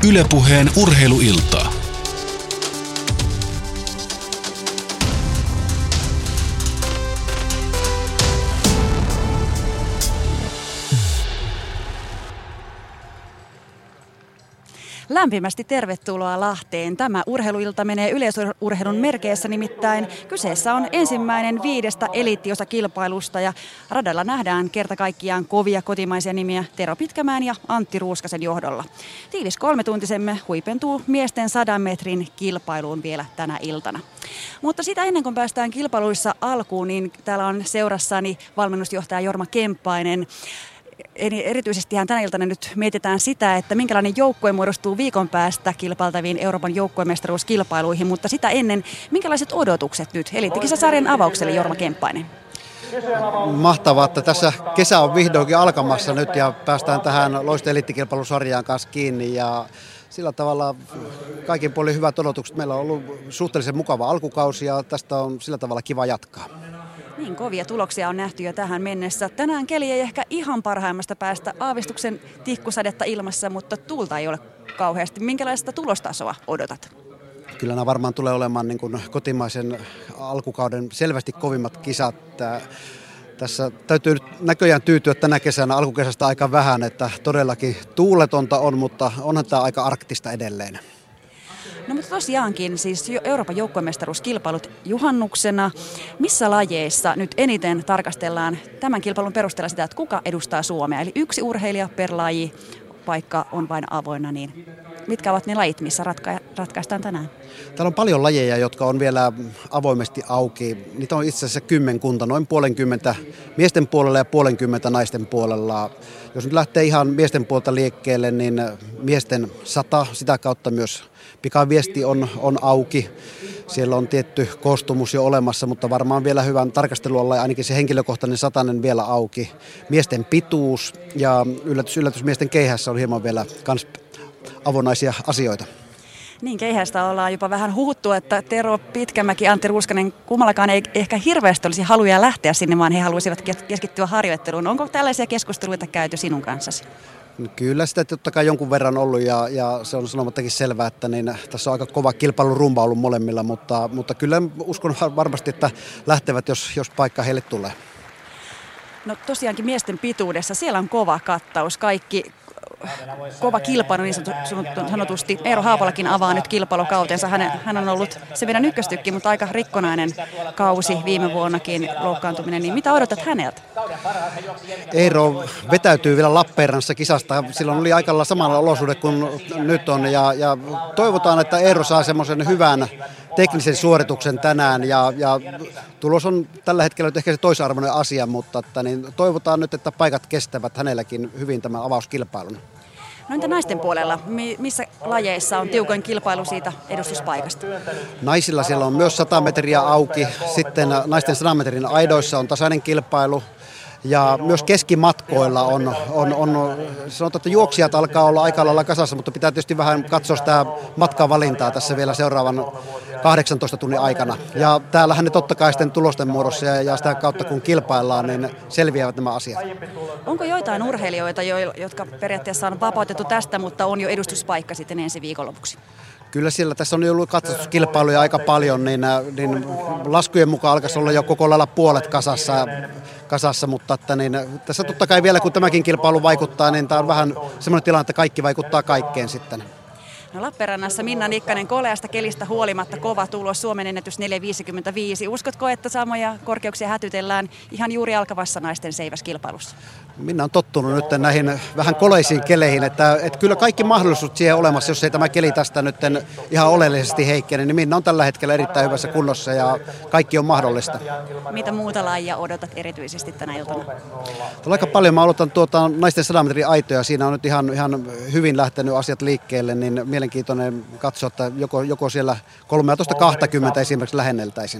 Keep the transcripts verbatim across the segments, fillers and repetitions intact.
Yle Puheen urheiluiltaa. Lämpimästi tervetuloa Lahteen. Tämä urheiluilta menee yleisurheilun merkeissä, nimittäin kyseessä on ensimmäinen viidestä eliittiosakilpailusta ja radalla nähdään kerta kaikkiaan kovia kotimaisia nimiä Tero Pitkämäen ja Antti Ruuskasen johdolla. Tiivis kolmetuntisemme huipentuu miesten sadan metrin kilpailuun vielä tänä iltana. Mutta sitä ennen kuin päästään kilpailuissa alkuun, niin täällä on seurassani valmennusjohtaja Jorma Kemppainen. Erityisesti tänä iltana nyt mietitään sitä, että minkälainen joukkue muodostuu viikon päästä kilpailtaviin Euroopan joukkuemestaruuskilpailuihin, mutta sitä ennen, minkälaiset odotukset nyt eliittikisasarjan avaukselle, Jorma Kemppainen? Mahtavaa, että tässä kesä on vihdoinkin alkamassa nyt ja päästään tähän Loiste eliittikilpailusarjaan kanssa kiinni ja sillä tavalla kaikin puolin hyvät odotukset. Meillä on ollut suhteellisen mukava alkukausi ja tästä on sillä tavalla kiva jatkaa. Niin, kovia tuloksia on nähty jo tähän mennessä. Tänään keli ei ehkä ihan parhaimmasta päästä, aavistuksen tihkusadetta ilmassa, mutta tuulta ei ole kauheasti. Minkälaista tulostasoa odotat? Kyllä nämä varmaan tulee olemaan niin kuin kotimaisen alkukauden selvästi kovimmat kisat. Tässä täytyy näköjään tyytyä tänä kesänä alkukesästä aika vähän, että todellakin tuuletonta on, mutta onhan tämä aika arktista edelleen. No mutta tosiaankin siis Euroopan joukkuemestaruuskilpailut juhannuksena. Missä lajeissa nyt eniten tarkastellaan tämän kilpailun perusteella sitä, että kuka edustaa Suomea? Eli yksi urheilija per laji, paikka on vain avoinna, niin mitkä ovat ne lajit, missä ratka- ratkaistaan tänään? Täällä on paljon lajeja, jotka on vielä avoimesti auki. Niitä on itse asiassa kymmenkunta, noin puolenkymmentä miesten puolella ja puolenkymmentä naisten puolella. Jos nyt lähtee ihan miesten puolta liikkeelle, niin miesten sata, sitä kautta myös pikaviesti on, on auki. Siellä on tietty koostumus jo olemassa, mutta varmaan vielä hyvän tarkastelualla ja ainakin se henkilökohtainen satanen vielä auki. Miesten pituus ja yllätys, yllätys miesten keihässä on hieman vielä kans avonaisia asioita. Niin, keihästä ollaan jopa vähän huhuttu, että Tero Pitkämäki, Antti Ruuskanen, kummallakaan ei ehkä hirveästi olisi haluja lähteä sinne, vaan he haluaisivat keskittyä harjoitteluun. Onko tällaisia keskusteluita käyty sinun kanssasi? Kyllä sitä totta kai jonkun verran ollut ja, ja se on sanomattakin selvää, että niin, tässä on aika kova kilpailurumba ollut molemmilla, mutta, mutta kyllä uskon varmasti, että lähtevät, jos, jos paikka heille tulee. No tosiaankin miesten pituudessa, siellä on kova kattaus, kaikki kova kilpailu niin sanotusti. Eero Haapalakin avaa nyt kilpailukautensa. Hän, hän on ollut se meidän ykköstykki, mutta aika rikkonainen kausi viime vuonnakin loukkaantuminen. Niin mitä odotat häneltä? Eero vetäytyy vielä Lappeenrannassa kisasta. Silloin oli aika lailla samalla olosuhde kuin nyt on. Ja, ja toivotaan, että Eero saa semmoisen hyvän teknisen suorituksen tänään. Ja, ja tulos on tällä hetkellä nyt ehkä se toisarvoinen asia, mutta että niin, toivotaan nyt, että paikat kestävät hänelläkin hyvin tämän avauskilpailun. No entä naisten puolella? Missä lajeissa on tiukoin kilpailu siitä edustuspaikasta? Naisilla siellä on myös sata metriä auki. Sitten naisten sadan metrin aidoissa on tasainen kilpailu. Ja myös keskimatkoilla on, on, on sanotaan, että juoksijat alkaa olla aika lailla kasassa, mutta pitää tietysti vähän katsoa sitä matkavalintaa tässä vielä seuraavan kahdeksantoista tunnin aikana. Ja täällähän ne totta kai sitten tulosten muodossa ja, ja sitä kautta kun kilpaillaan, niin selviävät nämä asiat. Onko joitain urheilijoita, jotka periaatteessa on vapautettu tästä, mutta on jo edustuspaikka sitten ensi viikonlopuksi? Kyllä siellä tässä on jo ollut katsastuskilpailuja aika paljon, niin, niin laskujen mukaan alkaisi olla jo koko lailla puolet kasassa, kasassa mutta että niin, tässä totta kai vielä kun tämäkin kilpailu vaikuttaa, niin tämä on vähän semmoinen tilanne, että kaikki vaikuttaa kaikkeen sitten. No Lappeenrannassa Minna Nikkanen koleasta kelistä huolimatta kova tulos, Suomen ennätys neljä viisikymmentäviisi. Uskotko, että samoja korkeuksia hätytellään ihan juuri alkavassa naisten seiväskilpailussa? Minna on tottunut nyt näihin vähän koleisiin keleihin, että, että kyllä kaikki mahdollisuudet siihen olemassa, jos ei tämä keli tästä nyt ihan oleellisesti heikkene, niin Minna on tällä hetkellä erittäin hyvässä kunnossa ja kaikki on mahdollista. Mitä muuta lajia odotat erityisesti tänä iltana? Aika paljon. Mä aloitan tuota naisten sadan metrin aitoja, siinä on nyt ihan, ihan hyvin lähtenyt asiat liikkeelle, niin mielenkiintoinen katsoa, että joko, joko siellä kolmetoista kaksikymmentä esimerkiksi lähenneltäisiin.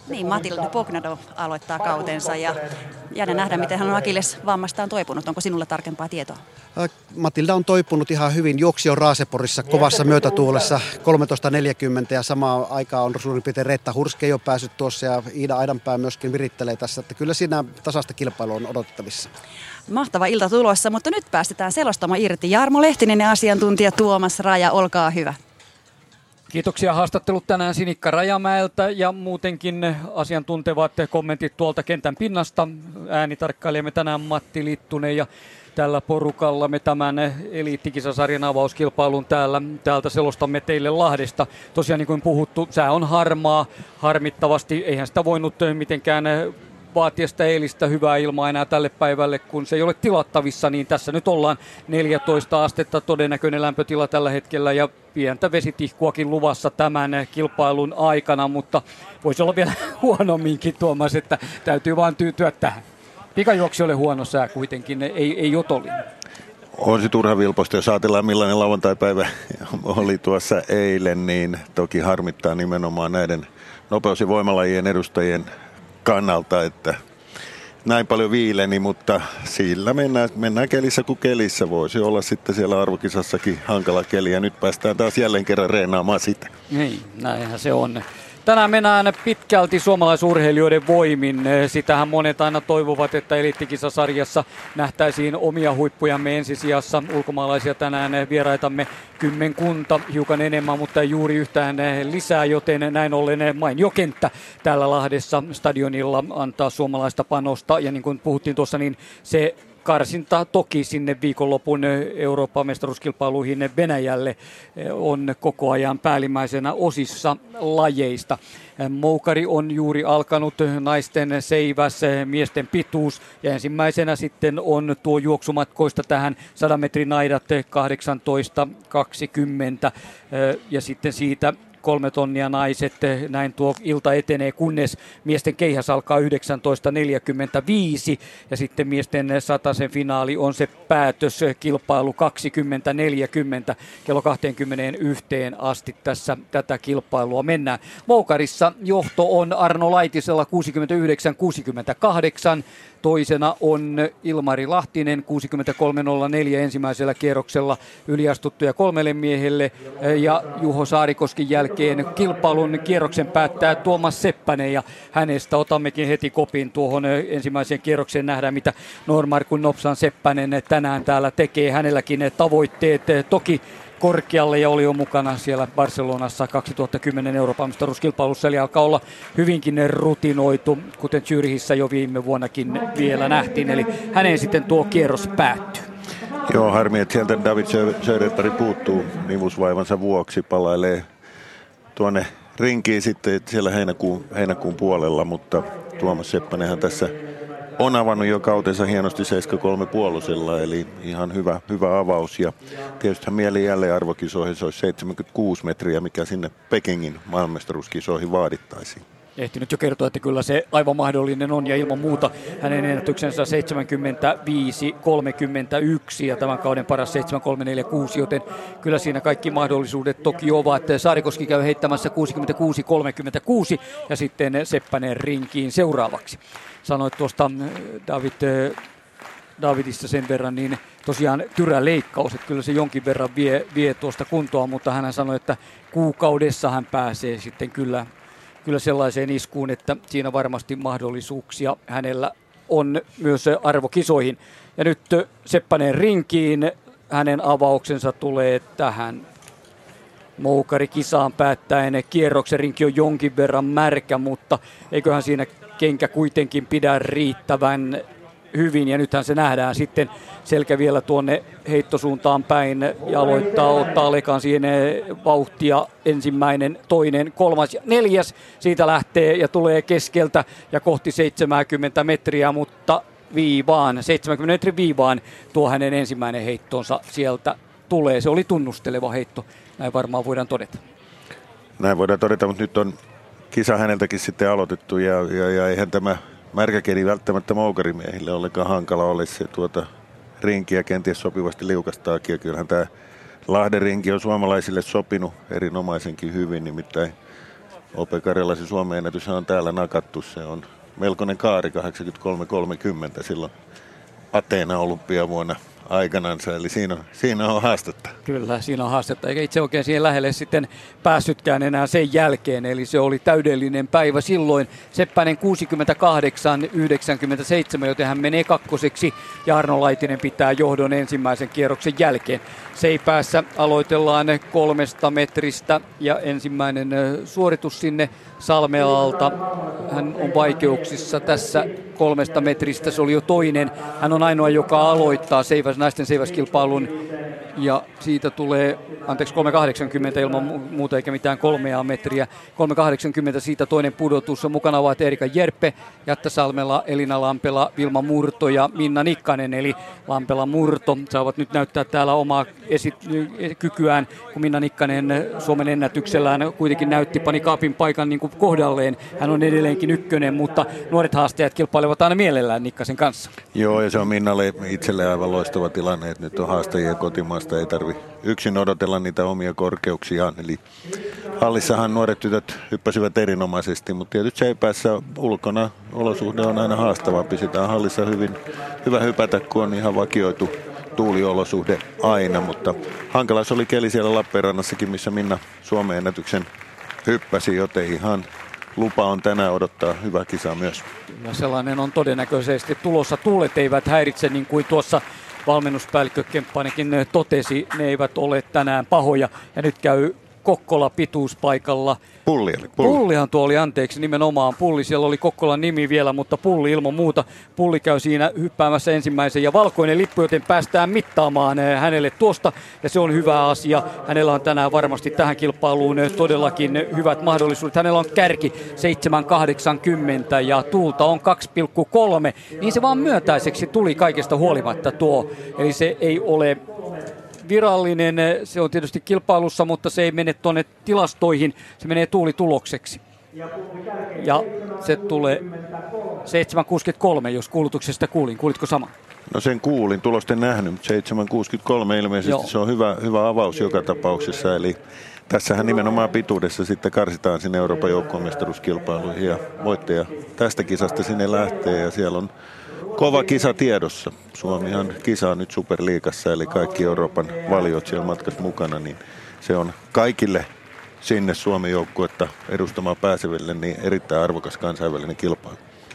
Niin, Matilda Pognado aloittaa kautensa ja jäädä nähdä, miten hän on Akilles vammastaan toipunut. Onko sinulla tarkempaa tietoa? Matilda on toipunut ihan hyvin. Juoksi on Raaseporissa kovassa myötätuulessa kolmetoista neljäkymmentä ja samaan aikaan on suurin piirtein Reetta Hurske jo päässyt tuossa ja Iida Aidanpää myöskin virittelee tässä. Että kyllä siinä tasaista kilpailua on odotettavissa. Mahtava ilta tulossa, mutta nyt päästetään selostama irti. Jarmo Lehtinen ja asiantuntija Tuomas Raja, olkaa hyvä. Kiitoksia haastattelut tänään Sinikka Rajamäeltä ja muutenkin asiantuntevat kommentit tuolta kentän pinnasta. Äänitarkkailijamme tänään Matti Littunen ja tällä porukalla me tämän eliittikisasarjan avauskilpailun täällä, täältä selostamme teille Lahdesta. Tosiaan niin kuin puhuttu, sää on harmaa, harmittavasti, eihän sitä voinut mitenkään vaatia sitä eilistä hyvää ilmaa enää tälle päivälle, kun se ei ole tilattavissa, niin tässä nyt ollaan neljätoista astetta todennäköinen lämpötila tällä hetkellä ja pientä vesitihkuakin luvassa tämän kilpailun aikana, mutta voisi olla vielä huonomminkin, Tuomas, että täytyy vaan tyytyä tähän. Pikajuoksijoille huono sää kuitenkin, ei, ei otollinen. On se turha vilposta, jos ajatellaan millainen lauantaipäivä oli tuossa eilen, niin toki harmittaa nimenomaan näiden nopeus- ja voimalajien edustajien kannalta, että näin paljon viileni, mutta sillä mennään, mennään kelissä kuin kelissä. Voisi olla sitten siellä arvokisassakin hankala keli ja nyt päästään taas jälleen kerran reenaamaan sitä. Niin, näinhän se on. Tänään mennään pitkälti suomalaisurheilijoiden voimin. Sitähän monet aina toivovat, että eliittikisasarjassa nähtäisiin omia huippujamme ensisijassa. Ulkomaalaisia tänään vieraitamme kymmenkunta, hiukan enemmän, mutta ei juuri yhtään lisää, joten näin ollen mainio kenttä täällä Lahdessa stadionilla antaa suomalaista panosta. Ja niin kuin puhuttiin tuossa, niin se karsinta toki sinne viikonlopun Euroopan mestaruuskilpailuihin Venäjälle on koko ajan päällimmäisenä osissa lajeista. Moukari on juuri alkanut, naisten seiväs, miesten pituus ja ensimmäisenä sitten on tuo juoksumatkoista tähän sadan metrin aidat kahdeksantoista kaksikymmentä ja sitten siitä kolme tonnia naiset, näin tuo ilta etenee, kunnes miesten keihäs alkaa yhdeksäntoista neljäkymmentäviisi ja sitten miesten satasen finaali on se päätöskilpailu kaksikymmentä neljäkymmentä kello kaksikymmentäyksi asti tässä tätä kilpailua mennään. Moukarissa johto on Arno Laitisella kuusikymmentäyhdeksän kuusikymmentäkahdeksan. Toisena on Ilmari Lahtinen, kuusikymmentäkolme nolla neljä ensimmäisellä kierroksella yliastuttuja kolmelle miehelle. Ja Juho Saarikoskin jälkeen kilpailun kierroksen päättää Tuomas Seppänen ja hänestä otammekin heti kopin tuohon ensimmäiseen kierrokseen. Nähdään mitä Normarkun Nopsan Seppänen tänään täällä tekee. Hänelläkin tavoitteet toki korkealle ja oli jo mukana siellä Barcelonassa kaksituhattakymmenen Euroopan mestaruuskilpailussa, eli alkaa olla hyvinkin rutinoitu, kuten Zürichissä jo viime vuonnakin vielä nähtiin, eli hänen sitten tuo kierros päättyy. Joo, harmi, että sieltä David Söderberg puuttuu nivusvaivansa vuoksi, palailee tuonne rinkiin sitten siellä heinäkuun, heinäkuun puolella, mutta Tuomas Seppänenhän tässä on avannut jo kautensa hienosti seitsemän kolme puolusella, eli ihan hyvä, hyvä avaus. Ja tietysti mieli jälleen arvokisoihin, se olisi seitsemänkymmentäkuusi metriä, mikä sinne Pekingin maailmanmestaruuskisoihin vaadittaisiin. Ehtinyt jo kertoa, että kyllä se aivan mahdollinen on ja ilman muuta hänen ennätyksensä seitsemänkymmentäviisi kolmekymmentäyksi ja tämän kauden paras seitsemän kolme neljä kuusi, joten kyllä siinä kaikki mahdollisuudet toki ovat. Saarikoski käy heittämässä kuusikymmentäkuusi kolmekymmentäkuusi ja sitten Seppänen rinkiin seuraavaksi. Sanoit tuosta David, Davidista sen verran, niin tosiaan tyräleikkaus, että kyllä se jonkin verran vie, vie tuosta kuntoa, mutta hän sanoi, että kuukaudessa hän pääsee sitten kyllä Kyllä sellaiseen iskuun, että siinä varmasti mahdollisuuksia hänellä on myös arvokisoihin. Ja nyt Seppänen rinkiin, hänen avauksensa tulee tähän Moukari kisaan päättäen. Kierroksen rinki on jonkin verran märkä, mutta eiköhän siinä kenkä kuitenkin pidä riittävän hyvin. Ja nythän se nähdään sitten selkä vielä tuonne heittosuuntaan päin ja aloittaa ottaa lekan siihen vauhtia. Ensimmäinen, toinen, kolmas ja neljäs. Siitä lähtee ja tulee keskeltä ja kohti seitsemänkymmentä metriä, mutta viivaan, seitsemänkymmentä metrin viivaan tuo hänen ensimmäinen heittonsa sieltä tulee. Se oli tunnusteleva heitto, näin varmaan voidaan todeta. Näin voidaan todeta, mutta nyt on kisa häneltäkin sitten aloitettu ja, ja, ja eihän tämä märkäkeli välttämättä moukarimiehille ollenkaan hankala olisi se tuota rinkiä kenties sopivasti liukastaakin. Ja kyllähän tämä Lahden rinki on suomalaisille sopinut erinomaisenkin hyvin, nimittäin O P Karjalaisen Suomen ennätyshän on täällä nakattu. Se on melkoinen kaari, kahdeksankymmentäkolme kolmekymmentä silloin Ateena olympiavuonna aikanansa, eli siinä on, siinä on haastetta. Kyllä, siinä on haastetta, eikä itse oikein siihen lähelle sitten päässytkään enää sen jälkeen, eli se oli täydellinen päivä silloin. Seppänen kuusikymmentäkahdeksan yhdeksänkymmentäseitsemän, joten hän menee kakkoseksi, ja Arno Laitinen pitää johdon ensimmäisen kierroksen jälkeen. Seipäässä aloitellaan kolmesta metristä, ja ensimmäinen suoritus sinne Salmelalta. Hän on vaikeuksissa tässä kolmesta metristä, se oli jo toinen. Hän on ainoa, joka aloittaa seiväs, naisten seiväskilpailun, ja siitä tulee, anteeksi, kolme kahdeksankymmentä ilman muuta eikä mitään kolmea metriä. kolme kahdeksankymmentä siitä toinen pudotus. Mukana ovat Erika Jerppe, Jatta Salmela, Elina Lampela, Vilma Murto ja Minna Nikkanen. Eli Lampela Murto saavat nyt näyttää täällä omaa esi- kykyään, kun Minna Nikkanen Suomen ennätyksellään kuitenkin näytti, pani kaapin paikan niin kuin kohdalleen. Hän on edelleenkin ykkönen, mutta nuoret haastajat kilpailevat aina mielellään Nikkasen kanssa. Joo, ja se on Minnalle itselleen aivan loistava tilanne, että nyt on haastajia kotimaasta, ei tarvi yksin odotella niitä omia korkeuksiaan. Eli hallissahan nuoret tytöt hyppäsivät erinomaisesti, mutta tietysti Seipäässä ulkona olosuhde on aina haastavampi. Sitä on hallissa hyvin, hyvä hypätä, kun on ihan vakioitu tuuliolosuhde aina, mutta hankala se oli keli siellä Lappeenrannassakin, missä Minna Suomen ennätyksen hyppäsi, joten ihan lupa on tänään odottaa hyvä kisa myös. Ja sellainen on todennäköisesti tulossa. Tuulet eivät häiritse, niin kuin tuossa valmennuspäällikkö Kemppainenkin totesi. Ne eivät ole tänään pahoja. Ja nyt käy Kokkola pituuspaikalla. Pulli oli. Pulli. Pullihan tuo oli, anteeksi, nimenomaan Pulli. Siellä oli Kokkolan nimi vielä, mutta Pulli ilman muuta. Pulli käy siinä hyppäämässä ensimmäisen ja valkoinen lippu, joten päästään mittaamaan hänelle tuosta. Ja se on hyvä asia. Hänellä on tänään varmasti tähän kilpailuun todellakin hyvät mahdollisuudet. Hänellä on kärki seitsemän kahdeksankymmentä ja tuulta on kaksi pilkku kolme. Niin se vaan myötäiseksi tuli kaikesta huolimatta tuo. Eli se ei ole virallinen, se on tietysti kilpailussa, mutta se ei mene tuonne tilastoihin, se menee tuulitulokseksi. Ja se tulee seitsemän kuusikymmentäkolme, jos kuulutuksesta kuulin. Kuulitko sama? No sen kuulin, tulosten nähnyt, mutta seitsemän kuusikymmentäkolme ilmeisesti. Joo. Se on hyvä, hyvä avaus joka tapauksessa, eli tässähän nimenomaan pituudessa sitten karsitaan sinne Euroopan joukkuemestaruuskilpailuihin ja voittaja tästä kisasta sinne lähtee ja siellä on kova kisa tiedossa. Suomihan kisaa nyt Superliigassa, eli kaikki Euroopan valiot siellä matkassa mukana, niin se on kaikille sinne Suomen joukkuetta edustamaan pääseville niin erittäin arvokas kansainvälinen kilpailu.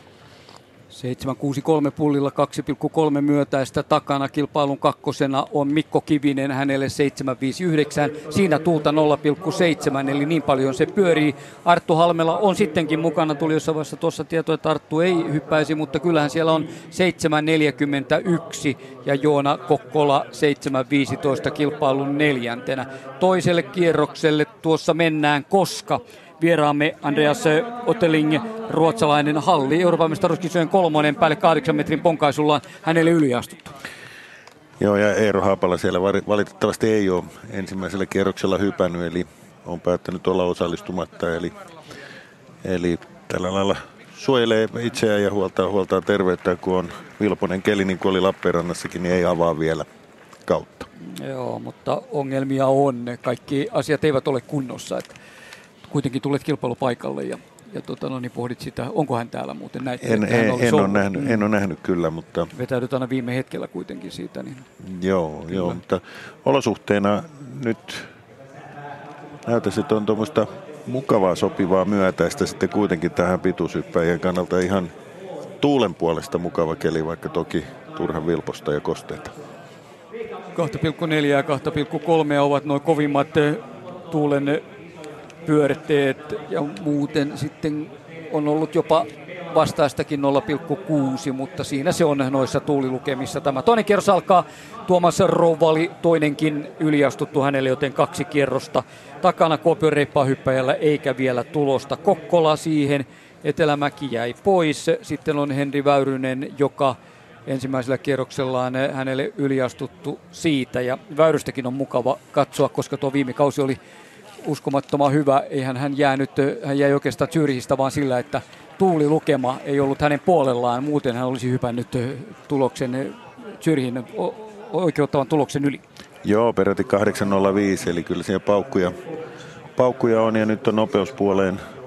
seitsemän kuusikymmentäkolme Pullilla kaksi pilkku kolme myötäistä takana. Kilpailun kakkosena on Mikko Kivinen, hänelle seitsemän viisikymmentäyhdeksän. Siinä tuulta nolla pilkku seitsemän, eli niin paljon se pyörii. Arttu Halmela on sittenkin mukana. Tuli jossain vaiheessa tuossa tietoa, että Arttu ei hyppäisi, mutta kyllähän siellä on seitsemän neljäkymmentäyksi ja Joona Kokkola seitsemän viisitoista kilpailun neljäntenä. Toiselle kierrokselle tuossa mennään, koska vieraamme Andreas Otteling, ruotsalainen halli, Euroopan mestaruuskisojen kolmonen päälle kahdeksan metrin ponkaisulla hänelle yliastuttu. Joo, ja Eero Haapala siellä valitettavasti ei ole ensimmäisellä kierroksella hypännyt, eli on päättänyt olla osallistumatta, eli, eli tällä lailla suojelee itseään ja huoltaa, huoltaa terveyttä, kun on vilponen keli, niin kuin oli Lappeenrannassakin, niin ei avaa vielä kautta. Joo, mutta ongelmia on. Kaikki asiat eivät ole kunnossa, että kuitenkin tulet kilpailupaikalle ja, ja tota, no, niin pohdit sitä, onko hän täällä muuten näitä. En, en, en, ole nähnyt, mm. en ole nähnyt kyllä, mutta vetäydyt aina viime hetkellä kuitenkin siitä. Niin joo, joo, mutta olosuhteena nyt näyttäisi, että on tuommoista mukavaa sopivaa myötäistä sitten kuitenkin tähän pituushyppäjien kannalta ihan tuulen puolesta mukava keli, vaikka toki turhan vilposta ja kosteita. kaksi pilkku neljä ja kaksi pilkku kolme ovat noin kovimmat tuulen pyörteet ja muuten sitten on ollut jopa vastaistakin nolla pilkku kuusi, mutta siinä se on noissa tuulilukemissa. Tämä toinen kierros alkaa. Tuomas Rouvali, toinenkin yliastuttu hänelle, joten kaksi kierrosta takana Kuopion reippahyppäjällä eikä vielä tulosta. Kokkola siihen, Etelämäki jäi pois. Sitten on Henri Väyrynen, joka ensimmäisellä kierroksellaan hänelle yliastuttu siitä. Ja Väyrystäkin on mukava katsoa, koska tuo viime kausi oli uskomattoman hyvä. Eihän hän jäänyt, hän jäi oikeastaan Zürihistä vaan sillä, että tuulilukema ei ollut hänen puolellaan. Muuten hän olisi hypännyt tuloksen Zürihin oikeuttavan tuloksen yli. Joo, peräti kahdeksan nolla viisi, eli kyllä siellä paukkuja, paukkuja on ja nyt on nopeuspuoleen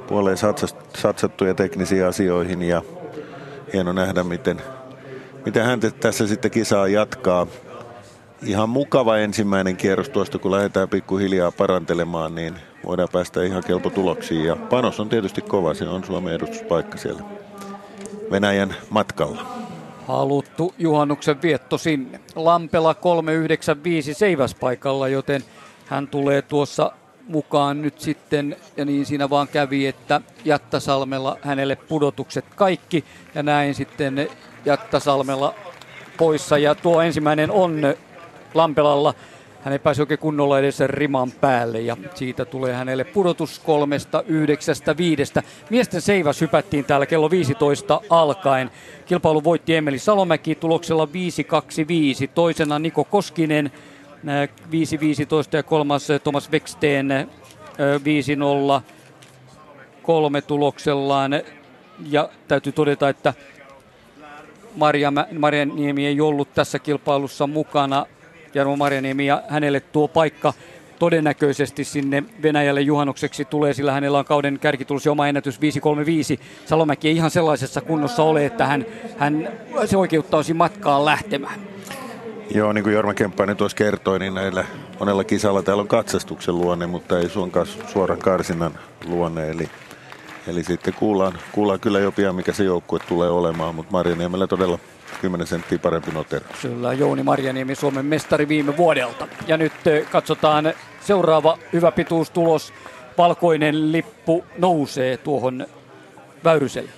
puoleen satsattu ja teknisiin asioihin ja hieno nähdä, miten, miten hän tässä sitten kisaa jatkaa. Ihan mukava ensimmäinen kierros tuosta, kun lähdetään pikkuhiljaa parantelemaan, niin voidaan päästä ihan kelpo tuloksiin. Ja panos on tietysti kova, se on Suomen edustuspaikka siellä Venäjän matkalla. Haluttu juhannuksen vietto sinne. Lampela kolme yhdeksänkymmentäviisi seiväspaikalla, joten hän tulee tuossa mukaan nyt sitten, ja niin siinä vaan kävi, että Jättäsalmella hänelle pudotukset kaikki, ja näin sitten Jättäsalmella poissa, ja tuo ensimmäinen on Lampelalla. Hän ei pääse oikein kunnolla edes riman päälle ja siitä tulee hänelle pudotus kolmesta yhdeksästä viidestä. Miesten seiväs hypättiin täällä kello viisitoista alkaen. Kilpailu voitti Emeli Salomäki tuloksella viisi kaksi viisi. Toisena Niko Koskinen viisi viisitoista ja kolmas Thomas Weksteen viisi nolla kolme tuloksellaan. Ja täytyy todeta, että Marja, Marja Niemi ei ollut tässä kilpailussa mukana. Jarmo Marjaniemi, ja hänelle tuo paikka todennäköisesti sinne Venäjälle juhannukseksi tulee, sillä hänellä on kauden kärkitulos ja oma ennätys viisi kolme viisi. Salomäki ei ihan sellaisessa kunnossa ole, että hän, hän se oikeuttaisi matkaan lähtemään. Joo, niin kuin Jorma Kemppainen tuossa kertoi, niin näillä monella kisalla täällä on katsastuksen luonne, mutta ei suoran karsinnan luonne. Eli, eli sitten kuullaan, kuullaan kyllä jo pian, mikä se joukkue tulee olemaan, mutta Marjaniemellä todella kymmenen senttiä parempi noteraus. Kyllä, Jouni Marjaniemi, Suomen mestari viime vuodelta. Ja nyt katsotaan seuraava hyvä pituustulos. Valkoinen lippu nousee tuohon Väyryselle.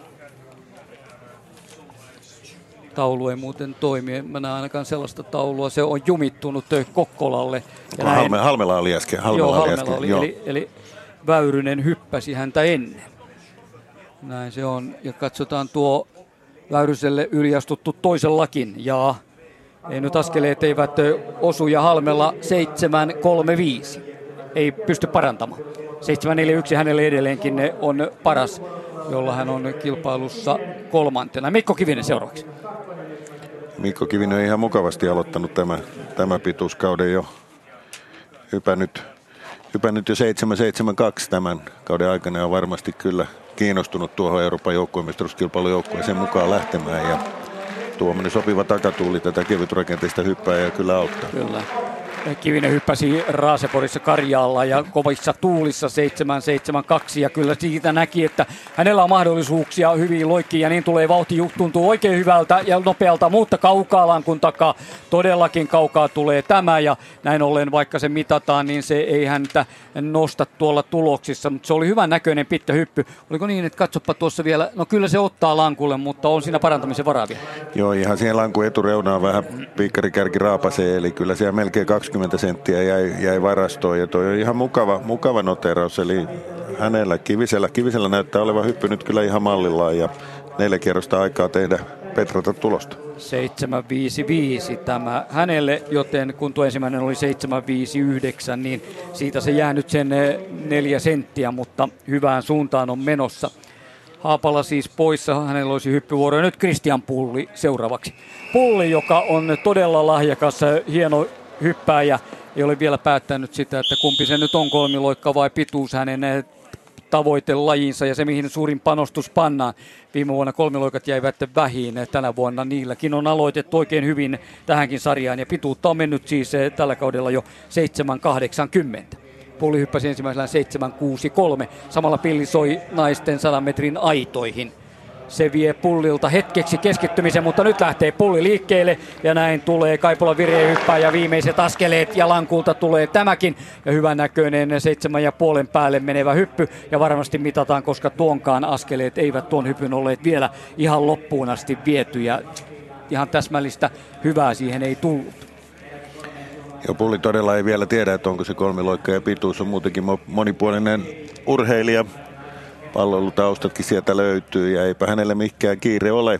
Taulu ei muuten toimi. Mä näen ainakaan sellaista taulua. Se on jumittunut Kokkolalle. Ja näin, Halme, Halmela oli äsken. Halmela joo, oli Halmela äsken. oli. Joo. Eli, eli Väyrynen hyppäsi häntä ennen. Näin se on. Ja katsotaan tuo Väyryselle yliastuttu toisellakin. Ja ei nyt askeleet eivät osu ja Halmela seitsemän kolme viisi. Ei pysty parantamaan. seitsemän neljä yksi hänelle edelleenkin on paras, jolla hän on kilpailussa kolmantena. Mikko Kivinen seuraavaksi. Mikko Kivinen on ihan mukavasti aloittanut tämä, tämä pituuskauden jo. Hypännyt, hypännyt jo seitsemän seitsemän kaksi tämän kauden aikana ja on varmasti kyllä kiinnostunut tuohon Euroopan joukkuemestaruuskilpailujoukkueeseen mukaan lähtemään. Ja tuommoinen sopiva takatuuli tätä kevytrakenteista hyppää ja kyllä auttaa. Kyllä. Kivinen hyppäsi Raaseporissa Karjaalla ja kovissa tuulissa seitsemän seitsemän kaksi ja kyllä siitä näki, että hänellä on mahdollisuuksia hyviin loikkiin ja niin tulee vauhti, tuntuu oikein hyvältä ja nopealta, mutta kaukaa lankun takaa, todellakin kaukaa tulee tämä ja näin ollen vaikka se mitataan, niin se ei häntä nosta tuolla tuloksissa, mutta se oli hyvän näköinen pitkä hyppy. Oliko niin, että katsoppa tuossa vielä, no kyllä se ottaa lankulle, mutta on siinä parantamisen varaa vielä. Joo, ihan siihen lankun etureunaan vähän piikkarikärki raapasee, eli kyllä siellä melkein kaksikymmentä senttiä jäi, jäi varastoon ja toi on ihan mukava, mukava noteraus, eli hänellä Kivisellä, Kivisellä näyttää olevan hyppy nyt kyllä ihan mallillaan ja neljä kierrosta aikaa tehdä Petrata tulosta. seitsemän viisi viisi tämä hänelle, joten kun tuo ensimmäinen oli seitsemän viisi yhdeksän, niin siitä se jää nyt sen neljä senttiä, mutta hyvään suuntaan on menossa. Haapala siis poissa, hänellä olisi hyppyvuoro. Ja nyt Christian Pulli seuraavaksi. Pulli, joka on todella lahjakas, hieno hyppääjä, ei ole vielä päättänyt sitä, että kumpi se nyt on, kolmiloikka vai pituus hänen tavoitelajinsa ja se, mihin suurin panostus pannaan. Viime vuonna kolmiloikat jäivät vähiin, tänä vuonna niilläkin on aloitettu oikein hyvin tähänkin sarjaan ja pituutta on mennyt siis tällä kaudella jo seitsemän kahdeksankymmentä. Pulli hyppäsi ensimmäisellä seitsemän kuusi kolme, samalla pilli soi naisten sadan metrin aitoihin. Se vie Pullilta hetkeksi keskittymisen, mutta nyt lähtee Pulli liikkeelle ja näin tulee Kaipola vireenhyppää ja viimeiset askeleet ja lankulta tulee tämäkin. Ja hyvän näköinen seitsemän ja puolen päälle menevä hyppy ja varmasti mitataan, koska tuonkaan askeleet eivät tuon hypyn olleet vielä ihan loppuun asti viety ja ihan täsmällistä hyvää siihen ei tullut. Joo, Pulli todella ei vielä tiedä, että onko se kolmiloikka ja pituus on muutenkin monipuolinen urheilija. Palloilutaustatkin sieltä löytyy ja eipä hänelle mikään kiire ole.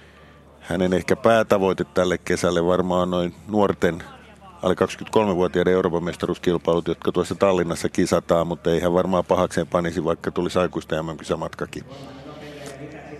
Hänen ehkä päätavoite tälle kesälle varmaan noin nuorten alle kaksikymmentäkolmevuotiaiden Euroopan mestaruuskilpailut, jotka tuossa Tallinnassa kisataan, mutta ei hän varmaan pahakseen panisi, vaikka tulisi aikuisten M M-kisamatkakin.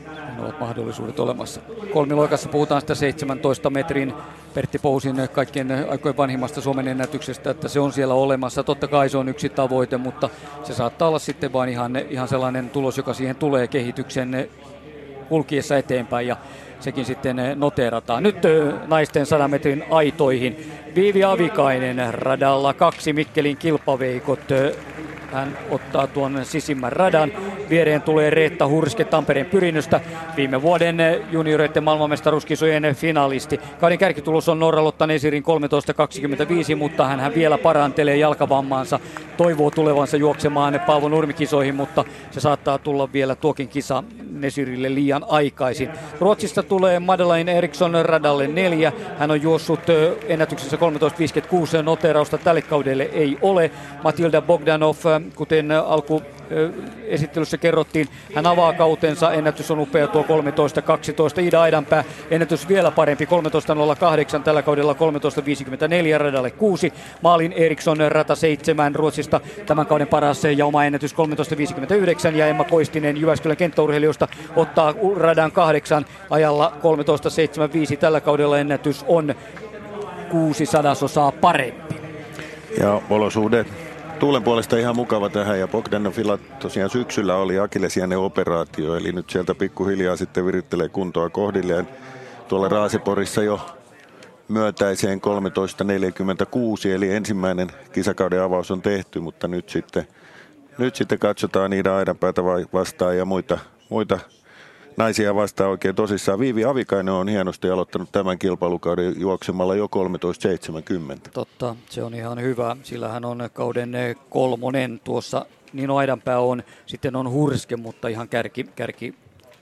ovat mahdollisuudet olemassa. Kolmiloikassa puhutaan sitä seitsemäntoista metrin Pertti Pousin kaikkien aikojen vanhimmasta Suomen ennätyksestä, että se on siellä olemassa. Totta kai se on yksi tavoite, mutta se saattaa olla sitten vain ihan, ihan sellainen tulos, joka siihen tulee kehityksen kulkiessa eteenpäin ja sekin sitten noteerataan. Nyt naisten sadan metrin aitoihin. Viivi Avikainen radalla kaksi Mikkelin kilpaveikot. Hän ottaa tuon sisimmän radan. Viereen tulee Reetta Hurske Tampereen Pyrinnöstä. Viime vuoden junioreiden maailmanmestaruuskisojen finalisti. Kauden kärkitulos on Norra-Lotta Nesirin kolmetoista kaksikymmentäviisi, mutta hän vielä parantelee jalkavammaansa. Toivoo tulevansa juoksemaan Paavo Nurmi-kisoihin, mutta se saattaa tulla vielä tuokin kisa Nesirille liian aikaisin. Ruotsista tulee Madeleine Eriksson radalle neljä. Hän on juossut ennätyksessä kolmetoista viisikymmentäkuusi. Noterausta tälle kaudelle ei ole. Matilda Bogdanov, kuten alku esittelyssä kerrottiin, hän avaa kautensa, ennätys on upea tuo kolmetoista kaksitoista. Ida Aidanpää ennätys vielä parempi, kolmetoista nolla kahdeksan, tällä kaudella kolmetoista viisikymmentäneljä, radalle kuusi. Malin Eriksson rata seitsemän, Ruotsista tämän kauden paras ja oma ennätys kolmetoista viisikymmentäyhdeksän, ja Emma Koistinen Jyväskylän kenttäurheilijoista ottaa radan kahdeksan ajalla kolmetoista seitsemänkymmentäviisi, tällä kaudella ennätys on kuusi sadasosaa parempi. Ja olosuhde tuulen puolesta ihan mukava tähän, ja Bogdanovilla tosiaan syksyllä oli akillesjänne operaatio, eli nyt sieltä pikkuhiljaa sitten virittelee kuntoa kohdilleen. Tuolla Raaseporissa jo myötäiseen kolmetoista neljäkymmentäkuusi, eli ensimmäinen kisakauden avaus on tehty, mutta nyt sitten, nyt sitten katsotaan Ida Aidanpäätä vastaan ja muita, muita naisia vastaan oikein tosissaan. Viivi Avikainen on hienosti aloittanut tämän kilpailukauden juoksemalla jo kolmetoista seitsemänkymmentä. Totta, se on ihan hyvä, sillä hän on kauden kolmonen tuossa. Nino Aidanpää on, sitten on Hurske, mutta ihan kärki, kärki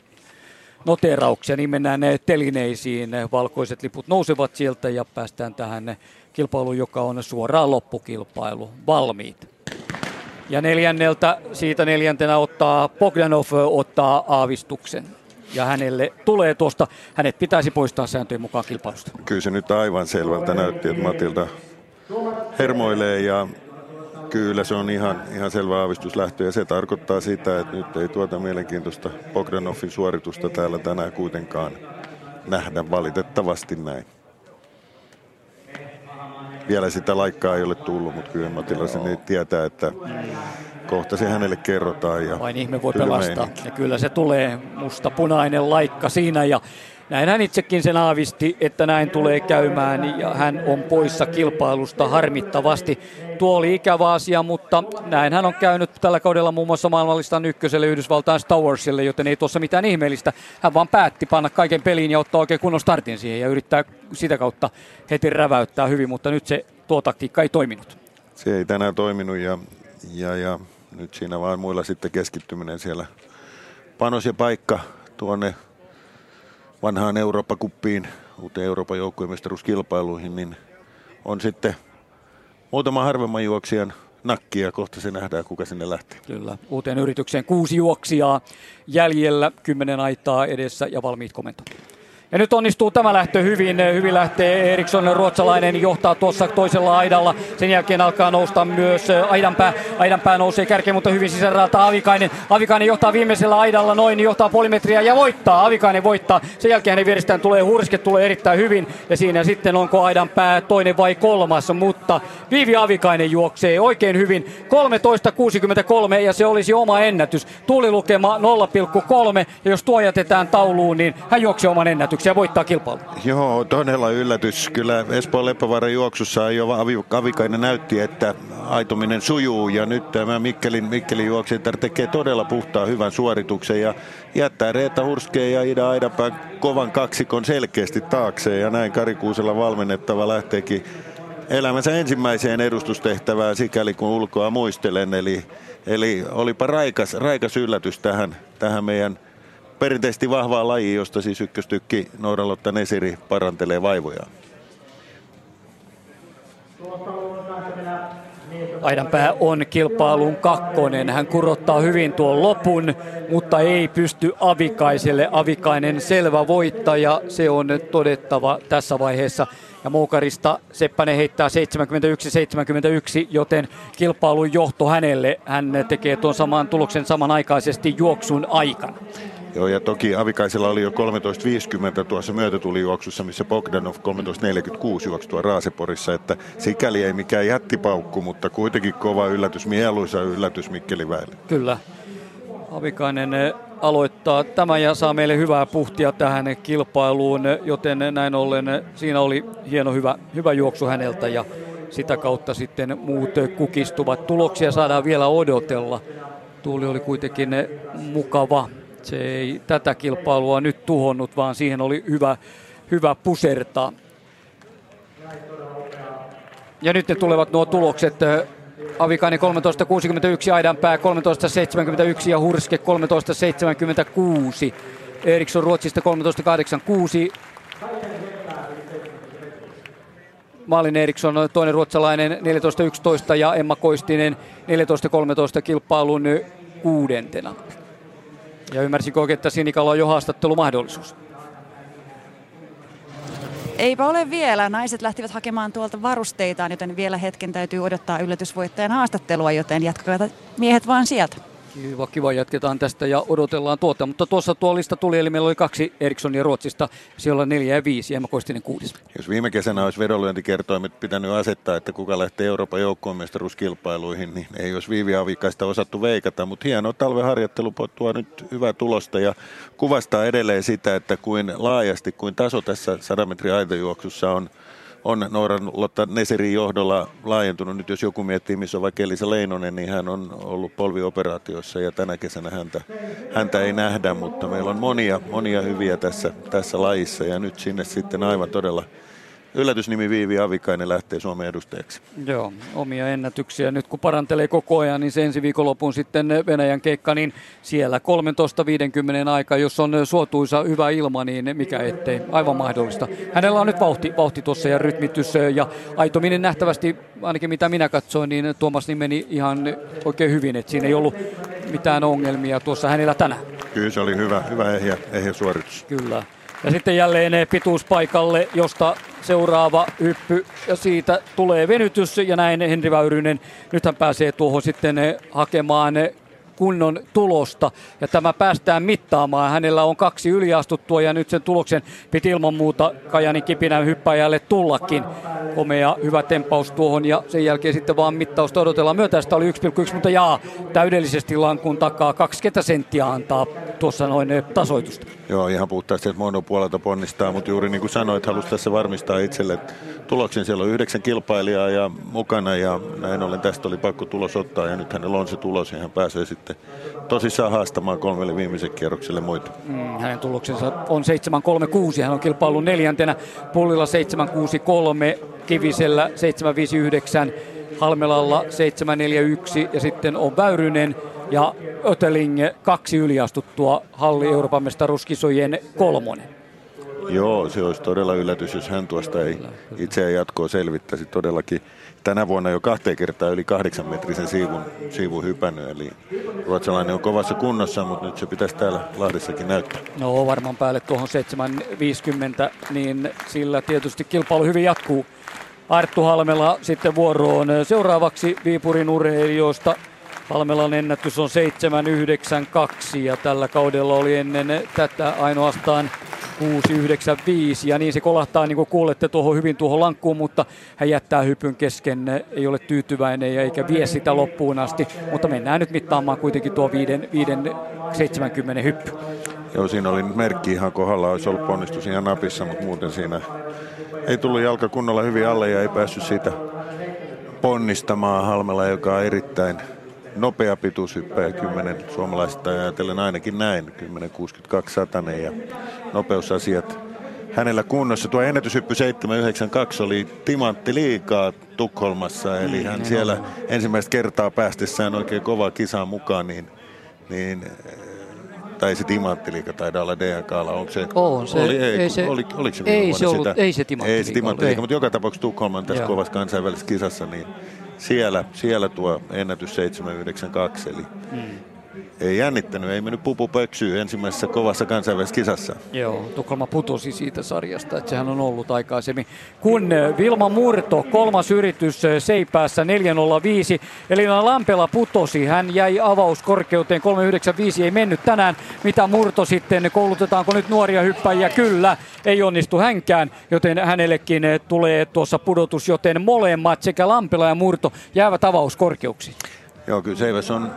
noterauksia, niin mennään telineisiin. Valkoiset liput nousevat sieltä ja päästään tähän kilpailuun, joka on suoraan loppukilpailu. Valmiit. Ja neljänneltä, siitä neljäntenä ottaa Bogdanov ottaa aavistuksen. Ja hänelle tulee tuosta, hänet pitäisi poistaa sääntöjen mukaan kilpailusta. Kyllä se nyt aivan selvältä näytti, että Matilda hermoilee, ja kyllä se on ihan, ihan selvä aavistuslähtö. Ja se tarkoittaa sitä, että nyt ei tuota mielenkiintoista Bogdanovin suoritusta täällä tänään kuitenkaan nähdä, valitettavasti näin. Vielä sitä laikkaa ei ole tullut, mutta kyllä Matilda sen tietää, että kohta se hänelle kerrotaan. Ja vain ihme voi pelastaa. Ja kyllä se tulee, musta-punainen laikka siinä, ja näin hän itsekin sen aavisti, että näin tulee käymään, ja hän on poissa kilpailusta harmittavasti. Tuo oli ikävä asia, mutta näin hän on käynyt tällä kaudella muun muassa maailmanlistan ykköselle Yhdysvaltain Star Warsille, joten ei tuossa mitään ihmeellistä. Hän vaan päätti panna kaiken peliin ja ottaa oikein kunnon startin siihen ja yrittää sitä kautta heti räväyttää hyvin, mutta nyt se tuo taktiikka ei toiminut. Se ei tänään toiminut, ja, ja, ja nyt siinä vaan muilla sitten keskittyminen siellä panos ja paikka tuonne vanhaan Eurooppa-kuppiin, uuteen Euroopan joukkuemestaruuskilpailuihin, niin on sitten muutama harvemman juoksijan nakkia. Kohta se nähdään, kuka sinne lähtee. Kyllä, uuteen yritykseen kuusi juoksijaa jäljellä, kymmenen aitaa edessä ja valmiit komento. Ja nyt onnistuu tämä lähtö hyvin. Hyvin lähtee Eriksson, ruotsalainen, johtaa tuossa toisella aidalla. Sen jälkeen alkaa nousta myös Aidanpää. Aidanpää nousee kärkeen, mutta hyvin sisäraalta Avikainen. Avikainen johtaa viimeisellä aidalla noin, johtaa puoli metriä ja voittaa. Avikainen voittaa. Sen jälkeen hänen vierestään tulee Hurske, tulee erittäin hyvin. Ja siinä sitten onko Aidanpää toinen vai kolmas. Mutta Viivi Avikainen juoksee oikein hyvin. kolmetoista kuusikymmentäkolme ja se olisi oma ennätys. Tuulilukema nolla pilkku kolme ja jos tuo jätetään tauluun, niin hän juoksee oman ennätyksen ja voittaa kilpailun. Joo, todella yllätys. Kyllä Espoon Leppävaaran juoksussa jo Avikainen näytti, että aitominen sujuu, ja nyt tämä Mikkelin, Mikkelin juoksijatar tekee todella puhtaan hyvän suorituksen ja jättää Reetta Hurskeen ja Ida Aidanpään kovan kaksikon selkeästi taakseen, ja näin Kari Kuusela valmennettava lähteekin elämänsä ensimmäiseen edustustehtävään sikäli kun ulkoa muistelen, eli, eli olipa raikas, raikas yllätys tähän, tähän meidän perinteisesti vahvaa lajiin, josta siis ykköstykki Norra-Lotta Nesiri parantelee vaivojaan. Aidanpää on kilpailun kakkonen. Hän kurottaa hyvin tuon lopun, mutta ei pysty Avikaiselle. Avikainen selvä voittaja, se on todettava tässä vaiheessa. Ja Moukarista Seppänen heittää seitsemänkymmentäyksi seitsemänkymmentäyksi, joten kilpailun johto hänelle. Hän tekee tuon saman tuloksen samanaikaisesti juoksun aikana. Joo, ja toki Avikaisella oli jo kolmetoista viisikymmentä tuossa myötätulijuoksussa, missä Bogdanov kolmetoista neljäkymmentäkuusi juoksi tuo Raaseporissa, että sikäli ei mikään jättipaukku, mutta kuitenkin kova yllätys, mieluisa yllätys Mikkelin väelle. Kyllä. Avikainen aloittaa tämän ja saa meille hyvää puhtia tähän kilpailuun, joten näin ollen siinä oli hieno hyvä, hyvä juoksu häneltä ja sitä kautta sitten muut kukistuvat. Tuloksia saadaan vielä odotella. Tuuli oli kuitenkin mukava. Se ei tätä kilpailua nyt tuhonnut, vaan siihen oli hyvä, hyvä pusertaa. Ja nyt ne tulevat nuo tulokset. Avikainen kolmetoista kuusikymmentäyksi, Aidanpää kolmetoista seitsemänkymmentäyksi ja Hurske kolmetoista seitsemänkymmentäkuusi. Eriksson Ruotsista kolmetoista kahdeksankymmentäkuusi. Malin Eriksson toinen ruotsalainen neljätoista yksitoista ja Emma Koistinen neljätoista kolmetoista kilpailun kuudentena. Ja ymmärsinkö oikein, että Sinikalla on jo haastattelumahdollisuus? Eipä ole vielä. Naiset lähtivät hakemaan tuolta varusteitaan, joten vielä hetken täytyy odottaa yllätysvoittajan haastattelua, joten jatkakaa miehet vaan sieltä. Kiva, kiva. Jatketaan tästä ja odotellaan tuota. Mutta tuossa tuo lista tuli, eli meillä oli kaksi Erikssonia Ruotsista. Siellä on neljä ja viisi ja Emma Koistinen kuudes. Jos viime kesänä olisi vedonlyöntikertoimet pitänyt asettaa, että kuka lähtee Euroopan joukkueenmestaruuskilpailuihin, niin ei olisi Viivi Avikaista osattu veikata. Mutta hieno talveharjoittelu tuo nyt hyvää tulosta ja kuvastaa edelleen sitä, että kuin laajasti, kuin taso tässä sadan metrin aitajuoksussa on on Noora-Lotta Neserin johdolla laajentunut. Nyt jos joku miettii, missä on vaikka Elisa Leinonen, niin hän on ollut polvioperaatiossa ja tänä kesänä häntä, häntä ei nähdä, mutta meillä on monia, monia hyviä tässä, tässä lajissa ja nyt sinne sitten aivan todella yllätysnimi Viivi Avikainen lähtee Suomen edustajaksi. Joo, omia ennätyksiä. Nyt kun parantelee koko ajan, niin se ensi viikonlopun sitten Venäjän keikka, niin siellä kolmetoista viisikymmentä aika, jos on suotuisa hyvä ilma, niin mikä ettei. Aivan mahdollista. Hänellä on nyt vauhti, vauhti tuossa ja rytmitys ja aitominen nähtävästi, ainakin mitä minä katsoin, niin Tuomas niin meni ihan oikein hyvin, että siinä ei ollut mitään ongelmia tuossa hänellä tänään. Kyllä se oli hyvä, hyvä ehjä, ehjä suoritus. Kyllä. Ja sitten jälleen pituuspaikalle, josta seuraava hyppy ja siitä tulee venytys ja näin Henri Väyrynen. Nyt hän pääsee tuohon sitten hakemaan kunnon tulosta ja tämä päästään mittaamaan. Hänellä on kaksi yliastuttua ja nyt sen tuloksen piti ilman muuta Kajanin Kipinän hyppäjälle tullakin. Komea hyvä tempaus tuohon ja sen jälkeen sitten vaan mittausta odotellaan. Myötäistä oli yksi pilkku yksi, mutta jaa, täydellisesti lankun takaa kaksikymmentä senttiä antaa tuossa noin tasoitusta. Joo, ihan puhtaasti, että monopuolelta ponnistaa, mutta juuri niin kuin sanoit, halusi tässä varmistaa itselle tuloksen. Siellä on yhdeksän kilpailijaa ja mukana ja näin ollen tästä oli pakko tulos ottaa ja nyt hänellä on se tulos ja hän pääsee sitten tosissaan haastamaan kolmelle viimeiselle kierrokselle muita. Mm, hänen tuloksensa on seitsemän kolme kuusi, hän on kilpailun neljäntenä, Pullilla seitsemän kuusi kolme, Kivisellä seitsemän viisi yhdeksän, Halmelalla seitsemän neljä yksi ja sitten on Väyrynen ja Öteling kaksi yliastuttua Halli Euroopan mestaruuskisojen kolmonen. Joo, se olisi todella yllätys, jos hän tuosta ei itseään jatkoa selvittäisi. Todellakin tänä vuonna jo kahteen kertaa yli kahdeksan metrisen siivun, siivun hypännyt. Eli ruotsalainen on kovassa kunnossa, mutta nyt se pitäisi täällä Lahdessakin näyttää. No varmaan päälle tuohon seitsemän viisikymmentä, niin sillä tietysti kilpailu hyvin jatkuu. Arttu Halmela sitten vuoroon seuraavaksi Viipurin urheilijoista. Halmelan ennätys on seitsemän yhdeksän kaksi ja tällä kaudella oli ennen tätä ainoastaan kuusi yhdeksän viisi ja niin se kolahtaa niin kuin kuulette tuohon hyvin tuohon lankkuun, mutta hän jättää hypyn kesken, ei ole tyytyväinen ja eikä vie sitä loppuun asti, mutta mennään nyt mittaamaan kuitenkin tuo viiden seitsemänkymmentä hyppy. Joo, siinä oli merkki ihan kohdalla, olisi ollut ponnistus ihan napissa, mutta muuten siinä ei tullut jalka kunnolla hyvin alle ja ei päässyt siitä ponnistamaan Halmela, joka on erittäin nopea pituushyppäjä, kymmenen suomalaisista ajatellen ainakin näin, kymmenen kuusikymmentäkaksi satanen ja nopeusasiat hänellä kunnossa. Tuo ennätyshyppy seitsemän yhdeksän kaksi oli timantti liikaa Tukholmassa, eli hän siellä ensimmäistä kertaa päästessään oikein kovaa kisaa mukaan, niin, niin tai se timanttiliika taidaa olla D N K:lla. Onko se? On se. Oli, ei, ei se, oli, oliko se ei se ollut, sitä? ei se timanttiliika. Ei se timanttiliika, mutta joka tapauksessa Tukholman tässä Joo. kovassa kansainvälisessä kisassa, niin siellä, siellä tuo ennätys seitsemän yhdeksän kaksi, eli mm. ei jännittänyt, ei mennyt pupu pöksyyn ensimmäisessä kovassa kansainvälisessä kisassa. Joo, Tukholma putosi siitä sarjasta, että sehän on ollut aikaisemmin. Kun Vilma Murto, kolmas yritys Seipäässä neljä nolla viisi, Elina Lampela putosi, hän jäi avauskorkeuteen kolme yhdeksänkymmentäviisi, ei mennyt tänään. Mitä Murto sitten, koulutetaanko nyt nuoria hyppäjiä? Kyllä, ei onnistu hänkään, joten hänellekin tulee tuossa pudotus, joten molemmat sekä Lampela ja Murto jäävät avauskorkeuksiin. Joo, kyllä Seiväs on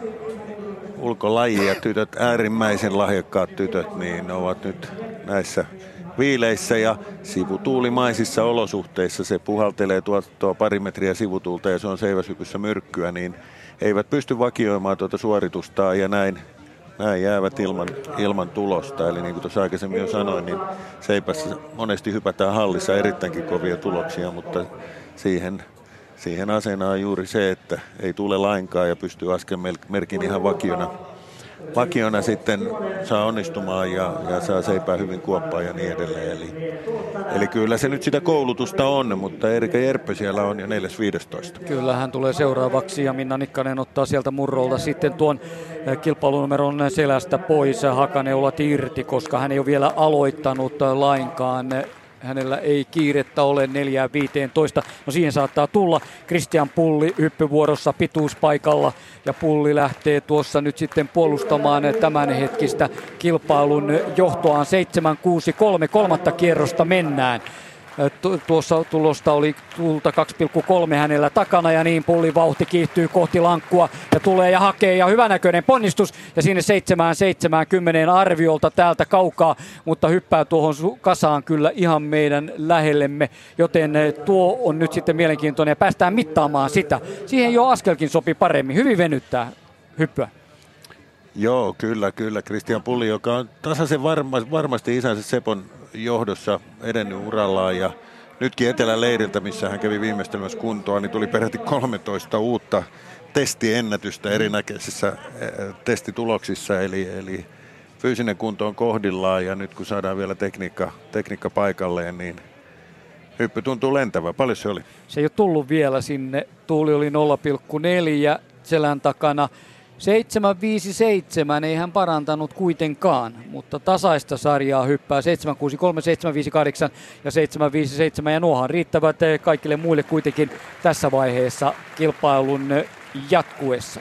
ulkolaji ja tytöt, äärimmäisen lahjakkaat tytöt, niin ovat nyt näissä viileissä ja sivutuulimaisissa olosuhteissa. Se puhaltelee tuo, tuo pari metriä sivutuulta ja se on seiväshypyssä myrkkyä, niin eivät pysty vakioimaan tuota suoritustaan ja näin, näin jäävät ilman, ilman tulosta. Eli niin kuin tuossa aikaisemmin jo sanoin, niin Seipässä monesti hypätään hallissa erittäinkin kovia tuloksia, mutta siihen... Siihen asena on juuri se, että ei tule lainkaan ja pystyy askelmerkin ihan vakiona, vakiona sitten saa onnistumaan ja, ja saa Seipää hyvin kuoppaan ja niin edelleen. Eli, eli kyllä se nyt sitä koulutusta on, mutta Erika Jerppö siellä on jo neljäs viidestoista. Kyllä hän tulee seuraavaksi ja Minna Nikkanen ottaa sieltä Murrolta sitten tuon kilpailunumeron selästä pois. Hakaneulat irti, koska hän ei ole vielä aloittanut lainkaan. Hänellä ei kiirettä ole neljään viiteentoista. No siihen saattaa tulla. Christian Pulli hyppyvuorossa pituuspaikalla. Ja Pulli lähtee tuossa nyt sitten puolustamaan tämänhetkistä kilpailun johtoaan seitsemän kuusi kolme. Kolmatta kierrosta mennään. Tuossa tulosta oli tulta kaksi pilkku kolme hänellä takana ja niin Pullin vauhti kiihtyy kohti lankkua ja tulee ja hakee ja hyvänäköinen ponnistus ja sinne seitsemään seitsemänkymmentä arviolta täältä kaukaa, mutta hyppää tuohon kasaan kyllä ihan meidän lähellemme, joten tuo on nyt sitten mielenkiintoinen ja päästään mittaamaan sitä. Siihen jo askelkin sopi paremmin, hyvin venyttää hyppyä. Joo, kyllä, kyllä. Christian Pulli, joka on tasaisen varma, varmasti isänsä Sepon johdossa edennyt urallaan ja nytkin Etelä-leiriltä, missä hän kävi viimeistelemässä kuntoa, niin tuli peräti kolmetoista uutta testiennätystä erinäköisissä testituloksissa, eli, eli fyysinen kunto on kohdillaan ja nyt kun saadaan vielä tekniikka, tekniikka paikalleen, niin hyppy tuntuu lentävää. Paljon se oli? Se ei ole tullut vielä sinne. Tuuli oli nolla pilkku neljä selän takana. seitsemän viisi seitsemän ei hän parantanut kuitenkaan, mutta tasaista sarjaa hyppää seitsemän kuusi kolme, seitsemän viisi kahdeksan ja seitsemän viisi seitsemän ja nuohan riittävät kaikille muille kuitenkin tässä vaiheessa kilpailun jatkuessa.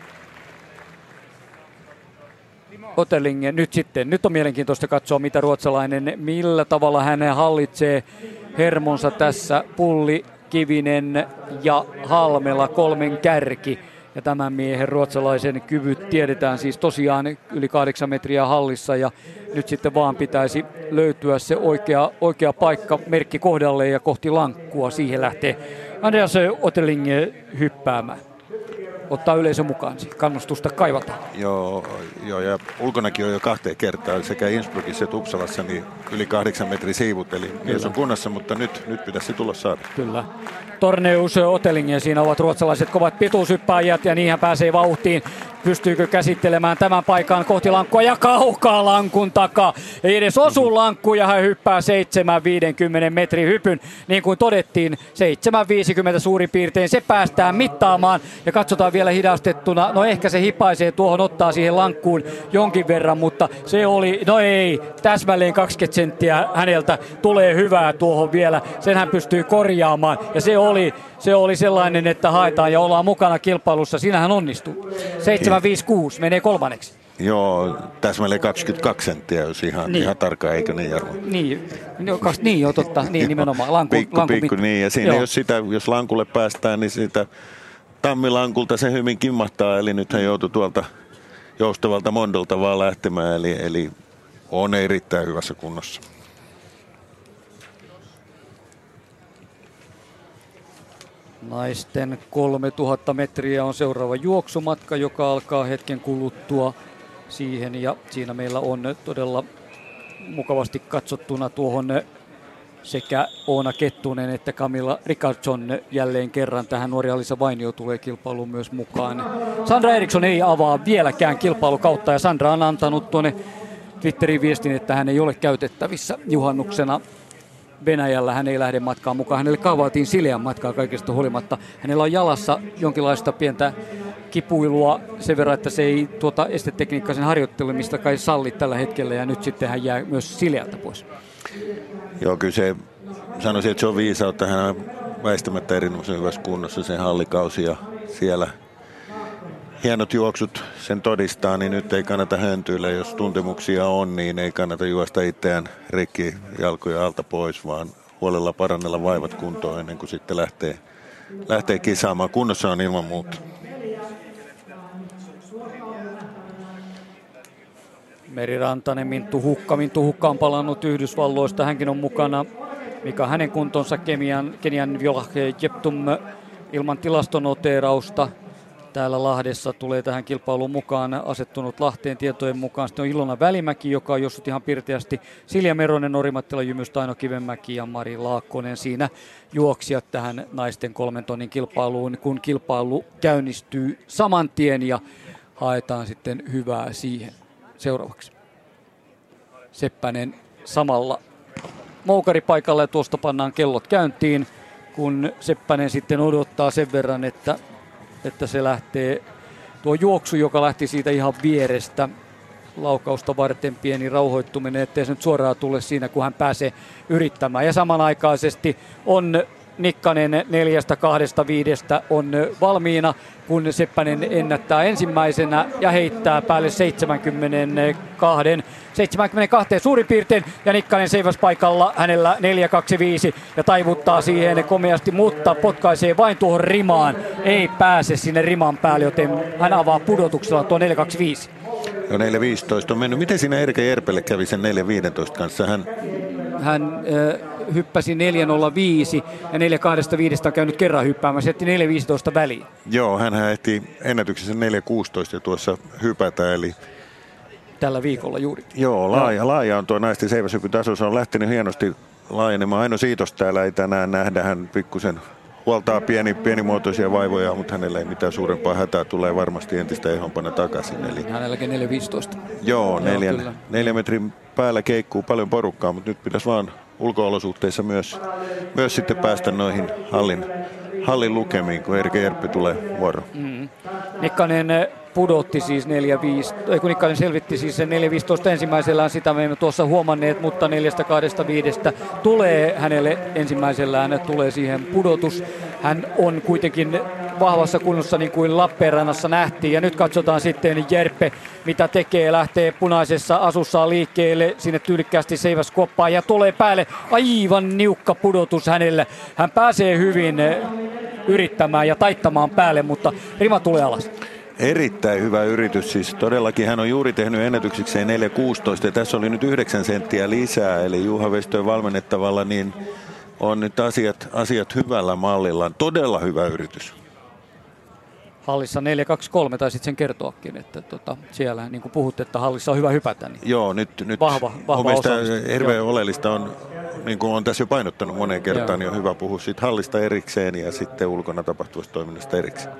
Otelling nyt sitten, nyt on mielenkiintoista katsoa mitä ruotsalainen, millä tavalla hän hallitsee hermonsa tässä. Pulli, Kivinen ja Halmela kolmen kärki. Ja tämän miehen ruotsalaisen kyvyt tiedetään siis tosiaan yli kahdeksan metriä hallissa ja nyt sitten vaan pitäisi löytyä se oikea, oikea paikka merkki kohdalle ja kohti lankkua. Siihen lähtee Andreas Otelling hyppäämään. Ottaa yleisö mukaan, kannustusta kaivataan. Joo, joo, ja ulkonakin on jo kahteen kertaan sekä Innsbruckissa että Uppsalassa niin yli kahdeksan metrin siivut, eli mies on kunnossa, mutta nyt, nyt pitäisi se tulla saada. Kyllä. Torneus Otelling ja siinä ovat ruotsalaiset kovat pituushyppääjät ja niin hän pääsee vauhtiin. Pystyykö käsittelemään tämän paikan kohti lankkua ja kaukaa lankun takaa. Ei edes osu lankku ja hän hyppää seitsemän viisikymmentä metrin hypyn. Niin kuin todettiin, seitsemän viisikymmentä suurin piirtein. Se päästään mittaamaan ja katsotaan vielä hidastettuna. No ehkä se hipaisee tuohon, ottaa siihen lankkuun jonkin verran, mutta se oli, no ei, täsmälleen kaksikymmentä senttiä häneltä tulee hyvää tuohon vielä. Sen hän pystyy korjaamaan ja se oli, se oli sellainen, että haetaan ja ollaan mukana kilpailussa. Siinähän onnistuu. seitsemän viisi kuusi menee kolmanneksi. Joo, täsmälleen kaksikymmentäkaksi senttiä, jos ihan, niin. ihan tarkkaan, eikö niin Jarmo? Niin, no, kas, niin jo totta, niin nimenomaan. Lanku, pikku, lanku, pikku, niin, ja siinä jos, sitä, jos lankulle päästään, niin sitä tammilankulta se hyvin kimmahtaa, eli nyt hän joutui tuolta joustavalta mondolta vaan lähtemään, eli, eli on erittäin hyvässä kunnossa. Naisten kolmetuhatta metriä on seuraava juoksumatka, joka alkaa hetken kuluttua siihen ja siinä meillä on todella mukavasti katsottuna tuohon sekä Oona Kettunen että Camilla Richardson jälleen kerran tähän. Nuori Alisa Vainio tulee kilpailuun myös mukaan. Sandra Eriksson ei avaa vieläkään kilpailukautta ja Sandra on antanut tuonne Twitterin viestin, että hän ei ole käytettävissä juhannuksena Venäjällä. Hän ei lähde matkaan mukaan. Hänelle kaavailtiin sileän matkaa kaikesta huolimatta. Hänellä on jalassa jonkinlaista pientä kipuilua sen verran, että se ei tuota estetekniikkaisen harjoittelemista kai salli tällä hetkellä, ja nyt sitten hän jää myös sileältä pois. Joo, kyllä se, sanoisin, että se on viisautta. Hän on väistämättä erinomaisen hyvässä kunnossa sen hallikausi ja siellä hienot juoksut sen todistaa, niin nyt ei kannata höntyillä. Jos tuntemuksia on, niin ei kannata juosta itseään rikki jalkoja alta pois, vaan huolella parannella vaivat kuntoon ennen kuin sitten lähtee, lähtee kisaamaan. Kunnossa on ilman muuta. Meri Rantanen, Minttu Hukka. Minttu Hukka on palannut Yhdysvalloista. Hänkin on mukana. Mikä on hänen kuntonsa? Kenian, Kenian Violahe Jeptum ilman tilastonoteerausta. Täällä Lahdessa tulee tähän kilpailuun mukaan asettunut Lahteen tietojen mukaan. Sitten on Ilona Välimäki, joka on jossut ihan pirteästi. Silja Meronen, Nori-Mattila Jymys, Taino Kivenmäki ja Mari Laakkonen siinä juoksijat tähän naisten kolmen tonnin kilpailuun, kun kilpailu käynnistyy saman tien ja haetaan sitten hyvää siihen. Seuraavaksi Seppänen samalla moukaripaikalla ja tuosta pannaan kellot käyntiin, kun Seppänen sitten odottaa sen verran, että, että se lähtee tuo juoksu, joka lähti siitä ihan vierestä laukausta varten pieni rauhoittuminen, ettei se nyt suoraan tule siinä, kun hän pääsee yrittämään. Ja samanaikaisesti on Nikkanen neljästä, kahdesta, viidestä on valmiina, kun Seppänen ennättää ensimmäisenä ja heittää päälle seitsemänkymmentäkaksi, seitsemänkymmentäkaksi suurin piirtein, ja Nikkanen seiväspaikalla hänellä neljä kaksi viisi ja taivuttaa siihen komeasti, mutta potkaisee vain tuohon rimaan, ei pääse sinne riman päälle, joten hän avaa pudotuksella tuo neljä kaksi viisi. Jo neljä viisitoista on mennyt. Miten siinä Erke Järpelle kävi sen neljä viisitoista kanssa? Hän, hän äh, hyppäsi neljä nolla viisi ja neljä kaksi viisi on käynyt kerran hyppäämässä, jätti neljä viisitoista väliin. Joo, hän ehti ennätyksessä neljä kuusitoista tuossa hypätä, eli tällä viikolla juuri. Joo, laaja, laaja on tuo naisten seiväshypytaso. Se on lähtenyt hienosti laajenemaan. Aino Siitos täällä ei tänään nähdä. Hän pikkusen huoltaa pieni, pienimuotoisia vaivoja, mutta hänellä ei mitään suurempaa hätää. Tulee varmasti entistä ehompana takaisin. Eli hänelläkin neljä viisitoista. Joo, neljän, Joo neljän metrin päällä keikkuu paljon porukkaa, mutta nyt pitäisi vaan ulko-olosuhteissa myös, myös sitten päästä noihin hallin, hallin lukemiin, kun Erke Järppi tulee vuoroon. Mm. Nikkanen pudotti siis neljä viisi, ei kun Nikkanen selvitti siis sen neljä viisitoista ensimmäisellään, sitä me emme tuossa huomanneet, mutta neljä kaksi viisi tulee hänelle ensimmäisellään, tulee siihen pudotus. Hän on kuitenkin vahvassa kunnossa niin kuin Lappeenrannassa nähtiin, ja nyt katsotaan sitten Järpe, mitä tekee, lähtee punaisessa asussaan liikkeelle, sinne tyylikkäästi seiväskoppaan ja tulee päälle aivan niukka pudotus hänelle. Hän pääsee hyvin yrittämään ja taittamaan päälle, mutta rima tulee alas. Erittäin hyvä yritys, siis todellakin hän on juuri tehnyt ennätyksikseen neljä kuusitoista ja tässä oli nyt yhdeksän senttiä lisää, eli Juha Vestöön valmennettavalla niin on nyt asiat, asiat hyvällä mallilla. Todella hyvä yritys. Hallissa neljä kaksi kolme taisit sen kertoakin, että tota, siellä niin kuin puhutte, että hallissa on hyvä hypätä. Niin joo, nyt, nyt vahva, vahva hirveän joo. oleellista on, niin kuin on tässä jo painottanut moneen kertaan, joo. niin on hyvä puhua siitä hallista erikseen ja sitten ulkona tapahtuvasta toiminnasta erikseen.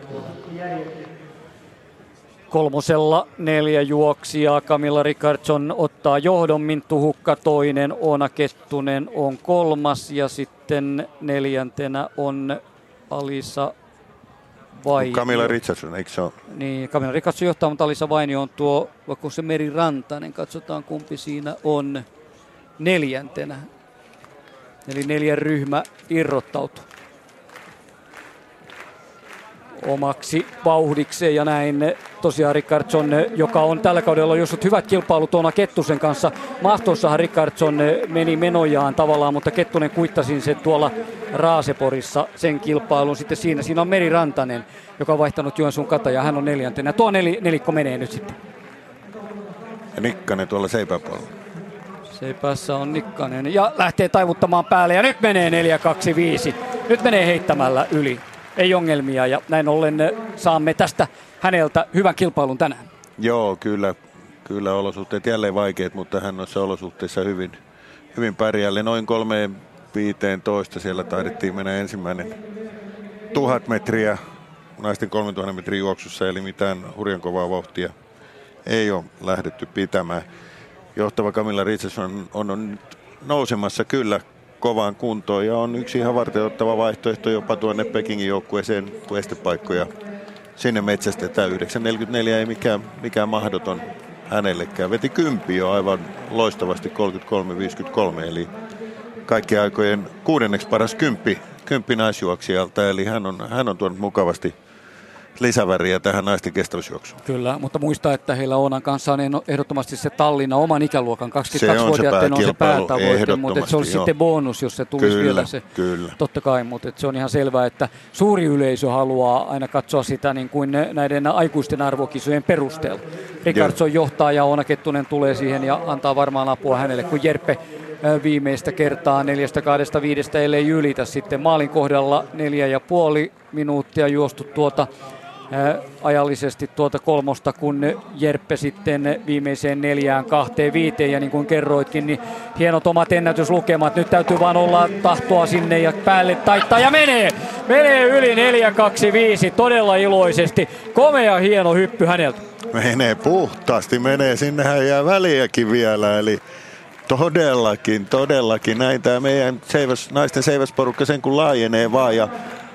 Kolmosella neljä juoksijaa. Camilla Richardson ottaa johdon, Minttu Hukka toinen, Oona Kettunen on kolmas ja sitten neljäntenä on Alisa Vainio. Camilla Richardson, eikö se ole? Niin, Camilla Richardson johtaa, mutta Alisa Vainio on tuo, vaikka se Meri Rantanen, katsotaan kumpi siinä on neljäntenä. Eli neljän ryhmä irrottautuu omaksi vauhdikseen ja näin tosiaan Richardson, joka on tällä kaudella jussut hyvät kilpailut Oona Kettusen kanssa. Maastossahan Richardson meni menojaan tavallaan, mutta Kettunen kuittasi sen tuolla Raaseporissa sen kilpailun. Sitten siinä, siinä on Meri Rantanen, joka on vaihtanut Joensuun Kataja, hän on neljäntenä. Tuo nel, nelikko menee nyt sitten. Ja Nikkanen tuolla seipäpuolella. Seipäässä on Nikkanen ja lähtee taivuttamaan päälle ja nyt menee neljä kaksi viisi. Nyt menee heittämällä yli. Ei ongelmia ja näin ollen saamme tästä häneltä hyvän kilpailun tänään. Joo, kyllä, kyllä olosuhteet jälleen vaikeat, mutta hän noissa olosuhteissa hyvin, hyvin pärjälle. Noin kolmeen viiteentoista siellä taidettiin mennä ensimmäinen tuhat metriä naisten kolmetuhatta metrin juoksussa, eli mitään hurjan kovaa vauhtia ei ole lähdetty pitämään. Johtava Camilla Richardson on, on nyt nousemassa kyllä kovaan kuntoon ja on yksi ihan varteenottava vaihtoehto jopa tuonne Pekingin joukkueeseen, kun estepaikkoja sinne metsästetään. yhdeksän neljäkymmentäneljä ei mikään, mikään mahdoton hänellekään. Veti kympi jo aivan loistavasti kolmekymmentäkolme viisikymmentäkolme, eli kaikkien aikojen kuudenneksi paras kymppi, kymppi naisjuoksijalta, eli hän on, hän on tuonut mukavasti lisäväriä tähän naisten kestävyysjuoksuun. Kyllä, mutta muista, että heillä Oonan kanssa on ehdottomasti se Tallinna oman ikäluokan kaksikymmentäkaksivuotiaiden on se päätavoite, mutta se olisi jo sitten bonus, jos se tulisi kyllä, vielä se. Kyllä. Totta kai, mutta se on ihan selvää, että suuri yleisö haluaa aina katsoa sitä niin kuin näiden aikuisten arvokisojen perusteella. Rickardson johtaa ja Oona Kettunen tulee siihen ja antaa varmaan apua hänelle, kun Jerppe viimeistä kertaa neljästä kahdesta viidestä ellei ylitä sitten maalin kohdalla neljä ja puoli minuuttia juostu tuota ää, ajallisesti tuota kolmosta, kun Jerppe sitten viimeiseen neljään kahteen viiteen ja niin kuin kerroitkin, niin hienot omat ennätyslukemat. Nyt täytyy vaan olla tahtoa sinne ja päälle taittaa ja menee! Menee yli neljä kaksi viisi todella iloisesti. Komea hieno hyppy häneltä. Menee puhtaasti, menee. Sinnehän jää väliäkin vielä, eli todellakin, todellakin. Näin tämä meidän seiväs, naisten seiväsporukka sen kun laajenee vaan. Ja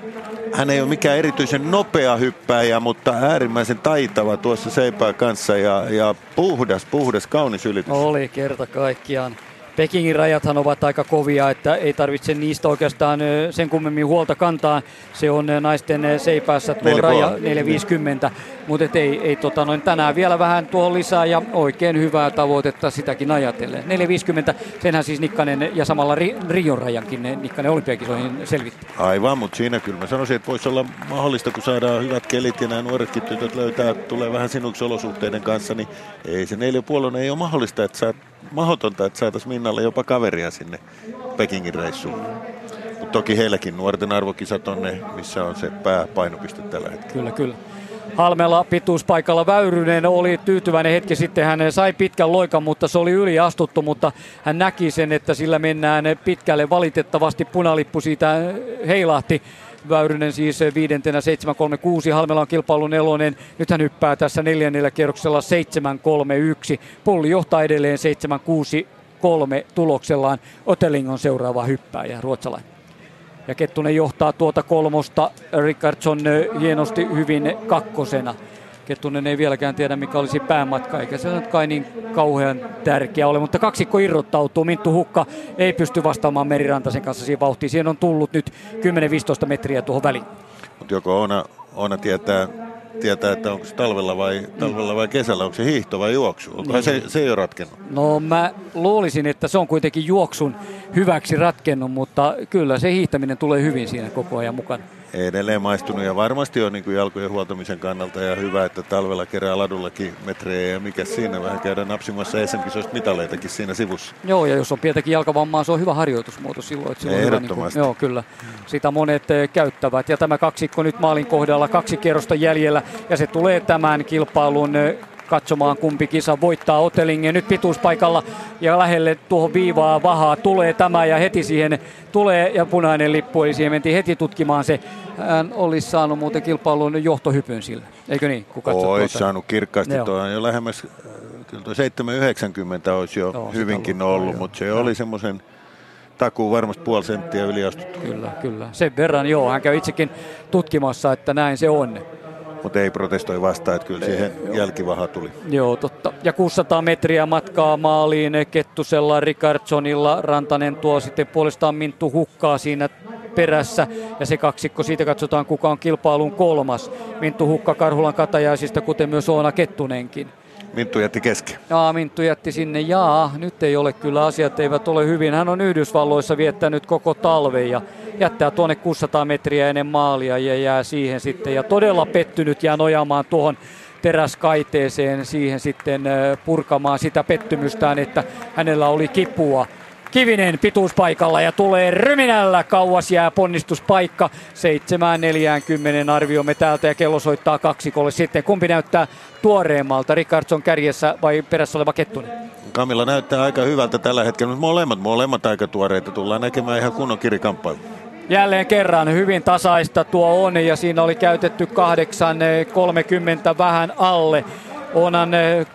hän ei ole mikään erityisen nopea hyppääjä, mutta äärimmäisen taitava tuossa seipää kanssa. Ja, ja puhdas, puhdas, kaunis ylitys. Oli kerta kaikkiaan. Pekingin rajathan ovat aika kovia, että ei tarvitse niistä oikeastaan sen kummemmin huolta kantaa. Se on naisten seipäässä tuo raja neljä viisikymmentä, mutta ei, ei tota noin, tänään vielä vähän tuohon lisää ja oikein hyvää tavoitetta sitäkin ajatellen. neljä viisikymmentä, senhän siis Nikkanen ja samalla Rion rajankin Nikkanen olympiakisoihin selvitti. Aivan, mutta siinä kyllä mä sanoisin, että voisi olla mahdollista, kun saadaan hyvät kelit ja nämä nuoretkin tytöt löytää, tulee vähän sinuksi olosuhteiden kanssa, niin ei se neljä puolella ei ole mahdollista, että sä mahdotonta, että saataisiin Minnalle jopa kaveria sinne Pekingin reissuun. Mutta toki heilläkin nuorten arvokisat on ne, missä on se pääpainopiste tällä hetkellä. Kyllä, kyllä. Halmella pituuspaikalla Väyrynen oli tyytyväinen hetki sitten. Hän sai pitkän loikan, mutta se oli yliastuttu, mutta hän näki sen, että sillä mennään pitkälle. Valitettavasti punalippu siitä heilahti. Väyrynen siis viidentenä seitsemän kolme kuusi, Halmela on kilpailu nelonen, nyt hän hyppää tässä neljännellä kierroksella seitsemän kolme yksi, Pulli johtaa edelleen seitsemän kuusi kolme tuloksellaan, Oteling on seuraava hyppääjä, ruotsalainen. Ja Kettunen johtaa tuota kolmosta, Rickardson hienosti hyvin kakkosena. Kettunen ei vieläkään tiedä, mikä olisi päämatka, eikä se nyt kai niin kauhean tärkeä ole, mutta kaksikko irrottautuu. Minttu Hukka ei pysty vastaamaan Merirantasen kanssa siihen vauhtiin. Siihen on tullut nyt kymmenen viisitoista metriä tuohon väliin. Mutta joko Oona, Oona tietää, tietää, että onko se talvella vai, talvella vai kesällä, onko se hiihto vai juoksu? Onkohan niin. se, se ei ole ratkennut? No mä luulisin, että se on kuitenkin juoksun hyväksi ratkennut, mutta kyllä se hiihtäminen tulee hyvin siinä koko ajan mukana. Edelleen maistunut ja varmasti on niin kuin jalkojen huoltamisen kannalta ja hyvä, että talvella kerää ladullakin metrejä ja mikä siinä vähän käydään napsimassa S M-kisoista mitaleitakin siinä sivussa. Joo, ja jos on pientäkin jalkavammaa, se on hyvä harjoitusmuoto silloin. Että silloin ehdottomasti. Hyvä, niin kuin, joo, kyllä. Sitä monet käyttävät ja tämä kaksikko nyt maalin kohdalla, kaksi kierrosta jäljellä ja se tulee tämän kilpailun katsomaan kumpi kisa voittaa. Oteling nyt pituuspaikalla ja lähelle tuohon viivaa vahaa tulee tämä ja heti siihen tulee ja punainen lippu, eli siihen mentiin heti tutkimaan se. Hän olisi saanut muuten kilpailun johtohypyn sillä, eikö niin? Olisi tuota saanut kirkkaasti, tuo on jo lähemmäs, kyllä tuo seitsemän yhdeksänkymmentä olisi jo no, hyvinkin ollut, ollut mutta se no. oli semmoisen takuu varmasti puoli senttiä yliastuttu. Kyllä, kyllä. Sen verran joo, hän käy itsekin tutkimassa, että näin se on. Mutta ei protestoi vastaan, että kyllä siihen jälkivaha tuli. Joo, totta. Ja kuusisataa metriä matkaa maaliin Kettusella, Rickardsonilla. Rantanen tuo sitten puolestaan Minttu Hukkaa siinä perässä. Ja se kaksikko, siitä katsotaan kuka on kilpailun kolmas. Minttu Hukka Karhulan Katajaisista, kuten myös Oona Kettunenkin. Minttu jätti kesken. Jaa, Minttu jätti sinne. Jaa, nyt ei ole kyllä, asiat eivät ole hyvin. Hän on Yhdysvalloissa viettänyt koko talven ja jättää tuonne kuusisataa metriä ennen maalia ja jää siihen sitten. Ja todella pettynyt jää nojaamaan tuohon teräskaiteeseen siihen sitten purkamaan sitä pettymystään, että hänellä oli kipua. Kivinen pituuspaikalla ja tulee ryminällä, kauas jää ponnistuspaikka. seitsemän neljäkymmentä arvioimme täältä ja kello soittaa kaksikolle sitten. Kumpi näyttää tuoreemmalta, Rickardson kärjessä vai perässä oleva Kettunen? Kamilla näyttää aika hyvältä tällä hetkellä, mutta molemmat, molemmat aika tuoreita. Tullaan näkemään ihan kunnon kirikamppailu. Jälleen kerran hyvin tasaista tuo on ja siinä oli käytetty kahdeksan kolmekymmentä vähän alle. Onan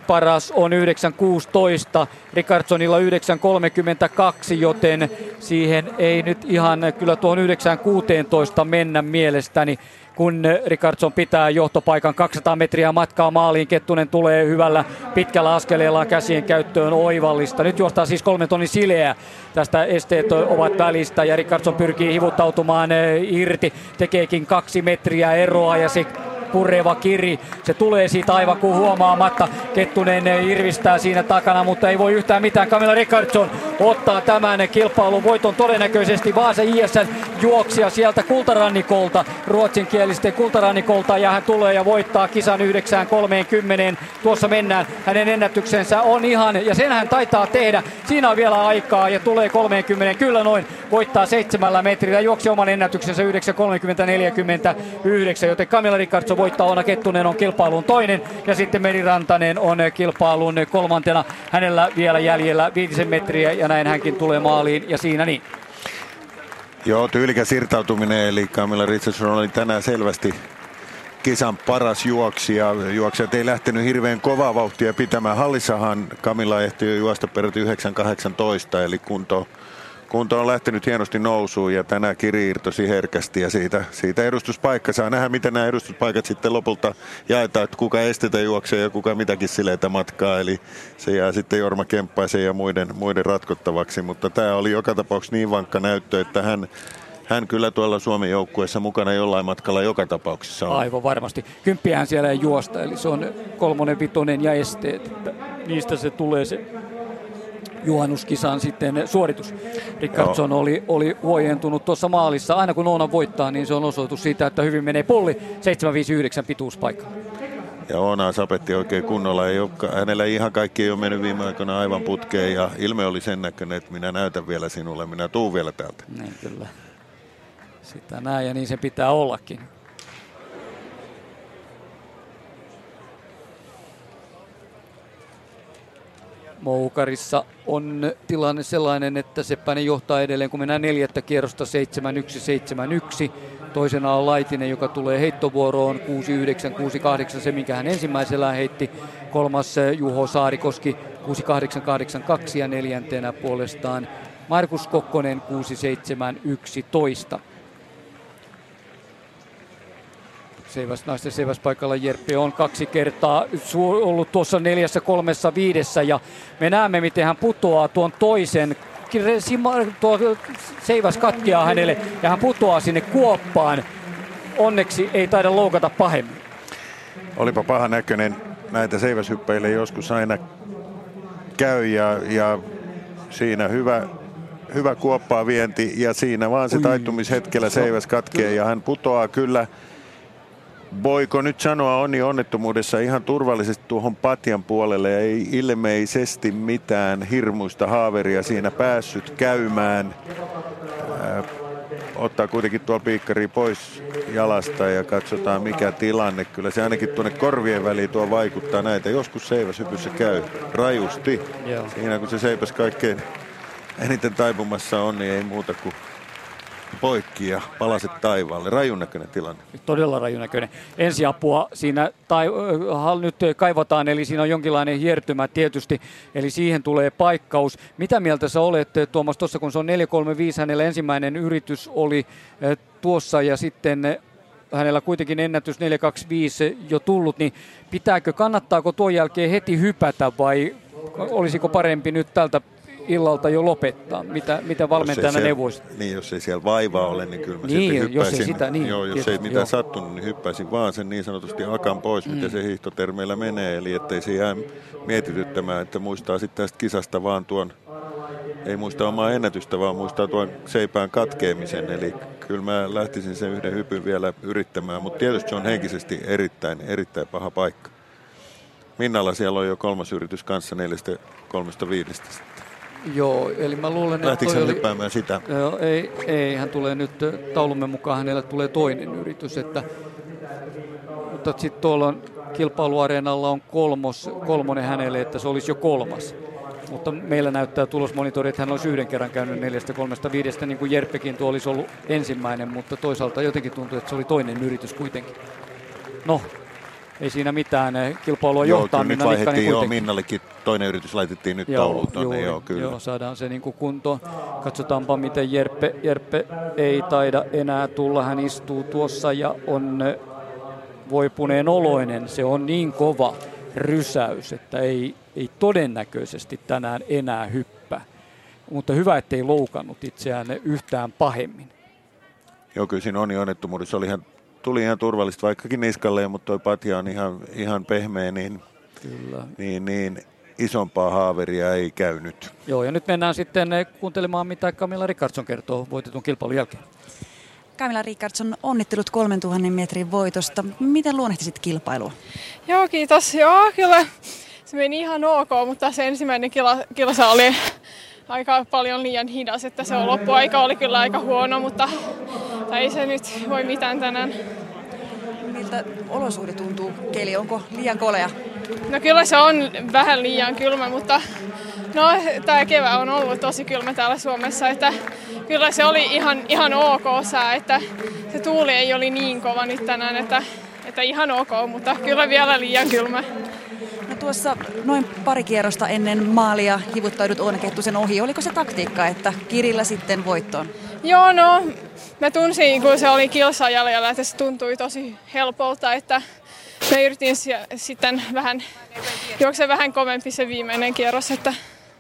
paras on yhdeksän kuusitoista, Richardsonilla yhdeksän kolmekymmentäkaksi, joten siihen ei nyt ihan kyllä tuohon yhdeksän kuusitoista mennä mielestäni, kun Richardson pitää johtopaikan. Kaksisataa metriä matkaa maaliin. Kettunen tulee hyvällä pitkällä askeleella käsien käyttöön, oivallista. Nyt juostaa siis kolmen tonnin sileä. Tästä esteet ovat välistä ja Richardson pyrkii hivuttautumaan irti. Tekeekin kaksi metriä eroa ja se pureva kiri, se tulee siitä aivan kuin huomaamatta. Kettunen irvistää siinä takana, mutta ei voi yhtään mitään. Camilla Richardson ottaa tämän kilpailun voiton todennäköisesti. Vaasa J S:n juoksija sieltä kultarannikolta, ruotsinkielisten kultarannikolta, ja hän tulee ja voittaa kisan yhdeksän kolmekymmentä. Tuossa mennään. Hänen ennätyksensä on ihan, ja sen hän taitaa tehdä. Siinä on vielä aikaa ja tulee kolmekymmentä. Kyllä noin, voittaa seitsemällä metrillä. Juoksi oman ennätyksensä yhdeksän kolmekymmentä neljäkymmentäyhdeksän, joten Camilla Richardson voittaa. Oona Kettunen on kilpailun toinen ja sitten Meri Rantanen on kilpailun kolmantena. Hänellä vielä jäljellä viitisen metriä ja näin hänkin tulee maaliin ja siinä niin. Joo, tyylikäs irtautuminen, eli Camilla Richardson oli tänään selvästi kisan paras juoksija. Juoksijat ei lähtenyt hirveän kovaa vauhtia pitämään. Hallissahan Camilla ehti jo juosta peräti yhdeksän kahdeksantoista, eli kunto Kunto on lähtenyt hienosti nousuun ja tänään kiri irtosi herkästi ja siitä, siitä edustuspaikka. Saa nähdä, miten nämä edustuspaikat sitten lopulta jaetaan, että kuka estetä juoksee ja kuka mitäkin sileitä matkaa. Eli se jää sitten Jorma Kemppaisen ja muiden, muiden ratkottavaksi, mutta tämä oli joka tapauksessa niin vankka näyttö, että hän, hän kyllä tuolla Suomen joukkueessa mukana jollain matkalla joka tapauksessa on. Aivan varmasti. Kymppiään siellä ei juosta, eli se on kolmonen, vitonen ja esteet. Että niistä se tulee se juhannuskisan sitten suoritus. Richardson oli, oli huojentunut tuossa maalissa. Aina kun Oona voittaa, niin se on osoitus siitä, että hyvin menee pulli. seitsemän viisi yhdeksän pituuspaikka. Ja Oona sapetti oikein kunnolla. Ei ole, hänellä ihan kaikki ei ole mennyt viime aikoina aivan putkeen ja ilme oli sen näköinen, että minä näytän vielä sinulle, minä tuun vielä täältä. Niin kyllä. Sitä näin ja niin se pitää ollakin. Moukarissa on tilanne sellainen, että Seppänen johtaa edelleen, kun mennään neljättä kierrosta seitsemän yksi seitsemän yksi. Toisena on Laitinen, joka tulee heittovuoroon kuusi yhdeksän kuusi kahdeksan, se minkä hän ensimmäisellään heitti. Kolmas Juho Saarikoski kuusi kahdeksan kahdeksan kaksi ja neljäntenä puolestaan Markus Kokkonen kuusi seitsemän yksitoista. Seiväs, naisten seiväspaikalla Jerppe on kaksi kertaa ollut tuossa neljässä, kolmessa, viidessä ja me näemme, miten hän putoaa tuon toisen. Tuo seiväs katkeaa hänelle ja hän putoaa sinne kuoppaan. Onneksi ei taida loukata pahemmin. Olipa paha näköinen. Näitä seiväshyppäille joskus aina käy ja, ja siinä hyvä, hyvä kuoppaa vienti ja siinä vaan se taittumishetkellä seiväs katkee ja hän putoaa kyllä. Voiko nyt sanoa onni onnettomuudessa ihan turvallisesti tuohon patjan puolelle ja ei ilmeisesti mitään hirmuista haaveria siinä päässyt käymään. Ää, ottaa kuitenkin tuo piikkari pois jalasta ja katsotaan mikä tilanne. Kyllä se ainakin tuonne korvien väliin tuo vaikuttaa näitä. Joskus seiväshypyssä käy rajusti. Joo. Siinä kun se seipäs kaikkein eniten taipumassa on, niin ei muuta kuin poikki ja palaset taivaalle. Rajun näköinen tilanne. Todella rajun näköinen. Ensiapua siinä tai, äh, nyt kaivataan, eli siinä on jonkinlainen hiertymä tietysti, eli siihen tulee paikkaus. Mitä mieltä sä olet, Tuomas, tuossa kun se on neljä kolme viisi, hänellä ensimmäinen yritys oli äh, tuossa ja sitten äh, hänellä kuitenkin ennätys neljä kaksi viisi jo tullut, niin pitääkö, kannattaako tuon jälkeen heti hypätä vai olisiko parempi nyt tältä illalta jo lopettaa? Mitä, mitä valmentajana neuvoisit? Niin, jos ei siellä vaivaa ole, niin kyllä mä niin, sitten hyppäisin. Jos ei, sitä, niin, joo, jos ei mitään joo. sattunut, niin hyppäisin vaan sen niin sanotusti akan pois, mm. miten se hiihtotermeillä menee. Eli ettei se jää mietityttämään, että muistaa sitten tästä kisasta vaan tuon, ei muista omaa ennätystä, vaan muistaa tuon seipään katkeamisen. Eli kyllä mä lähtisin sen yhden hypyn vielä yrittämään, mutta tietysti se on henkisesti erittäin, erittäin paha paikka. Minnalla siellä on jo kolmas yritys kanssa neljästä kolmesta viidestä sitten. Joo, eli mä luulen, että hän oli, hyppäämään sitä? Joo, ei, ei, hän tulee nyt taulumme mukaan, hänellä tulee toinen yritys, että, mutta sitten tuolla on kilpailuareenalla on kolmos, kolmonen hänelle, että se olisi jo kolmas. Mutta meillä näyttää tulosmonitori, että hän olisi yhden kerran käynyt neljästä, kolmesta, viidestä, niin kuin Jerppekin tuo olisi ollut ensimmäinen, mutta toisaalta jotenkin tuntuu, että se oli toinen yritys kuitenkin. No, ei siinä mitään. Kilpailua joo, johtaa Minna Nikkanen. Joo, Minnallekin toinen yritys laitettiin nyt tauluun tuonne. Joo, kyllä. Joo, saadaan se niin kuin kuntoon. Katsotaanpa, miten Jerppe, Jerppe ei taida enää tulla. Hän istuu tuossa ja on voipuneen oloinen. Se on niin kova rysäys, että ei, ei todennäköisesti tänään enää hyppää. Mutta hyvä, ettei loukannut itseään yhtään pahemmin. Joo, kyllä siinä onni onnettomuudessa oli ihan, tuli ihan turvallista, vaikkakin niskalleen, mutta toi patja on ihan, ihan pehmeä, niin, kyllä. Niin, niin isompaa haaveria ei käynyt. Joo, ja nyt mennään sitten kuuntelemaan, mitä Camilla Richardson kertoo voitetun kilpailun jälkeen. Camilla Richardson, onnittelut kolmentuhannen metrin voitosta. Miten luonnehtisit kilpailua? Joo, kiitos. Joo, kyllä se meni ihan ok, mutta se ensimmäinen kila, kilsa oli aika paljon liian hidas, että se loppuaika oli kyllä aika huono, mutta ei se nyt voi mitään tänään. Miltä olosuhde tuntuu? Keli, onko liian kolea? No kyllä se on vähän liian kylmä, mutta no tämä kevät on ollut tosi kylmä täällä Suomessa, että kyllä se oli ihan, ihan ok sää, että se tuuli ei oli niin kova nyt tänään, että, että ihan ok, mutta kyllä vielä liian kylmä. No tuossa noin pari kierrosta ennen maalia hivuttaudut Oona Kettusen ohi. Oliko se taktiikka, että kirillä sitten voittoon? Joo, no mä tunsin, kun se oli kilsa jäljellä, että se tuntui tosi helpolta, että mä yritin sitten vähän juokse vähän kovempi se viimeinen kierros. Että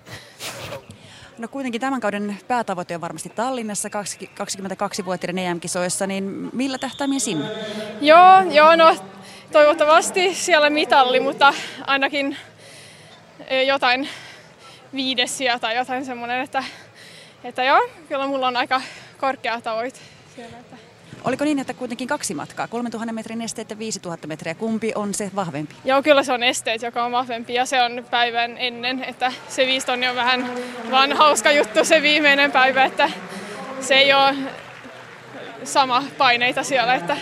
no kuitenkin tämän kauden päätavoite on varmasti Tallinnassa kaksikymmentäkaksivuotiaiden E M-kisoissa, niin millä tähtäimin sinne? Joo, joo, no toivottavasti siellä mitalli, mutta ainakin jotain viides sija tai jotain semmoinen, että, että joo, kyllä mulla on aika korkea tavoite siellä. Että. Oliko niin, että kuitenkin kaksi matkaa, kolmentuhannen metrin esteet ja viisituhatta metriä, kumpi on se vahvempi? Joo, kyllä se on esteet, joka on vahvempi ja se on päivän ennen, että se viisi tonnia on vähän vaan hauska juttu se viimeinen päivä, että se ei ole sama paineita siellä, että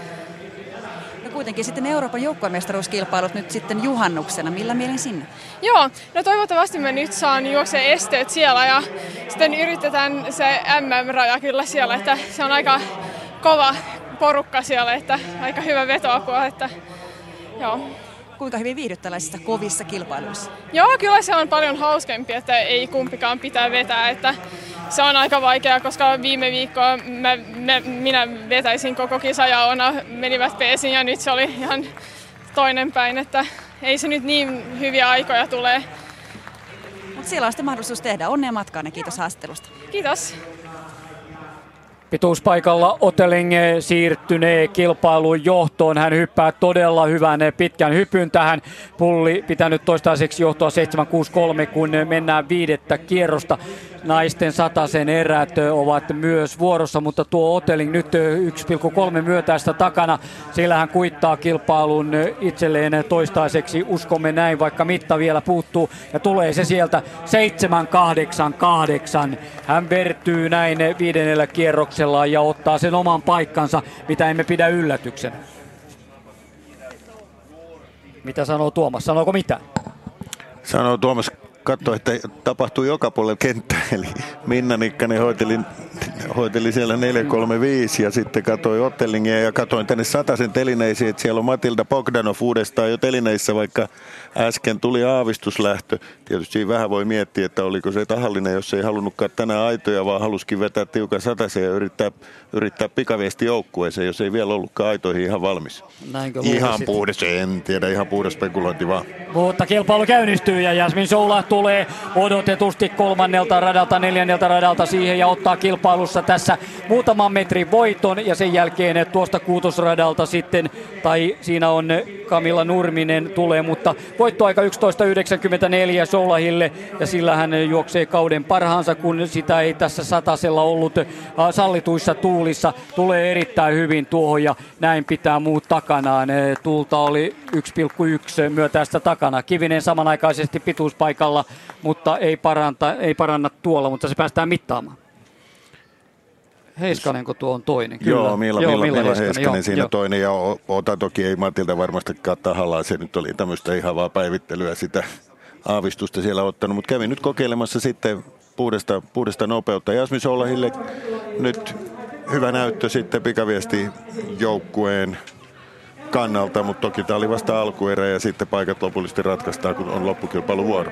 no kuitenkin sitten Euroopan joukkuemestaruuskilpailut nyt sitten juhannuksena. Millä mielin sinne? Joo, no toivottavasti mä nyt saan juoksea esteet siellä ja sitten yritetään se M M-raja kyllä siellä, että se on aika kova porukka siellä, että aika hyvä vetoapua, että joo. Kuinka hyvin viihdyt tällaisissa kovissa kilpailuissa? Joo, kyllä se on paljon hauskempi, että ei kumpikaan pitää vetää, että se on aika vaikeaa, koska viime viikkoa mä, mä, minä vetäisin koko kisa ja Oona menivät peesiin ja nyt se oli ihan toinen päin, että ei se nyt niin hyviä aikoja tulee. Mutta siellä on sitten mahdollisuus tehdä. Onnea matkaan ja kiitos haastattelusta. Kiitos. Pituuspaikalla Oteling siirtynee kilpailun johtoon. Hän hyppää todella hyvän pitkän hypyn tähän. Pulli pitänyt toistaiseksi johtoa seitsemän kuusi kolme, kun mennään viidettä kierrosta. Naisten satasen erät ovat myös vuorossa, mutta tuo Oteling nyt yksi pilkku kolme myötäistä takana. Sillä hän kuittaa kilpailun itselleen toistaiseksi, uskomme näin, vaikka mitta vielä puuttuu. Ja tulee se sieltä seitsemän kahdeksan kahdeksan. Hän vertyy näin viidennellä kierroksella ja ottaa sen oman paikkansa, mitä emme pidä yllätyksenä. Mitä sanoo Tuomas? Sanooko mitään? Sanoo Tuomas. Katso, että tapahtui joka puolella kenttää, eli Minna Nikkanen hoiteli, hoiteli siellä neljä kolme viisi ja sitten katsoi Ottelingia ja katsoin tänne satasen telineisiin, että siellä on Matilda Bogdanov uudestaan jo telineissä, vaikka äsken tuli aavistuslähtö. Tietysti vähän voi miettiä, että oliko se tahallinen, jos ei halunnutkaan tänään aitoja, vaan halusikin vetää tiukan satasen ja yrittää, yrittää pikaviesti joukkueeseen, jos ei vielä ollutkaan aitoihin ihan valmis. Näinkö ihan puhdas, en tiedä, ihan puhdas spekulointi vaan. Mutta kilpailu käynnistyy ja Jasmin Soula tulee odotetusti kolmannelta radalta, neljänneltä radalta siihen ja ottaa kilpailussa tässä muutaman metrin voiton ja sen jälkeen tuosta kuutosradalta sitten, tai siinä on Camilla Nurminen tulee, mutta voittoaika yksitoista yhdeksänkymmentäneljä Soulahille ja sillä hän juoksee kauden parhaansa, kun sitä ei tässä satasella ollut sallituissa tuulissa. Tulee erittäin hyvin tuohon ja näin pitää muut takanaan. Tuulta oli yksi pilkku yksi myötäistä takana. Kivinen samanaikaisesti pituuspaikalla, mutta ei, paranta, ei paranna tuolla, mutta se päästään mittaamaan. Heiskanenko tuo on toinen? Kyllä. Joo, Milla, Joo, Milla, Milla Heiskanen, Heiskanen joo, siinä jo. Toinen ja Ota toki ei Matilta varmastikaan tahallaan, se nyt oli tämmöistä ihan vaan päivittelyä sitä aavistusta siellä ottanut, mutta kävin nyt kokeilemassa sitten puhdasta, puhdasta nopeutta. Jasmin Soulahille nyt hyvä näyttö sitten pikaviesti joukkueen kannalta, mutta toki tämä oli vasta alkuerä ja sitten paikat lopullisesti ratkaistaan, kun on loppukilpailuvuoro.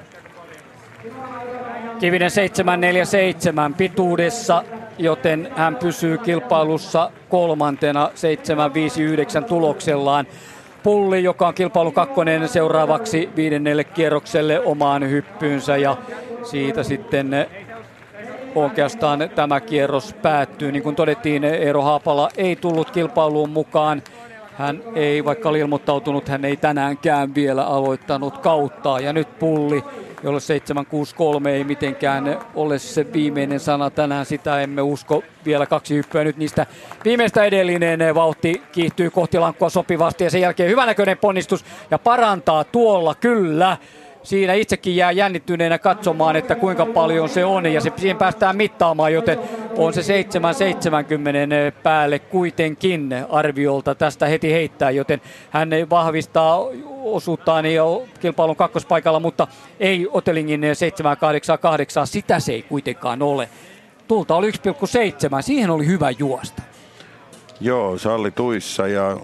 Kivinen seitsemän neljä seitsemän pituudessa, joten hän pysyy kilpailussa kolmantena seitsemän viisi yhdeksän tuloksellaan. Pulli, joka on kilpailu kakkonen seuraavaksi viidennelle kierrokselle omaan hyppyynsä ja siitä sitten oikeastaan tämä kierros päättyy. Niin kuin todettiin, Eero Haapala ei tullut kilpailuun mukaan. Hän ei, vaikka oli ilmoittautunut, hän ei tänäänkään vielä aloittanut kauttaa. Ja nyt Pulli, jolle seitsemän kuusi kolme ei mitenkään ole se viimeinen sana tänään, sitä emme usko. Vielä kaksi hyppyä nyt niistä. Viimeistä edellinen vauhti kiihtyy kohti lankkua sopivasti ja sen jälkeen hyvänäköinen ponnistus ja parantaa tuolla kyllä. Siinä itsekin jää jännittyneenä katsomaan, että kuinka paljon se on ja se, siihen päästään mittaamaan, joten on se seitsemän seitsemänkymmentä päälle kuitenkin arviolta tästä heti heittää, joten hän vahvistaa osuuttaan jo kilpailun kakkospaikalla, mutta ei Otelingin seitsemän kahdeksan kahdeksan, sitä se ei kuitenkaan ole. Tulta oli yksi pilkku seitsemän, siihen oli hyvä juosta. Joo, Salli tuissa ja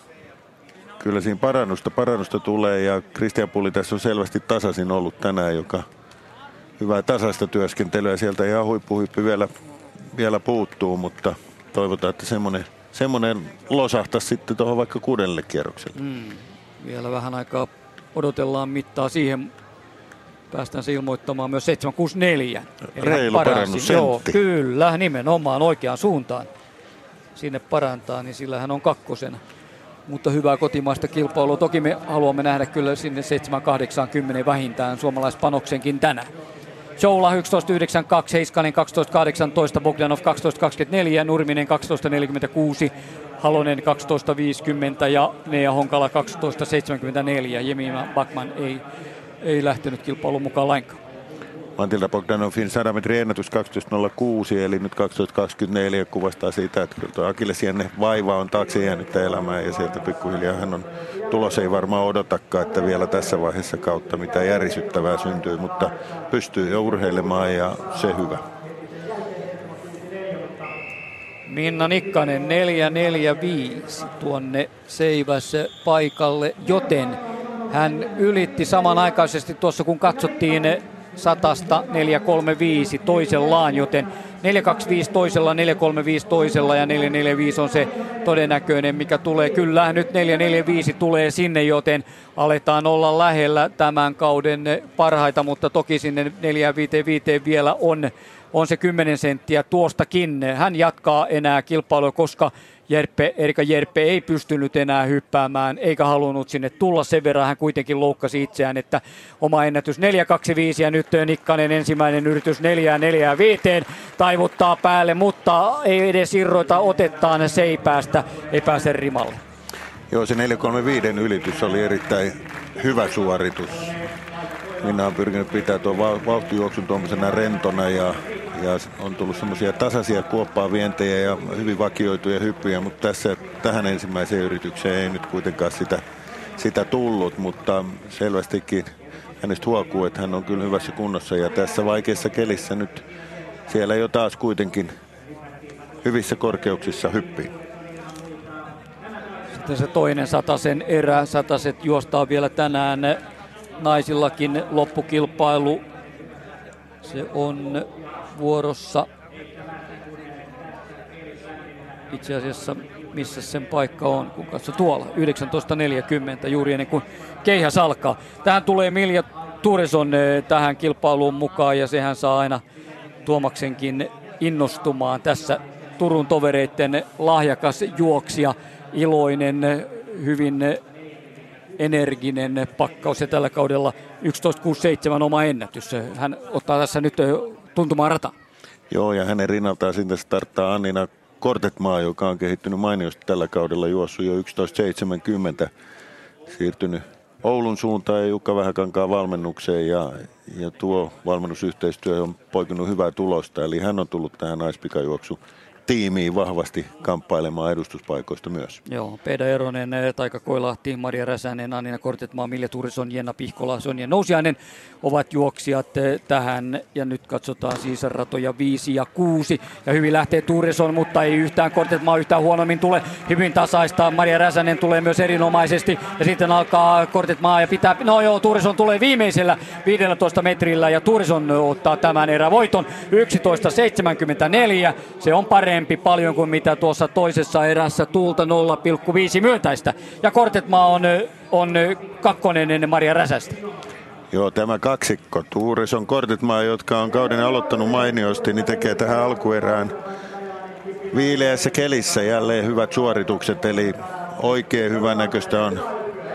kyllä siinä parannusta, parannusta tulee ja Kristian Pulli tässä on selvästi tasaisin ollut tänään, joka hyvää tasaista työskentelyä. Sieltä ihan huippuhyppy vielä, vielä puuttuu, mutta toivotaan, että semmoinen, semmoinen losahtaisi sitten tuohon vaikka kuudennelle kierrokselle. Mm, vielä vähän aikaa odotellaan mittaa siihen. Päästään se ilmoittamaan myös seitsemän kuusi neljä. Reilu parannus Joo, kyllä, nimenomaan oikeaan suuntaan. Sinne parantaa, niin sillä hän on kakkosena. Mutta hyvää kotimaista kilpailua. Toki me haluamme nähdä kyllä sinne seitsemän kahdeksankymmentä vähintään suomalaispanoksenkin tänään. Joula yksitoista yhdeksänkymmentäkaksi, Heiskanen kaksitoista kahdeksantoista, Bogdanov kaksitoista kaksikymmentäneljä, Nurminen kaksitoista neljäkymmentäkuusi, Halonen kaksitoista viisikymmentä ja Nea Honkala kaksitoista seitsemänkymmentäneljä. Jemima Backman ei, ei lähtenyt kilpailuun mukaan lainkaan. Matilda Bogdanovin sata metrin ennätys kaksitoista nolla kuusi, eli nyt kaksitoista kaksikymmentäneljä kuvastaa sitä, että kyllä tuo Akillesienne vaiva on taakse jäänyttä elämää ja sieltä pikkuhiljaa hän on tulos, ei varmaan odotakaan, että vielä tässä vaiheessa kautta mitään järisyttävää syntyy, mutta pystyy jo urheilemaan ja se hyvä. Minna Nikkanen neljä neljä viisi tuonne Seiväs paikalle, joten hän ylitti samanaikaisesti tuossa kun katsottiin satasta neljä kolme viisi toisellaan, joten neljä kaksi viisi toisella, neljä kolme viisi toisella ja neljä neljä viisi on se todennäköinen, mikä tulee. Kyllä, nyt neljä neljä viisi tulee sinne, joten aletaan olla lähellä tämän kauden parhaita, mutta toki sinne neljä viisi viisi vielä on, on se kymmenen senttiä tuostakin. Hän jatkaa enää kilpailua, koska Jerpe, Erika Jerpe ei pystynyt enää hyppäämään eikä halunnut sinne tulla. Sen verran hän kuitenkin loukkasi itseään, että oma ennätys neljä kaksi viisi ja nyt Nikkanen ensimmäinen yritys neljä neljä viisi taivuttaa päälle, mutta ei edes irroita otettaan, se ei päästä, ei pääse rimalle. Joo, se neljä kolme viisi ylitys oli erittäin hyvä suoritus. Minä olen pyrkinyt pitää tuon vauhtijuoksun tuommoisena rentona ja Ja on tullut semmoisia tasaisia kuoppaa vientejä ja hyvin vakioituja hyppyjä, mutta tässä tähän ensimmäiseen yritykseen ei nyt kuitenkaan sitä, sitä tullut, mutta selvästikin hänestä huokuu, että hän on kyllä hyvässä kunnossa ja tässä vaikeassa kelissä nyt siellä jo taas kuitenkin hyvissä korkeuksissa hyppii. Sitten se toinen satasen erä, sataset juostaa vielä tänään naisillakin loppukilpailu. Se on vuorossa itse asiassa, missä sen paikka on, kun katso tuolla, yhdeksäntoista neljäkymmentä juuri ennen kuin keihäs alkaa. Tähän tulee Milja Tureson tähän kilpailuun mukaan ja sehän saa aina Tuomaksenkin innostumaan tässä Turun tovereiden lahjakas juoksija, iloinen, hyvin energinen pakkaus ja tällä kaudella yksitoista kuusi seitsemän oma ennätys. Hän ottaa tässä nyt tuntumaan rataa. Joo, ja hänen rinnaltaan sitten starttaa Annina Kortetmaa, joka on kehittynyt mainiosti tällä kaudella, juossut jo yksitoista seitsemänkymmentä, siirtynyt Oulun suuntaan ja Jukka Vähäkankaan valmennukseen ja, ja tuo valmennusyhteistyö on poikinut hyvää tulosta, eli hän on tullut tähän naispikajuoksu tiimiin vahvasti kamppailemaan edustuspaikoista myös. Joo, Peeda Eronen, Taika Koilahti, Maria Räsänen, Annina Kortetmaa, Milja Tuurison, Jenna Pihkola, Sonja Nousiainen ovat juoksijat tähän. Ja nyt katsotaan siis ratoja viisi ja kuusi. Ja hyvin lähtee Tuurison, mutta ei yhtään Kortetmaa yhtään huonommin tule. Hyvin tasaista. Maria Räsänen tulee myös erinomaisesti. Ja sitten alkaa Kortetmaa ja pitää... No joo, Tuurison tulee viimeisellä viidellätoista metrillä ja Tuurison ottaa tämän erävoiton. yksitoista seitsemänkymmentäneljä. Se on parempi paljon kuin mitä tuossa toisessa erässä, tuulta nolla pilkku viisi myöntäistä. Ja Kortetmaa on, on kakkonen ennen Maria Räsästä. Joo, tämä kaksikko, Tuurison, Kortetmaa, jotka on kauden aloittanut mainiosti, niin tekee tähän alkuerään viileässä kelissä jälleen hyvät suoritukset. Eli oikein hyvän näköistä on,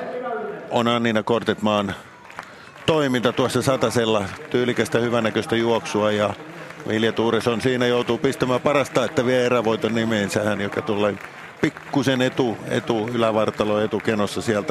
on Annina Kortetmaan toiminta tuossa satasella. Tyylikästä hyvän näköistä juoksua ja Milja Tuurison siinä joutuu pistämään parasta, että vie erävoiton nimeensä hän, joka tulee pikkusen etu, etu ylävartalo etukenossa sieltä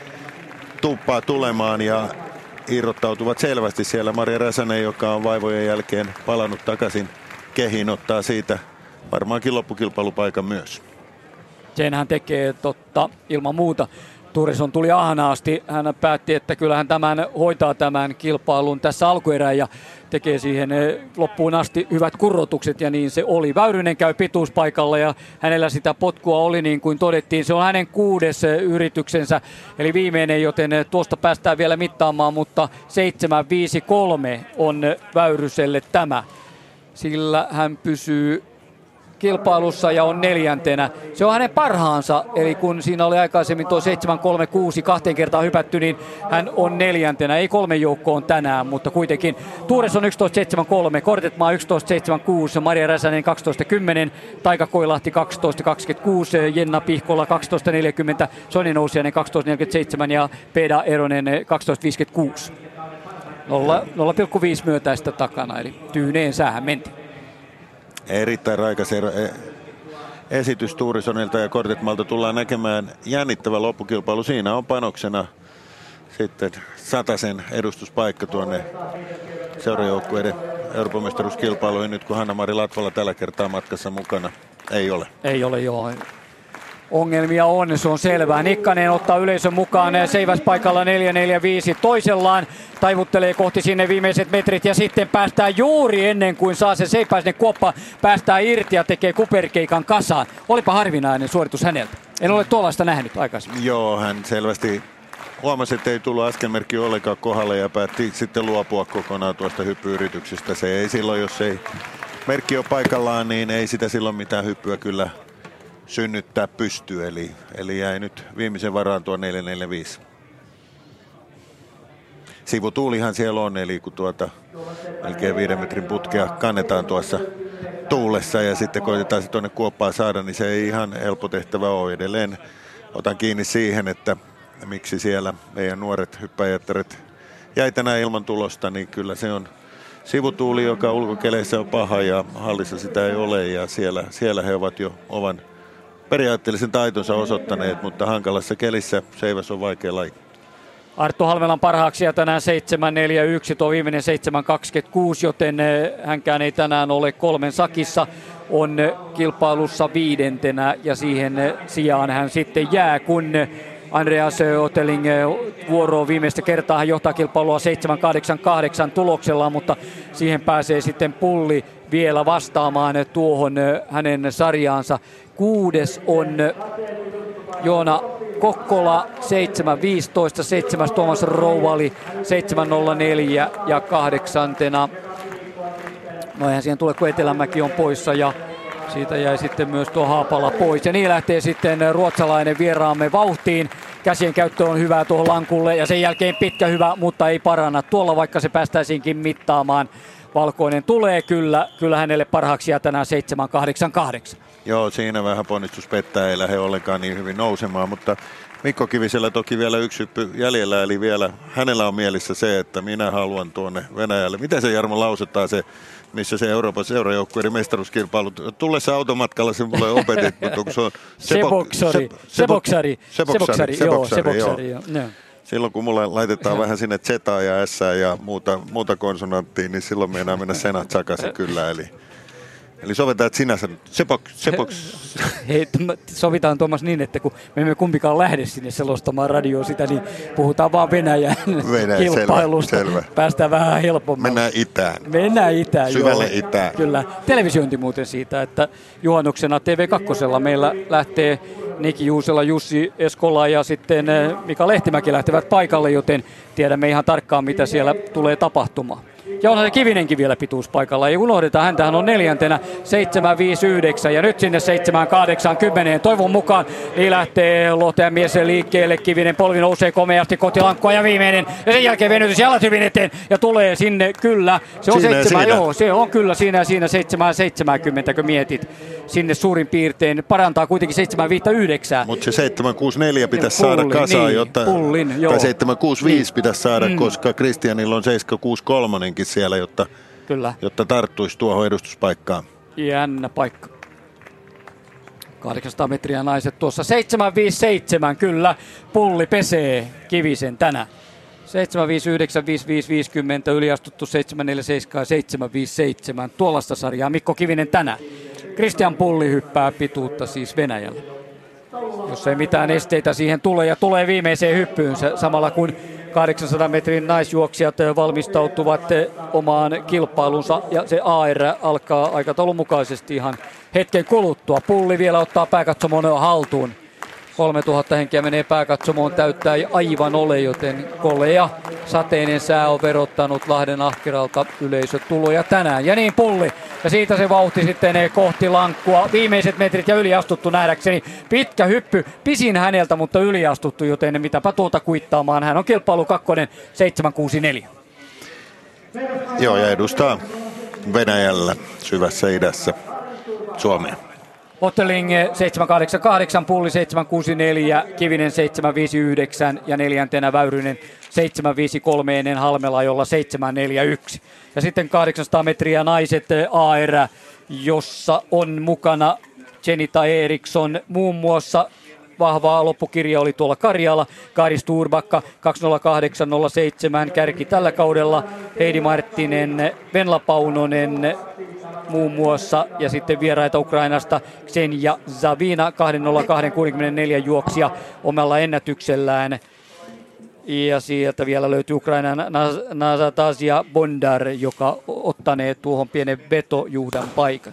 tuppaa tulemaan ja irrottautuvat selvästi siellä. Maria Räsänen, joka on vaivojen jälkeen palannut takaisin kehiin, ottaa siitä varmaankin loppukilpailupaikan myös. Sen hän tekee totta ilman muuta. Tuurison tuli ahnaasti. Hän päätti, että kyllähän tämän hoitaa tämän kilpailun tässä alkuerään ja tekee siihen loppuun asti hyvät kurrotukset ja niin se oli. Väyrynen käy pituuspaikalla ja hänellä sitä potkua oli niin kuin todettiin. Se on hänen kuudes yrityksensä eli viimeinen, joten tuosta päästään vielä mittaamaan, mutta seitsemän viisi kolme on Väyryselle tämä. Sillä hän pysyy kilpailussa ja on neljäntenä. Se on hänen parhaansa, eli kun siinä oli aikaisemmin tuo seitsemän kolme kuusi kahteen kertaan hypätty, niin hän on neljäntenä. Ei kolme joukkoon tänään, mutta kuitenkin. Tuurison yksitoista seitsemän kolme, Kortetmaa yksitoista seitsemän kuusi, Maria Räsänen kaksitoista kymmenen, Taika Koilahti kaksitoista kaksikymmentäkuusi, Jenna Pihkola kaksitoista neljäkymmentä, Sonja Nousiainen kaksitoista neljäkymmentäseitsemän ja Peeda Eronen kaksitoista viisikymmentäkuusi. nolla pilkku viisi myötäistä takana, eli tyyneen säähän mentiin. Erittäin raikas esitys Tuurisonilta ja Kortetmaalta tullaan näkemään jännittävä loppukilpailu. Siinä on panoksena sitten satasen edustuspaikka tuonne seurajoukkueiden Euroopan mestaruuskilpailuihin nyt kun Hanna-Mari Latvala tällä kertaa matkassa mukana. Ei ole. Ei ole joo. Ongelmia on, se on selvää. Nikkanen ottaa yleisön mukaan seiväspaikalla neljä neljä viisi toisellaan. Taivuttelee kohti sinne viimeiset metrit ja sitten päästään juuri ennen kuin saa se seipäisen kuoppa. Päästään irti ja tekee kuperkeikan kasaan. Olipa harvinainen suoritus häneltä. En ole tuollaista nähnyt aikaisemmin. Joo, hän selvästi huomasi, että ei tullut askelmerkki ollenkaan kohdalle ja päätti sitten luopua kokonaan tuosta hyppyyrityksestä. Se ei silloin, jos ei merkki ole paikallaan, niin ei sitä silloin mitään hyppyä kyllä synnyttää pysty, eli, eli jäi nyt viimeisen varaan tuo neljä neljä viisi. Sivutuulihan siellä on, eli kun tuota melkein viiden metrin putkea kannetaan tuossa tuulessa ja sitten koitetaan se tuonne kuoppaan saada, niin se ei ihan helppo tehtävä ole. Edelleen otan kiinni siihen, että miksi siellä meidän nuoret hyppäjättäret jäi tänään ilman tulosta, niin kyllä se on sivutuuli, joka ulkokeleissä on paha ja hallissa sitä ei ole ja siellä, siellä he ovat jo ovan periaatteellisen taitonsa osoittaneet, mutta hankalassa kelissä seiväs on vaikea laji. Arttu Halmelan parhaaksi ja tänään seitsemän neljä yksi, tuo viimeinen seitsemän kaksikymmentäkuusi, joten hänkään ei tänään ole kolmen sakissa. On kilpailussa viidentenä ja siihen sijaan hän sitten jää, kun Andreas Oteling vuoroon viimeistä kertaa. Hän johtaa kilpailua seitsemän kahdeksan kahdeksan tuloksella, mutta siihen pääsee sitten Pulli vielä vastaamaan tuohon hänen sarjaansa. Kuudes on Joona Kokkola seitsemän viisitoista, seitsemäs Tuomas Rouvali seitsemän nolla neljä ja kahdeksantena. No eihän siihen tule, kun Etelämäki on poissa ja siitä jäi sitten myös tuo Haapala pois. Ja niin lähtee sitten ruotsalainen vieraamme vauhtiin. Käsien käyttö on hyvä tuohon lankulle ja sen jälkeen pitkä hyvä, mutta ei paranna tuolla, vaikka se päästäisiinkin mittaamaan. Valkoinen tulee kyllä, kyllä hänelle parhaaksi ja tänään seitsemän kahdeksan kahdeksan. Joo, siinä vähän ponnistus pettää, ei lähde ollenkaan niin hyvin nousemaan, mutta Mikko Kivisellä toki vielä yksi hyppy jäljellä, eli vielä hänellä on mielissä se, että minä haluan tuonne Venäjälle. Miten se Jarmo lausettaa se, missä se Euroopan seurajoukkueiden mestaruuskilpailu? Tullessa automatkalla se mulle opetit, mutta onko se on... Seboksari. Seboksari. Seboksari, joo, Seboksari, joo. Silloin kun mulle laitetaan vähän sinne Zetaa ja S ja muuta, muuta konsonanttia, niin silloin meinaa mennä senat sakaisin kyllä. Eli Eli sovitaan, että sinä sanot, sepoks, sepoks. Hei, sovitaan Tuomas niin, että kun me emme kumpikaan lähde sinne selostamaan radioa sitä, niin puhutaan vaan Venäjän Venäjä, kilpailusta. Selvä, selvä. Päästään vähän helpommin. Mennään itään. Mennään itään, Syvälle joo. itään. Kyllä. Televisiointi muuten siitä, että juhannuksena T V kaksi meillä lähtee Niki Juusela, Jussi Eskola ja sitten Mika Lehtimäki lähtevät paikalle, joten tiedämme ihan tarkkaan, mitä siellä tulee tapahtumaan. Ja onhan se Kivinenkin vielä pituuspaikalla. Ei unohdeta, häntähän on neljäntenä seitsemän viisi yhdeksän ja nyt sinne seitsemän kahdeksan kymmenen. Toivon mukaan niin lähtee Lohtajan mies liikkeelle. Kivinen polvi nousee komeasti kotilankkua ja viimeinen. Ja sen jälkeen venytys jalat hyvin eteen ja tulee sinne kyllä. Se on siinä seitsemän, siinä. joo, se on kyllä siinä siinä seitsemän seitsemänkymmentä, kun mietit. Sinne suurin piirtein parantaa kuitenkin seitsemän viisi yhdeksän. Mutta se seitsemän kuusi neljä pitäisi Pullin, saada kasaan, niin, jotta, pullin, joo. tai seitsemän kuusi viisi Niin. pitäisi saada, Mm. koska Kristianilla on seitsemän kuusi kolme siellä, jotta, Kyllä. jotta tarttuisi tuohon edustuspaikkaan. Jännä paikka. kahdeksansataa metriä naiset tuossa. seitsemän viisi seitsemän kyllä. Pulli pesee Kivisen tänään. seitsemän viisi yhdeksän, viisi viisi viisikymmentä, yliastuttu seitsemän neljä seitsemän, seitsemän viisi seitsemän. Tuollaista sarjaa Mikko Kivinen tänään. Kristian Pulli hyppää pituutta siis Venäjällä. Jos ei mitään esteitä siihen tule ja tulee viimeiseen hyppyynsä samalla kun kahdeksansadan metrin naisjuoksijat valmistautuvat omaan kilpailunsa ja se A R alkaa aikataulun mukaisesti ihan hetken kuluttua. Pulli vielä ottaa pääkatsomon haltuun. kolmetuhatta henkeä menee pääkatsomoon, täyttää aivan ole, joten kolea sateinen sää on verottanut Lahden ahkeralta yleisötuloja tänään. Ja niin Pulli, ja siitä se vauhti sitten kohti lankkua. Viimeiset metrit ja yliastuttu nähdäkseni. Pitkä hyppy, pisin häneltä, mutta yliastuttu, joten mitäpä tuota kuittaamaan. Hän on kilpailu kakkonen, seitsemän kuusi neljä. Joo, ja edustaa Venäjällä syvässä idässä Suomea. Otteling seitsemän kahdeksan kahdeksan, Pulli seitsemän kuusi neljä, Kivinen seitsemän viisi yhdeksän ja neljäntenä Väyrynen seitsemän viisi kolme ennen Halmela, jolla seitsemän neljä yksi. Ja sitten kahdeksansataa metriä naiset A R, jossa on mukana Jenita Eriksson muun muassa. Vahvaa loppukirja oli tuolla Karjala, Kari Sturbakka kaksi nolla kahdeksan nolla seitsemän kärki tällä kaudella, Heidi Marttinen, Venla Paunonen muun muassa ja sitten vieraita Ukrainasta Ksenia Zavina kaksi nolla kaksi kuusikymmentäneljä juoksija omalla ennätyksellään. Ja sieltä vielä löytyy Ukrainan Nazastasia Bondar, joka ottanee tuohon pienen vetojuhdan paikan.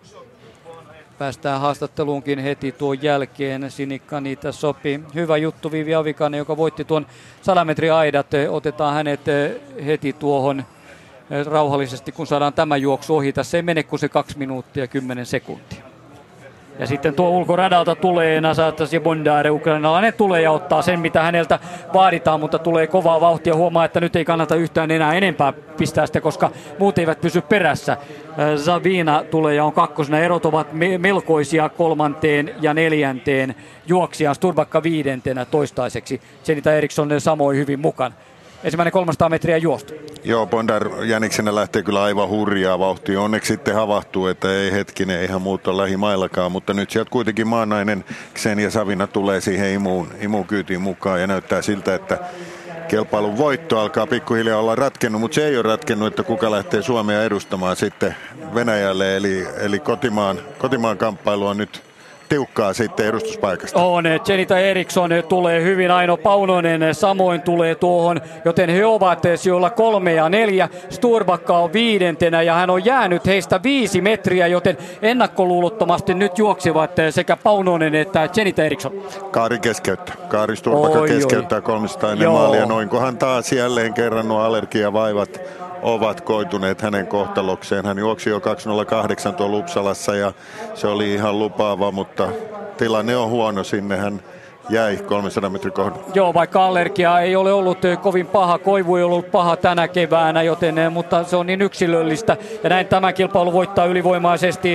Päästään haastatteluunkin heti tuon jälkeen. Sinikka niitä sopii. Hyvä juttu Viivi Avikainen, joka voitti tuon sadan metrin aidat. Otetaan hänet heti tuohon rauhallisesti, kun saadaan tämä juoksu ohi. Tässä ei mene kuin se kaksi minuuttia kymmenen sekuntia. Ja sitten tuo ulkoradalta tulee Nazastasia Bondar, ukrainalainen tulee ja ottaa sen, mitä häneltä vaaditaan, mutta tulee kovaa vauhtia. Huomaa, että nyt ei kannata yhtään enää enempää pistää sitä, koska muut eivät pysy perässä. Zavina tulee ja on kakkosena. Erot ovat me- melkoisia kolmanteen ja neljänteen juoksijaan. Sturbakka viidentenä toistaiseksi. Jenita Eriksson samoin hyvin mukana. Ensimmäinen kolmesataa metriä juostu. Joo, Bondar jäniksenä lähtee kyllä aivan hurjaa vauhtia. Onneksi sitten havahtuu, että ei hetkinen, eihän muut ole lähimaillakaan. Mutta nyt sieltä kuitenkin maanainen Ksenia Savina tulee siihen imuun, imuun kyytiin mukaan ja näyttää siltä, että kilpailun voitto alkaa pikkuhiljaa olla ratkennut, mutta se ei ole ratkennut, että kuka lähtee Suomea edustamaan sitten Venäjälle. Eli, eli kotimaan, kotimaan kamppailu on nyt tiukkaa sitten edustuspaikasta. On, Jenita Eriksson tulee hyvin, Aino Paunonen samoin tulee tuohon, joten he ovat sijoilla kolme ja neljä. Sturbakka on viidentenä ja hän on jäänyt heistä viisi metriä, joten ennakkoluulottomasti nyt juoksivat sekä Paunonen että Jenita Eriksson. Kaari keskeyttää. Kaari Sturbakka Oi, keskeyttää oi. kolmesataa ennen Joo. maalia. Noinkohan taas jälleen kerran nuo allergiavaivat ovat koituneet hänen kohtalokseen. Hän juoksi jo kaksi nolla kahdeksan tuolla Uppsalassa ja se oli ihan lupaava, mutta tilanne on huono. Sinne hän jäi kolmesadan metrin kohdalla. Joo, vaikka allergia ei ole ollut kovin paha, koivu ei ollut paha tänä keväänä, joten, mutta se on niin yksilöllistä. Ja näin tämä kilpailu voittaa ylivoimaisesti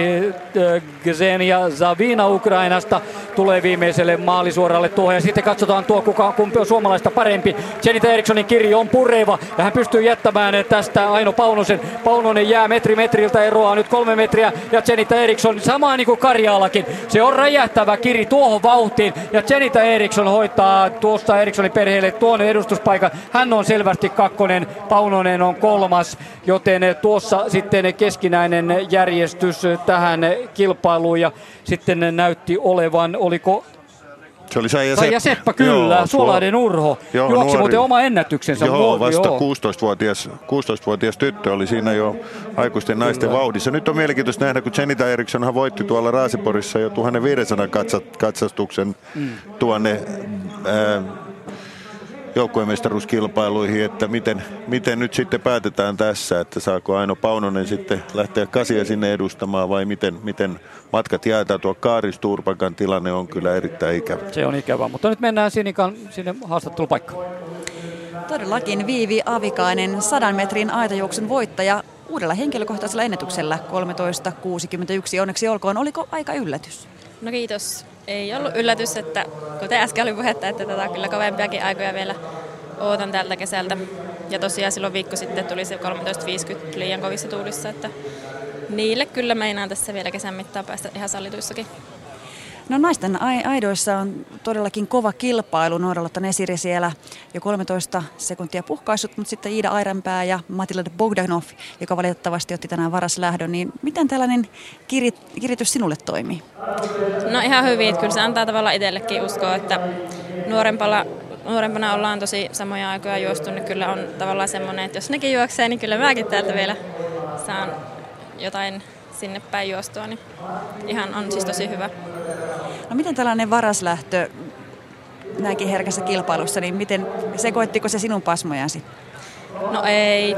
Ksenia Zavina Ukrainasta. Tulee viimeiselle maalisuoralle tuohon ja sitten katsotaan tuo, kuka kumpi on suomalaista parempi. Jenita Erikssonin kirjo on pureva ja hän pystyy jättämään tästä Aino Paunosen. Paunonen jää metri metriltä, eroaa nyt kolme metriä ja Jenita Eriksson samaan niin kuin Karjalakin. Se on räjähtävä kiri tuohon vauhtiin ja Jenita Eriksson hoitaa tuosta Erikssonin perheelle tuon edustuspaikan. Hän on selvästi kakkonen, Paunonen on kolmas, joten tuossa sitten keskinäinen järjestys tähän kilpailuun ja sitten näytti olevan, oliko se oli Saija Seppä, Seppä kyllä, joo, Suolaiden Urho. Joo, juoksi nuori. Muuten oma ennätyksensä. Joo, vasta joo. kuusitoistavuotias, kuusitoistavuotias tyttö oli siinä jo aikuisten naisten vauhdissa. Nyt on mielenkiintoista nähdä, kun Zenita Erikssonhan voitti tuolla Raaseporissa jo tuhatviisisataa katsastuksen mm. tuonne ää, joukkuemestaruuskilpailuihin, että miten, miten nyt sitten päätetään tässä, että saako Aino Paunonen sitten lähteä Kasia sinne edustamaan vai miten, miten matkat jaetaan. Tuo Kaari Sturbakan tilanne on kyllä erittäin ikävä. Se on ikävä, mutta nyt mennään Sinikan sinne haastattelupaikkaan. Todellakin Viivi Avikainen, sadan metrin aitajuoksun voittaja uudella henkilökohtaisella ennätyksellä kolmetoista kuusikymmentäyksi. Onneksi olkoon. Oliko aika yllätys? No kiitos. Ei ollut yllätys, että kuten äsken oli puhetta, että tätä kyllä kovempiakin aikoja vielä ootan tältä kesältä. Ja tosiaan silloin viikko sitten tuli se kolmetoista viisikymmentä liian kovissa tuulissa, että niille kyllä meinaan tässä vielä kesän mittaan päästä ihan sallituissakin. No naisten aidoissa on todellakin kova kilpailu. Noora-Lotta Nesiri siellä jo kolmetoista sekuntia puhkaissut, mutta sitten Iida Airanpää ja Matilda Bogdanov, joka valitettavasti otti tänään varaslähdön. Niin miten tällainen kirit, kiritys sinulle toimii? No ihan hyvin, että kyllä se antaa tavallaan itsellekin uskoa, että nuorempana, nuorempana ollaan tosi samoja aikoja juostu, niin kyllä on tavallaan semmoinen, että jos nekin juoksee, niin kyllä mäkin täältä vielä saan jotain sinne päin juostua, niin ihan on siis tosi hyvä. No miten tällainen varaslähtö näinkin herkässä kilpailussa, niin miten, sekoittiko se sinun pasmojasi? No ei,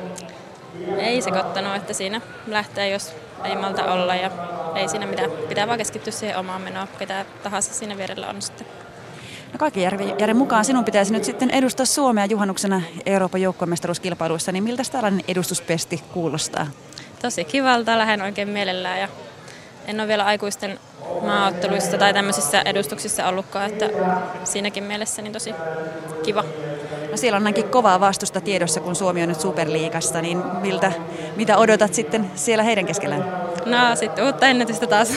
ei sekoittanut, että siinä lähtee, jos ei malta olla ja ei siinä mitään. Pitää vaan keskittyä siihen omaan menoon, ketä tahansa siinä vierellä on sitten. No kaiken järjen mukaan sinun pitäisi nyt sitten edustaa Suomea juhannuksena Euroopan joukkuemestaruuskilpailuissa, niin miltä tällainen edustuspesti kuulostaa? Tosi kivalta, lähden oikein mielellään ja en ole vielä aikuisten maaotteluissa tai tämmöisissä edustuksissa ollutkaan, että siinäkin mielessä niin tosi kiva. No siellä on näinkin kovaa vastusta tiedossa, kun Suomi on nyt Superliigassa, niin miltä, mitä odotat sitten siellä heidän keskellään? No sitten uutta ennätystä taas.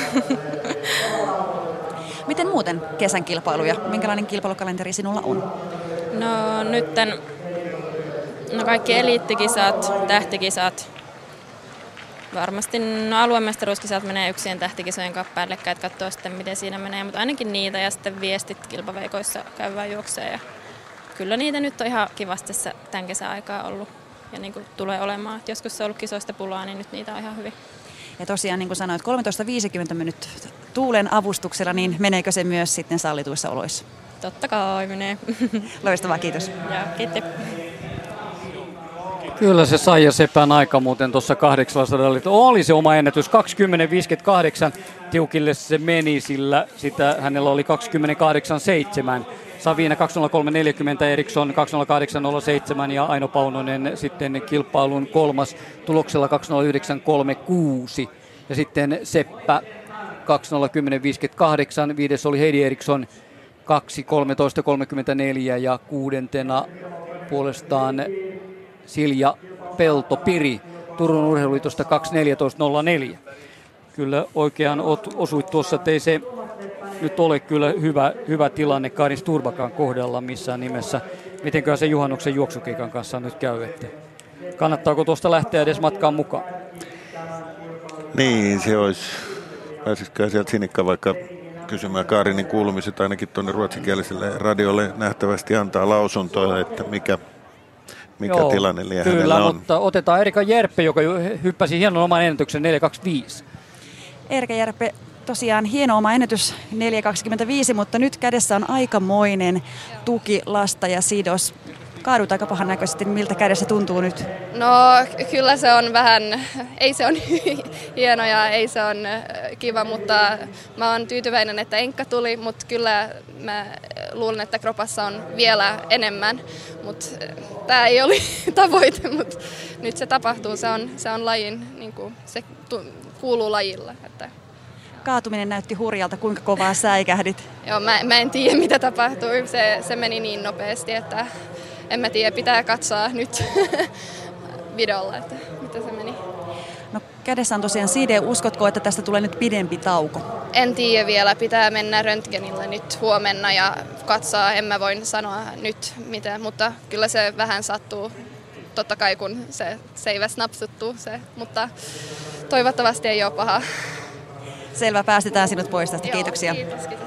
Miten muuten kesän kilpailuja? Minkälainen kilpailukalenteri sinulla on? No nyt tämän, no kaikki eliittikisat, tähtikisat. Varmasti no aluemestaruuskisat menee yksien tähtikisojen päällekkäin, että katsoo sitten miten siinä menee, mutta ainakin niitä ja sitten viestit kilpaveikoissa käydään juokseen. Ja kyllä niitä nyt on ihan kivasti tässä tämän kesän aikaa ollut ja niin kuin tulee olemaan. Et joskus se on ollut kisoista pulaa, niin nyt niitä on ihan hyvin. Ja tosiaan niin kuin sanoit, kolmetoista viisikymmentä nyt tuulen avustuksella, niin meneekö se myös sitten sallituissa oloissa? Totta kai menee. Loistavaa, kiitos. Joo, kiitos. Kyllä se Saija Sepän aika muuten tuossa kahdeksansataa oli se oma ennätys. kaksikymmentä viisikymmentäkahdeksan tiukille se meni, sillä sitä hänellä oli kaksikymmentäkahdeksan seitsemän. Savina kaksi nolla kolme neljäkymmentä, Eriksson kaksi nolla kahdeksan nolla seitsemän ja Aino Paunonen sitten kilpailun kolmas tuloksella kaksi nolla yhdeksän kolmekymmentäkuusi. Ja sitten Seppä kaksi nolla kymmenen viisikymmentäkahdeksan, viides oli Heidi Eriksson kaksi kolmetoista kolmekymmentäneljä ja kuudentena puolestaan Silja Pelto-Piri Turun Urheiluliitosta kaksi neljätoista nolla neljä. Kyllä oikean osuit tuossa, että ei se nyt ole kyllä hyvä, hyvä tilanne Karin Sturbakan kohdalla missään nimessä. Mitenköhän se juhannuksen juoksukeikan kanssa nyt käy, että kannattaako tuosta lähteä edes matkaan mukaan? Niin, se olisi, pääsisikään sieltä Sinikka vaikka kysymään Kaarinin kuulumiset ainakin tuonne ruotsinkieliselle radiolle nähtävästi antaa lausuntoja, että mikä Mikä Joo, tilanne liian kyllä, hänellä on. Mutta otetaan Erika Järppe, joka hyppäsi hienon oman ennätyksen neljä kaksikymmentäviisi. Erika Järppe, tosiaan hieno oma ennätys neljä kaksikymmentäviisi, mutta nyt kädessä on aikamoinen tuki, lasta ja sidos. Kaadut aika pahan näköisesti, miltä kädessä tuntuu nyt? No kyllä se on vähän, ei se on hieno ja ei se on kiva, mutta mä oon tyytyväinen, että enkka tuli, mutta kyllä mä luulen, että kropassa on vielä enemmän, mutta tää ei ole tavoite, mutta nyt se tapahtuu, se on, se on lajin, niin kuin, se kuuluu lajilla. Että. Kaatuminen näytti hurjalta, kuinka kovaa säikähdit? Joo, mä, mä en tiedä mitä tapahtui, se, se meni niin nopeasti, että en mä tiedä, pitää katsoa nyt videolla, että mitä se meni. No kädessä on tosiaan side. Uskotko, että tästä tulee nyt pidempi tauko? en tiedä vielä, pitää mennä röntgenille nyt huomenna ja katsoa, en mä voin sanoa nyt mitä, mutta kyllä se vähän sattuu, totta kai kun se seiväs napsuttuu se, mutta toivottavasti ei ole paha. Selvä, päästetään sinut pois tästä. Joo, kiitoksia. Kiitos, kiitos.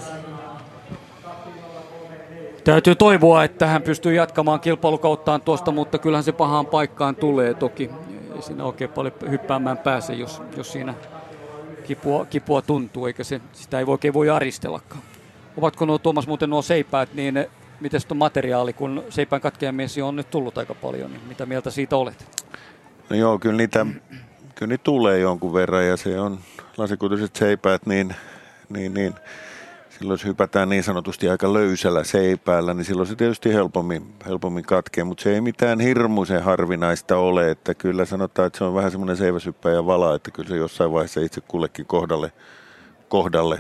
Täytyy toivoa, että hän pystyy jatkamaan kilpailukauttaan tuosta, mutta kyllähän se pahaan paikkaan tulee toki. Ei siinä oikein paljon hyppäämään pääse, jos, jos siinä kipua, kipua tuntuu, eikä se, sitä ei oikein voi aristellakaan. Ovatko nuo, Tuomas, muuten nuo seipäät, niin miten tuo materiaali, kun seipään katkeamiesi on nyt tullut aika paljon, niin mitä mieltä siitä olet? No joo, kyllä niitä, kyllä niitä tulee jonkun verran ja se on lasikuituiset seipäät, niin, niin, niin silloin jos hypätään niin sanotusti aika löysällä seipäällä, niin silloin se tietysti helpommin, helpommin katkee, mutta se ei mitään hirmuisen harvinaista ole, että kyllä sanotaan, että se on vähän semmoinen seiväshyppäjä vala, että kyllä se jossain vaiheessa itse kullekin kohdalle, kohdalle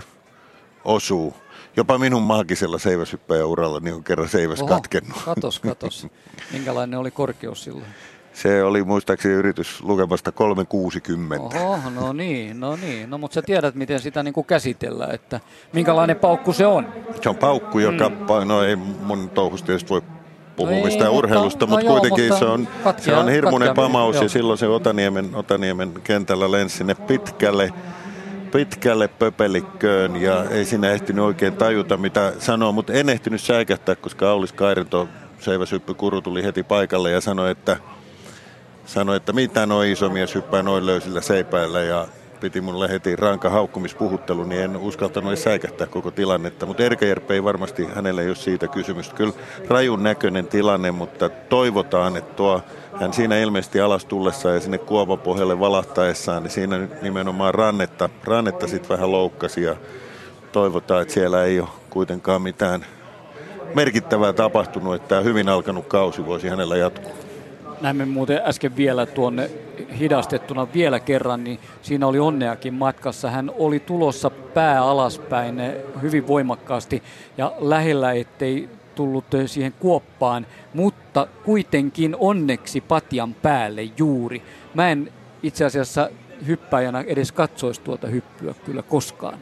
osuu. Jopa minun maagisella seiväshyppäjä uralla niin on kerran seiväs Oho, katkennut. Katos, katos. Minkälainen oli korkeus silloin? Se oli muistaakseni yritys lukemasta kolme kuusikymmentä. Oho, no niin, no niin. No mutta sä tiedät, miten sitä niin kuin käsitellään, että minkälainen paukku se on. Se on paukku, joka, mm. no ei mun touhusta tietysti voi puhua no mistään ei, urheilusta, mutta, mutta no kuitenkin joo, se on, katkia, se on hirmuinen katkia, pamaus joo. ja silloin se Otaniemen, Otaniemen kentällä lensi sinne pitkälle, pitkälle pöpelikköön ja ei siinä ehtinyt oikein tajuta mitä sanoo, mutta en ehtinyt säikähtää, koska Aulis Kairinto, seiväshyppykuru, tuli heti paikalle ja sanoi, että sanoi, että mitä noin iso mies hyppää noin löysillä seipäillä ja piti mulle heti ranka haukkumispuhuttelu, niin en uskaltanut edes säikähtää koko tilannetta. Mutta Erika Järpe ei varmasti, hänelle ei ole siitä kysymystä. Kyllä rajun näköinen tilanne, mutta toivotaan, että tuo, hän siinä ilmeisesti alas tullessa ja sinne kuovan pohjalle valahtaessaan, niin siinä nimenomaan rannetta, rannetta sitten vähän loukkasi ja toivotaan, että siellä ei ole kuitenkaan mitään merkittävää tapahtunut, että tämä hyvin alkanut kausi voisi hänellä jatkuu. Näimme muuten äsken vielä tuonne hidastettuna vielä kerran, niin siinä oli onneakin matkassa. Hän oli tulossa pää alaspäin hyvin voimakkaasti ja lähellä, ettei tullut siihen kuoppaan, mutta kuitenkin onneksi patjan päälle juuri. Mä en itse asiassa hyppäjänä edes katsoisi tuota hyppyä kyllä koskaan.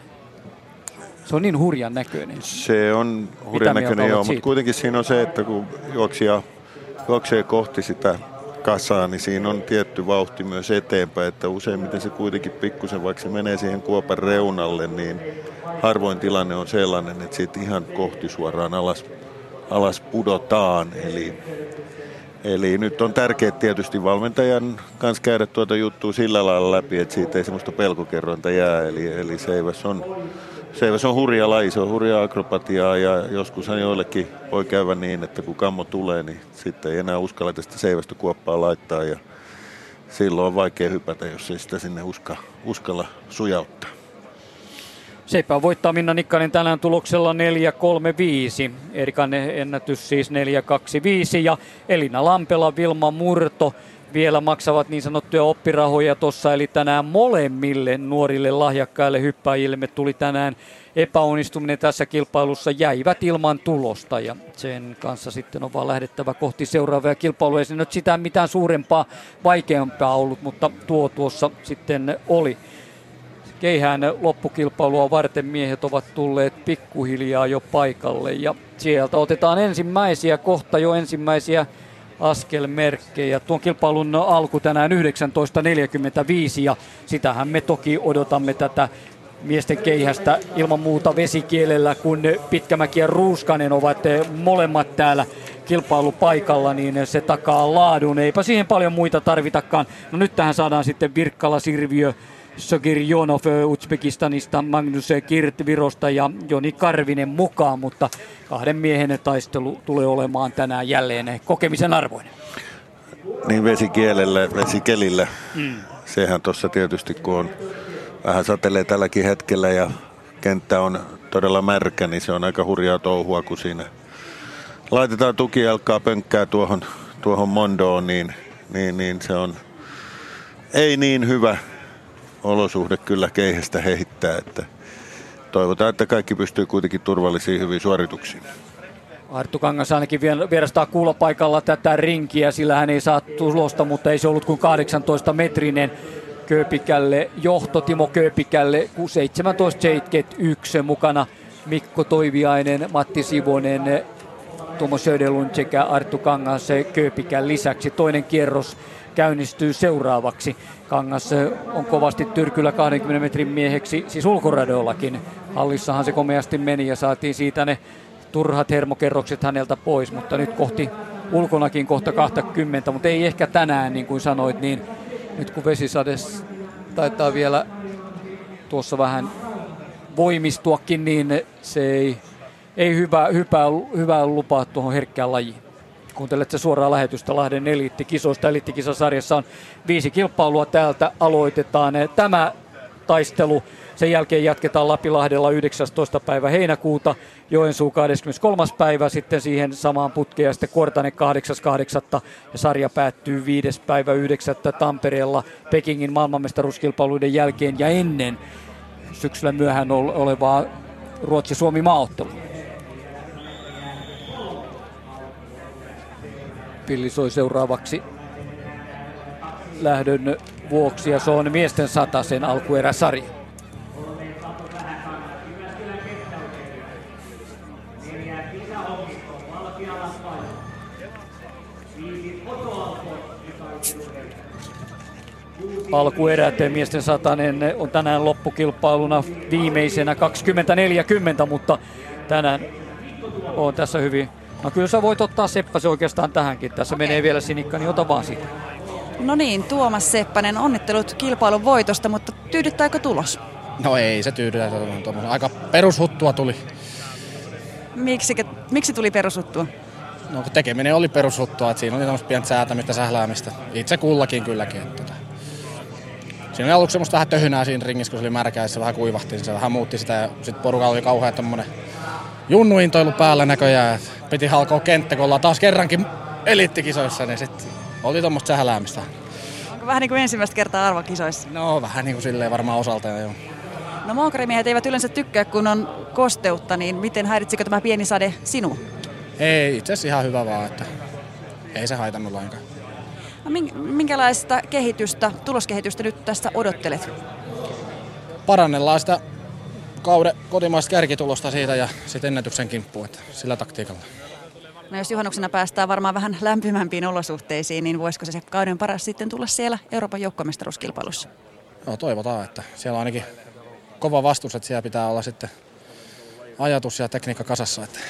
Se on niin hurjan näköinen. Se on hurjan näköinen, joo, mutta kuitenkin siinä on se, että kun juoksija juoksee kohti sitä kasaa, niin siinä on tietty vauhti myös eteenpäin, että useimmiten se kuitenkin pikkusen, vaikka se menee siihen kuopan reunalle, niin harvoin tilanne on sellainen, että siitä ihan kohti suoraan alas, alas pudotaan. Eli, eli nyt on tärkeää tietysti valmentajan kanssa käydä tuota juttua sillä lailla läpi, että siitä ei semmoista pelkokerrointa jää, eli, eli seiväs on Seiväs on hurja laji, se on hurjaa akrobatiaa ja joskushan joillekin voi käydä niin, että kun kammo tulee, niin sitten ei enää uskalleta sitä seivästä kuoppaa laittaa ja silloin on vaikea hypätä, jos ei sitä sinne uska, uskalla sujauttaa. Seipää voittaa Minna Nikkanen tänään tuloksella neljä kolme viisi. Erikan ennätys siis neljä kaksi viisi ja Elina Lampela, Vilma Murto vielä maksavat niin sanottuja oppirahoja tuossa, eli tänään molemmille nuorille lahjakkaille hyppäjille me tuli tänään epäonnistuminen tässä kilpailussa, jäivät ilman tulosta ja sen kanssa sitten on vaan lähdettävä kohti seuraavia kilpailuja. Ei se nyt sitä mitään suurempaa, vaikeampaa ollut, mutta tuo tuossa sitten oli. Keihään loppukilpailua varten miehet ovat tulleet pikkuhiljaa jo paikalle ja sieltä otetaan ensimmäisiä, kohta jo ensimmäisiä askelmerkkejä. Tuon kilpailun alku tänään yhdeksäntoista neljäkymmentäviisi ja sitähän me toki odotamme tätä miesten keihästä ilman muuta vesikielellä, kun Pitkämäki ja Ruuskanen ovat molemmat täällä kilpailupaikalla, niin se takaa laadun. Eipä siihen paljon muita tarvitakaan. No nyt tähän saadaan sitten Virkkala, Sirviö, Sogirjonov Uzbekistanista, Magnus Kirt Virosta ja Joni Karvinen mukaan, mutta kahden miehen taistelu tulee olemaan tänään jälleen kokemisen arvoinen. Niin vesikielellä, vesikelillä. Mm. Sehän tuossa tietysti, kun on vähän satelee tälläkin hetkellä ja kenttä on todella märkä, niin se on aika hurjaa touhua, kun siinä laitetaan tukijalkaa pönkkää tuohon, tuohon mondoon, niin, niin, niin se on ei niin hyvä olosuhde kyllä keihästä heittää, että toivotaan, että kaikki pystyy kuitenkin turvallisiin hyviin suorituksiin. Arttu Kangas ainakin vierastaa kuulopaikalla tätä rinkiä, sillä hän ei saa tulosta, mutta ei se ollut kuin kahdeksantoista metrinen. Kööpikälle johto Timo Kööpikälle seitsemäntoista seitsemänkymmentäyksi mukana Mikko Toiviainen, Matti Sivonen, Tuomo Söderlund sekä Arttu Kangas Kööpikän lisäksi. Toinen kierros käynnistyy seuraavaksi. Kangas on kovasti tyrkyllä kahdenkymmenen metrin mieheksi, siis ulkoradoillakin. Hallissahan se komeasti meni ja saatiin siitä ne turhat hermokerrokset häneltä pois, mutta nyt kohti ulkonakin kohta kaksikymmentä, mutta ei ehkä tänään niin kuin sanoit, niin nyt kun vesisade taitaa vielä tuossa vähän voimistuakin, niin se ei, ei hyvä, hyvää, hyvää lupaa tuohon herkkään lajiin. Kuuntelet se suoraa lähetystä Lahden eliittikisoista. Eliittikisasarjassa on viisi kilpailua. Täältä aloitetaan tämä taistelu. Sen jälkeen jatketaan Lapilahdella yhdeksästoista päivä heinäkuuta, Joensuu kahdeskymmeneskolmas päivä, sitten siihen samaan putkeen ja sitten Kuortane kahdeksas kahdeksatta ja sarja päättyy viides päivä yhdeksättä Tampereella Pekingin maailmanmestaruuskilpailuiden jälkeen ja ennen syksyllä myöhään olevaa Ruotsi-Suomi maaottelua. Pilli soi seuraavaksi lähdön vuoksi ja se on miesten satasen alkueräsarja. Alkuerät miesten satanen on tänään loppukilpailuna viimeisenä kaksikymmentä neljäkymmentä, mutta tänään on tässä hyvin. No kyllä sä voit ottaa Seppäsen oikeastaan tähänkin. Tässä okay. Menee vielä Sinikka, niin ota vaan siitä. No niin, Tuomas Seppänen, onnittelut kilpailun voitosta, mutta tyydyttääkö tulos? No ei se tyydytä. Aika perushuttua tuli. Miksi, miksi tuli perushuttua? No tekeminen oli perushuttua, että siinä oli tämmöistä pientä säätämistä, sähläämistä. Itse kullakin kylläkin. Että tota. Siinä oli aluksi semmoista vähän töhynää siinä ringissä, kun se oli märkä ja se vähän kuivahti. Se vähän muutti sitä ja sitten porukalla oli kauhean tommonen junnuintoilu päällä näköjään. Piti halkoa kenttä, kun ollaan taas kerrankin eliittikisoissa, niin sitten oli tommoista sähläämistä. Vähän niin kuin ensimmäistä kertaa arvokisoissa. No vähän niin kuin silleen varmaan osaltaan, joo. No mookarimiehet eivät yleensä tykkää, kun on kosteutta, niin miten häiritsikö tämä pieni sade sinua? Ei, itse asiassa ihan hyvä vaan, että ei se haitannut lainkaan. No, minkälaista kehitystä, tuloskehitystä nyt tässä odottelet? Parannellaan sitä kauden kotimaista kärkitulosta siitä ja sitten ennätyksen kimppuun, että sillä taktiikalla. No jos juhannuksena päästään varmaan vähän lämpimämpiin olosuhteisiin, niin voisiko se kauden paras sitten tulla siellä Euroopan joukkuemestaruuskilpailussa? No toivotaan, että siellä on ainakin kova vastus, että siellä pitää olla sitten ajatus ja tekniikka kasassa, että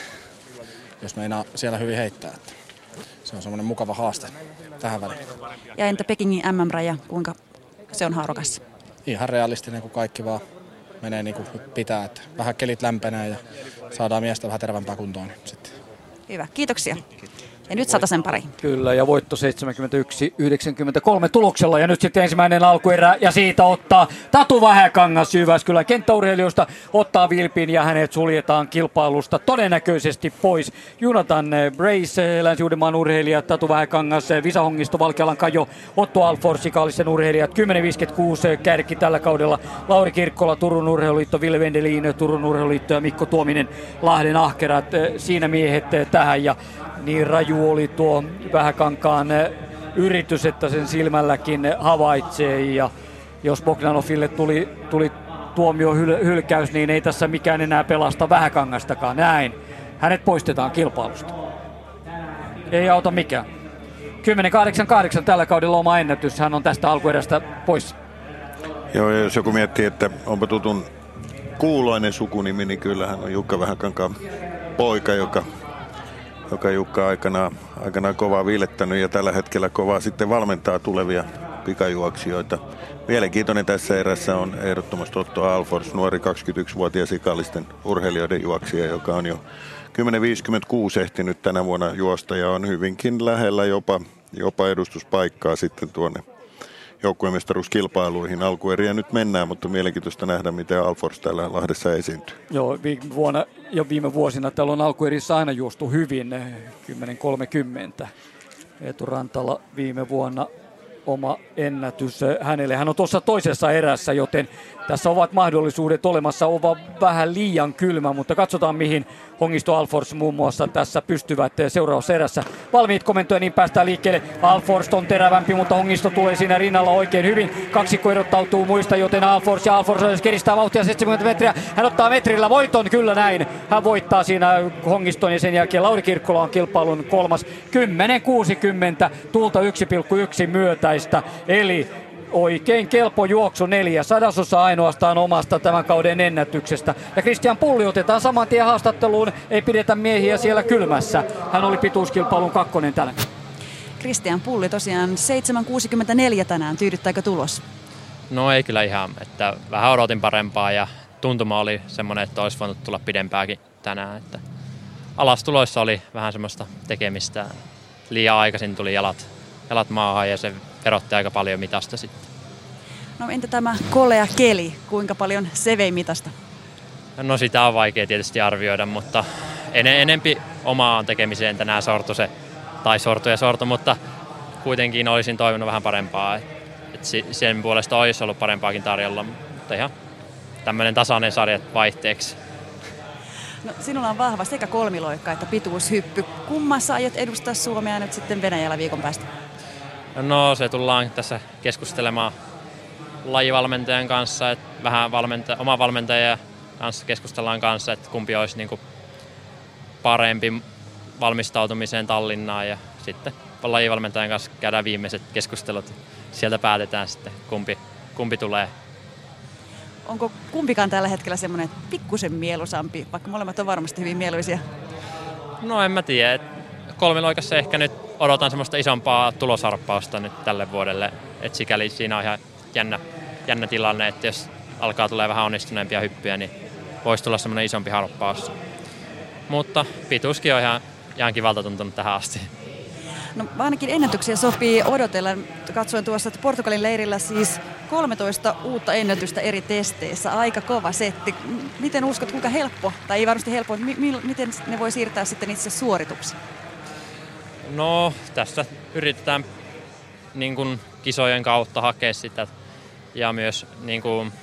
jos meinaa siellä hyvin heittää. Että se on semmoinen mukava haaste tähän väliin. Ja entä Pekingin M M-raja, kuinka se on haarokas? Ihan realistinen, kun kaikki vaan menee niin kuin pitää. Että vähän kelit lämpenee ja saadaan miestä vähän terveempää kuntoon. Niin sitten. Hyvä, kiitoksia. Ja nyt satasen pari. Kyllä, ja voitto seitsemänkymmentäyksi yhdeksänkymmentäkolme tuloksella. Ja nyt sitten ensimmäinen alkuerä, ja siitä ottaa Tatu Vähäkangas Jyväskylän kenttäurheilijoista. Ottaa vilpin, ja hänet suljetaan kilpailusta todennäköisesti pois. Jonathan Brace, Länsi-Uudenmaan urheilijat, Tatu Vähäkangas, Visa Hongisto, Valkealan Kajo, Otto Alfors, Sikaalisen urheilijat. kymmenen viisikymmentäkuusi kärki tällä kaudella. Lauri Kirkkola, Turun urheiluliitto, Ville Vendelin, Turun urheiluliitto ja Mikko Tuominen, Lahden Ahkerat. Siinä miehet tähän, ja niin raju oli tuo Vähäkankaan yritys, että sen silmälläkin havaitsee. Ja jos Bogdanoville tuli, tuli tuomio hyl- hylkäys, niin ei tässä mikään enää pelasta Vähäkangastakaan. Näin. Hänet poistetaan kilpailusta. Ei auta mikään. kymmenen kahdeksan kahdeksan tällä kaudella oma ennätys. Hän on tästä alkuerästä pois. Joo, ja jos joku miettii, että onpa tutun kuuloinen sukunimi, niin kyllähän on Jukka Vähäkankaan poika, joka joka Jukka aikanaan, aikanaan kovaa viilettänyt ja tällä hetkellä kovaa sitten valmentaa tulevia pikajuoksijoita. Mielenkiintoinen tässä erässä on ehdottomasti Otto Alfors, nuori kaksikymmentäyksivuotias Sikaalisten urheilijoiden juoksija, joka on jo kymmenen viisikymmentäkuusi ehtinyt tänä vuonna juosta ja on hyvinkin lähellä jopa, jopa edustuspaikkaa sitten tuonne joukkuemestaruuskilpailuihin. Alkueriä nyt mennään, mutta mielenkiintoista nähdä, miten Alfors täällä Lahdessa esiintyy. Joo, viime vuonna ja viime vuosina täällä on alkuerissä aina juostu hyvin, kymmenen kolmekymmentä. Eetu Rantala viime vuonna oma ennätys hänelle. Hän on tuossa toisessa erässä, joten tässä ovat mahdollisuudet olemassa. On vähän liian kylmä, mutta katsotaan mihin Hongisto Alfors muun muassa tässä pystyvät seuraavassa erässä. Valmiit komentoja, niin päästään liikkeelle. Alfors on terävämpi, mutta Hongisto tulee siinä rinnalla oikein hyvin. Kaksikko erottautuu muista, joten Alfors ja Alfors keristää vauhtia seitsemänkymmentä metriä. Hän ottaa metrillä voiton, kyllä näin. Hän voittaa siinä Hongiston ja sen jälkeen Lauri Kirkkola on kilpailun kolmas. kymmenen kuusikymmentä, tulta yksi pilkku yksi myötäistä, eli oikein kelpo juoksu, neljä sadasosa ainoastaan omasta tämän kauden ennätyksestä. Ja Christian Pulli otetaan saman tien haastatteluun, ei pidetä miehiä siellä kylmässä. Hän oli pituuskilpailun kakkonen tänään. Christian Pulli tosiaan seitsemän kuusikymmentäneljä tänään, tyydyttääkö tulos? No ei kyllä ihan, että vähän odotin parempaa ja tuntuma oli semmoinen, että olisi voinut tulla pidempääkin tänään. Että alastuloissa oli vähän semmoista tekemistä, liian aikaisin tuli jalat, jalat maahan ja se erotti aika paljon mitasta sitten. No entä tämä kolea keli, kuinka paljon se vei mitasta? No sitä on vaikea tietysti arvioida, mutta en, enempi omaan tekemiseen tänään sortu se, tai sortu ja sortu, mutta kuitenkin olisin toivonut vähän parempaa. Et sen puolesta olisi ollut parempaakin tarjolla, mutta ihan tämmöinen tasainen sarja vaihteeksi. No, sinulla on vahva sekä kolmiloikka että pituushyppy. Kummassa aiot edustaa Suomea nyt sitten Venäjällä viikon päästä? No se tullaan tässä keskustelemaan lajivalmentajan kanssa, että vähän valmenta- oma valmentajan kanssa keskustellaan kanssa, että kumpi olisi niin kuin parempi valmistautumiseen Tallinnaan ja sitten lajivalmentajan kanssa käydään viimeiset keskustelut. Sieltä päätetään sitten kumpi, kumpi tulee. Onko kumpikaan tällä hetkellä semmoinen pikkusen mieluisampi, vaikka molemmat on varmasti hyvin mieluisia? No en mä tiedä. Kolmiloikassa ehkä nyt odotan semmoista isompaa tulosharppausta nyt tälle vuodelle. Et sikäli siinä on ihan jännä, jännä tilanne, että jos alkaa tulee vähän onnistuneempia hyppyjä, niin voisi tulla semmoinen isompi harppaus. Mutta pituuskin on ihan, ihan kivalta tuntunut tähän asti. No ainakin ennätyksiä sopii odotella. Katsoin tuossa, että Portugalin leirillä siis kolmetoista uutta ennätystä eri testeissä. Aika kova setti. Miten uskot, kuinka helppo, tai ei varmasti helppo, mi- mi- miten ne voi siirtää sitten itse suorituksiin? No tässä yritetään niin kuin kisojen kautta hakea sitä. Ja myös niin kuin,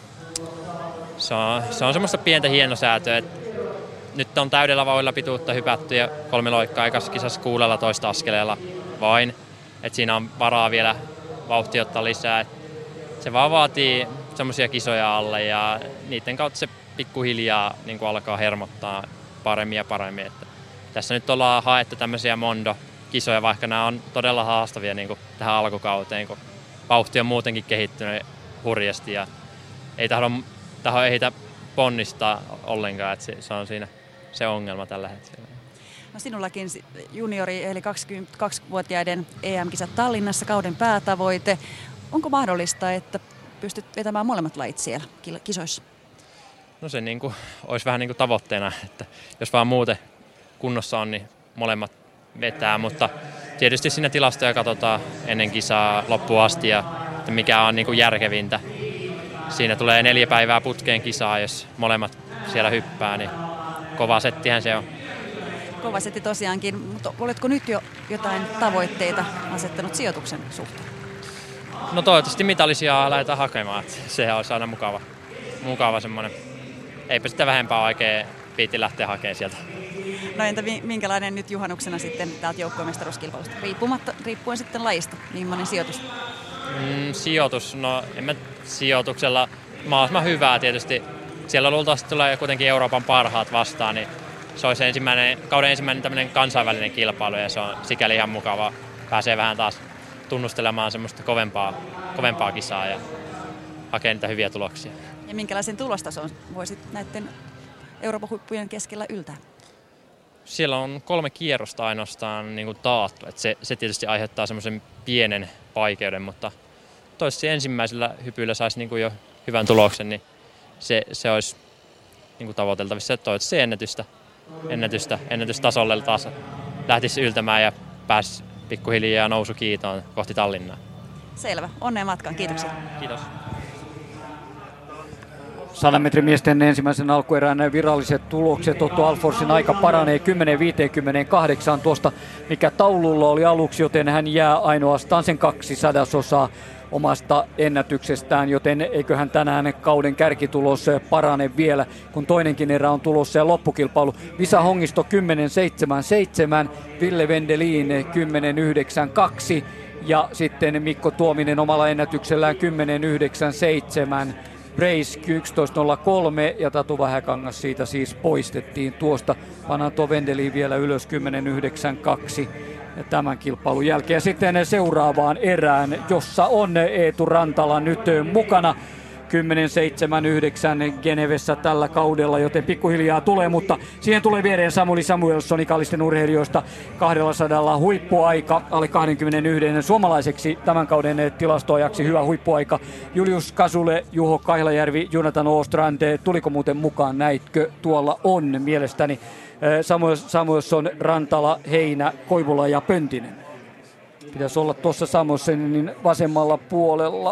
se on, se on semmoista pientä hienosäätöä, että nyt on täydellä vauhdilla pituutta hypätty ja kolmiloikkaa ekassa kisassa kuudella toista askeleella vain. Et siinä on varaa vielä vauhtia ottaa lisää. Et se vaan vaatii semmoisia kisoja alle ja niiden kautta se pikkuhiljaa niin kuin alkaa hermottaa paremmin ja paremmin. Että tässä nyt ollaan haettu tämmöisiä Mondo-kisoja, vaikka nämä on todella haastavia niin kuin tähän alkukauteen, kun vauhti on muutenkin kehittynyt hurjasti ja ei tahdo, tahdo ehitä ponnistaa ollenkaan, että se, se on siinä se ongelma tällä hetkellä. No sinullakin juniori eli kaksikymmentäkaksivuotiaiden E M-kisat Tallinnassa, kauden päätavoite. Onko mahdollista, että pystyt vetämään molemmat lajit siellä kisoissa? No se niin kuin, olisi vähän niin kuin tavoitteena, että jos vaan muuten kunnossa on, niin molemmat vetää, mutta tietysti siinä tilastoja katsotaan ennen kisaa loppuun asti ja mikä on niin kuin järkevintä. Siinä tulee neljä päivää putkeen kisaa, jos molemmat siellä hyppää, niin kova settihän se on. Kova setti tosiaankin, mutta oletko nyt jo jotain tavoitteita asettanut sijoituksen suhteen? No toivottavasti mitallisia lähdetään hakemaan, että sehän olisi aina mukava, mukava semmoinen. Eipä sitä vähempää oikein viitti lähteä hakemaan sieltä. No entä minkälainen nyt juhannuksena sitten täältä joukkuemestaruuskilpailusta? Riippumatta, riippuen sitten lajista, millainen sijoitus? Mm, sijoitus, no en mä sijoituksella mahdollisimman hyvää tietysti. Siellä luultavasti tulee kuitenkin Euroopan parhaat vastaan, niin se olisi ensimmäinen, kauden ensimmäinen tämmöinen kansainvälinen kilpailu ja se on sikäli ihan mukavaa. Pääsee vähän taas tunnustelemaan semmoista kovempaa, kovempaa kisaa ja hakee niitä hyviä tuloksia. Ja minkälaisen tulostason voisit näiden Euroopan huippujen keskellä yltää? Siellä on kolme kierrosta ainoastaan niin kuin taattu. Et se, se tietysti aiheuttaa semmoisen pienen vaikeuden, mutta toivottavasti ensimmäisellä hypyllä saisi niin kuin jo hyvän tuloksen, niin se, se olisi niin kuin tavoiteltavissa. Toivottavasti ennätystä, ennätystä, ennätystasolle taas lähtisi yltämään ja pääsisi pikkuhiljaa nousukiitoon kohti Tallinnaa. Selvä. Onnea matkaan. Kiitoksia. Kiitos. sadan metrin miesten ensimmäisen alkuerän viralliset tulokset. Otto Alforsin aika paranee kymmenen viisikymmentäkahdeksan tuosta, mikä taululla oli aluksi, joten hän jää ainoastaan sen kaksi sadasosaa omasta ennätyksestään, joten eiköhän tänään kauden kärkitulos parane vielä, kun toinenkin erä on tulossa ja loppukilpailu. Visa Hongisto kymmenen seitsemän seitsemän, Ville Wendelin kymmenen yhdeksän kaksi ja sitten Mikko Tuominen omalla ennätyksellään kymmenen yhdeksän seitsemän. Brace yksitoista nolla kolme ja Tatu Vähäkangas siitä siis poistettiin tuosta. Pannaan tuo Wendelin vielä ylös kymmenen yhdeksän kaksi tämän kilpailun jälkeen. Ja sitten seuraavaan erään, jossa on Eetu Rantala nyt mukana. kymmenen seitsemän yhdeksän Genevessä tällä kaudella, joten pikkuhiljaa tulee, mutta siihen tulee viereen Samuli Samuelsson ikallisten urheilijoista kaksisataa huippuaika, alle kaksikymmentäyksi suomalaiseksi tämän kauden tilastoajaksi hyvä huippuaika. Julius Kasule, Juho Kailajärvi, Jonathan Ostrand, tuliko muuten mukaan, näitkö? Tuolla on mielestäni Samuelsson, Rantala, Heinä, Koivula ja Pöntinen. Pitäisi olla tuossa Samuelssonin vasemmalla puolella.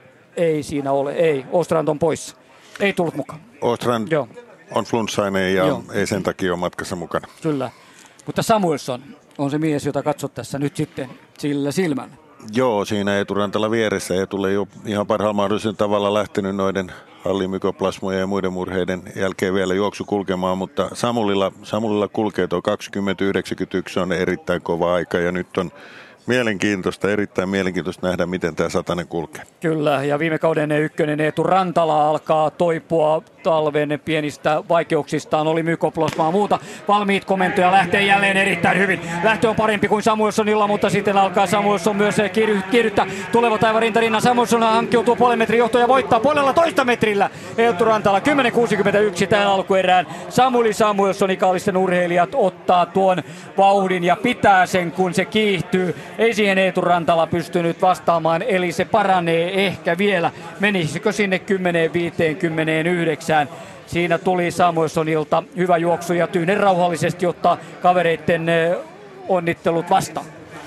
Ei siinä ole, ei. Ostrand on poissa. Ei tullut mukaan. Ostrand Joo. on flunssainen ja Joo. ei sen takia ole matkassa mukana. Kyllä. Mutta Samuelsson on se mies, jota katsot tässä nyt sitten sillä silmällä. Joo, siinä Eetu Rantala vieressä. Eetulle jo ihan parhaalla mahdollisella tavalla lähtenyt noiden hallimykoplasmojen ja muiden murheiden jälkeen vielä juoksu kulkemaan, mutta Samulilla, Samulilla kulkee tuo kaksikymmentä yhdeksänkymmentäyksi on erittäin kova aika ja nyt on mielenkiintoista, erittäin mielenkiintoista nähdä, miten tämä satanen kulkee. Kyllä, ja viime kauden ykkönen Eetu Rantala alkaa toipua talven pienistä vaikeuksistaan. Oli mykoplasmaa muuta. Valmiit komentoja lähtee jälleen erittäin hyvin. Lähtö on parempi kuin Samuelssonilla, mutta sitten alkaa Samuelsson myös kiihdyttää. Tulevat aivan rintarinnan. Samuelsson hankkiutuu puolen metrin johtoon ja voittaa puolella toista metrillä. Eetu Rantala kymmenen kuusikymmentäyksi tähän alkuerään. Samuli Samuelsson ikallisten urheilijat ottaa tuon vauhdin ja pitää sen, kun se kiihtyy. Ei siihen Eetu Rantala pystynyt vastaamaan, eli se paranee ehkä vielä. Menisikö sinne kymmenen viisikymmentäyhdeksän? Siinä tuli Samuelssonilta hyvä juoksu ja Tyynen rauhallisesti ottaa kavereiden onnittelut vastaan.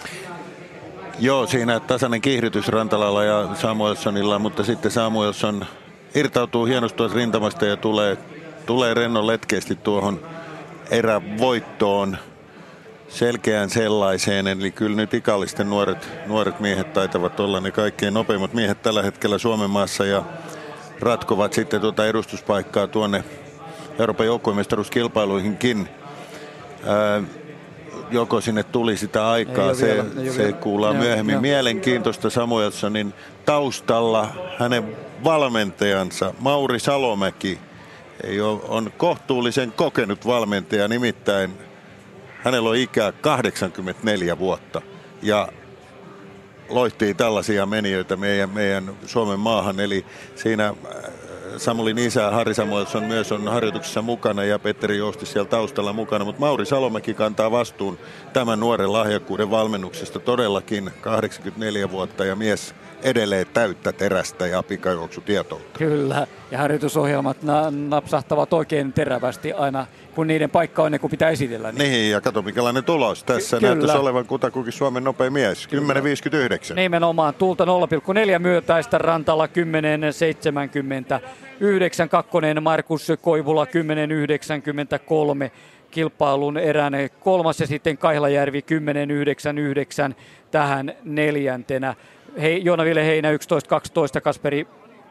Joo, siinä tasainen kiihdytys Rantalalla ja Samuelssonilla, mutta sitten Samuelsson irtautuu hienosti tuosta rintamasta ja tulee, tulee rennon letkeästi tuohon erävoittoon. Selkeään sellaiseen, eli kyllä nyt ikallisten nuoret, nuoret miehet taitavat olla ne kaikkein nopeimmat miehet tällä hetkellä Suomen maassa ja ratkovat sitten tuota edustuspaikkaa tuonne Euroopan joukkuemestaruuskilpailuihinkin. Ää, joko sinne tuli sitä aikaa, se, vielä, se kuullaan joo, myöhemmin. Jo. Mielenkiintoista Samuelssonin taustalla hänen valmentajansa Mauri Salomäki ei ole, on kohtuullisen kokenut valmentaja, nimittäin hänellä on ikää kahdeksankymmentäneljä vuotta ja loihtii tällaisia menijöitä meidän, meidän Suomen maahan. Eli siinä Samulin isä Harri Samuelsson myös on harjoituksessa mukana ja Petteri Jousti siellä taustalla mukana. Mutta Mauri Salomäki kantaa vastuun tämän nuoren lahjakkuuden valmennuksesta todellakin kahdeksankymmentäneljä vuotta ja mies edelleen täyttä terästä ja pikajuoksutietoutta. Kyllä, ja harjoitusohjelmat na- napsahtavat oikein terävästi aina, kun niiden paikka on ne, kun pitää esitellä. Niin, niin ja kato minkälainen tulos. Tässä Ky- näyttäisi olevan kutakuinkin Suomen nopein mies, kymmenen viisikymmentäyhdeksän. Nimenomaan tulta nolla pilkku neljä myötäistä, Rantala kymmenen seitsemänkymmentäyhdeksän, kakkonen Markus Koivula kymmenen yhdeksänkymmentäkolme. Kilpailun erään kolmas ja sitten Kailajärvi kymmenen yhdeksänkymmentäyhdeksän tähän neljäntenä. Hei, Joona-Ville Heinä yksitoista kaksitoista, Kasperi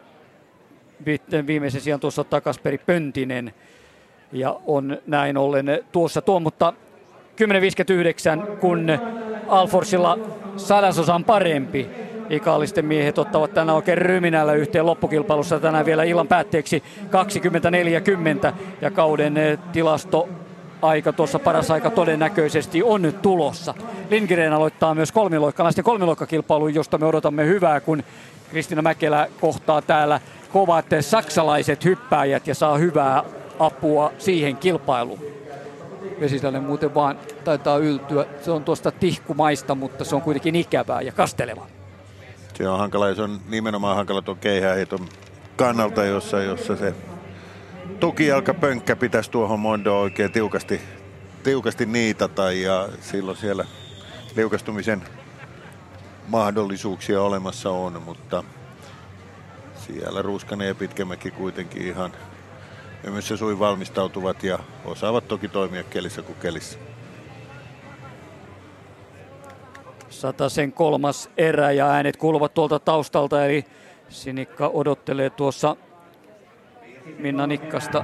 viimeisen sijaan tuossa ottaa Kasperi Pöntinen ja on näin ollen tuossa tuo, mutta kymmenen viisikymmentäyhdeksän, kun Alforsilla sadasosan parempi. Ikallisten miehet ottavat tänään oikein ryminällä yhteen loppukilpailussa tänään vielä illan päätteeksi kaksikymmentä neljäkymmentä ja kauden tilasto aika tuossa paras aika todennäköisesti on nyt tulossa. Lindgren aloittaa myös kolmiloikkalaisten kolmiloikkakilpailun, josta me odotamme hyvää, kun Kristiina Mäkelä kohtaa täällä kovat saksalaiset hyppääjät ja saa hyvää apua siihen kilpailuun. Vesisälle muuten vaan taitaa yltyä. Se on tuosta tihkumaista, mutta se on kuitenkin ikävää ja kastelevaa. Se on hankala ja se on nimenomaan hankala tuon keihääheiton kannalta, jossa, jossa se tukijalkapönkkä pitäisi tuohon Mondoon oikein tiukasti, tiukasti niitata ja silloin siellä liukastumisen mahdollisuuksia olemassa on, mutta siellä Ruuskanen ja Pitkämäki kuitenkin ihan ymyssä suin valmistautuvat ja osaavat toki toimia kelissä kuin kelissä. Satasen kolmas erä ja äänet kuuluvat tuolta taustalta, eli Sinikka odottelee tuossa Minna Nikkasta.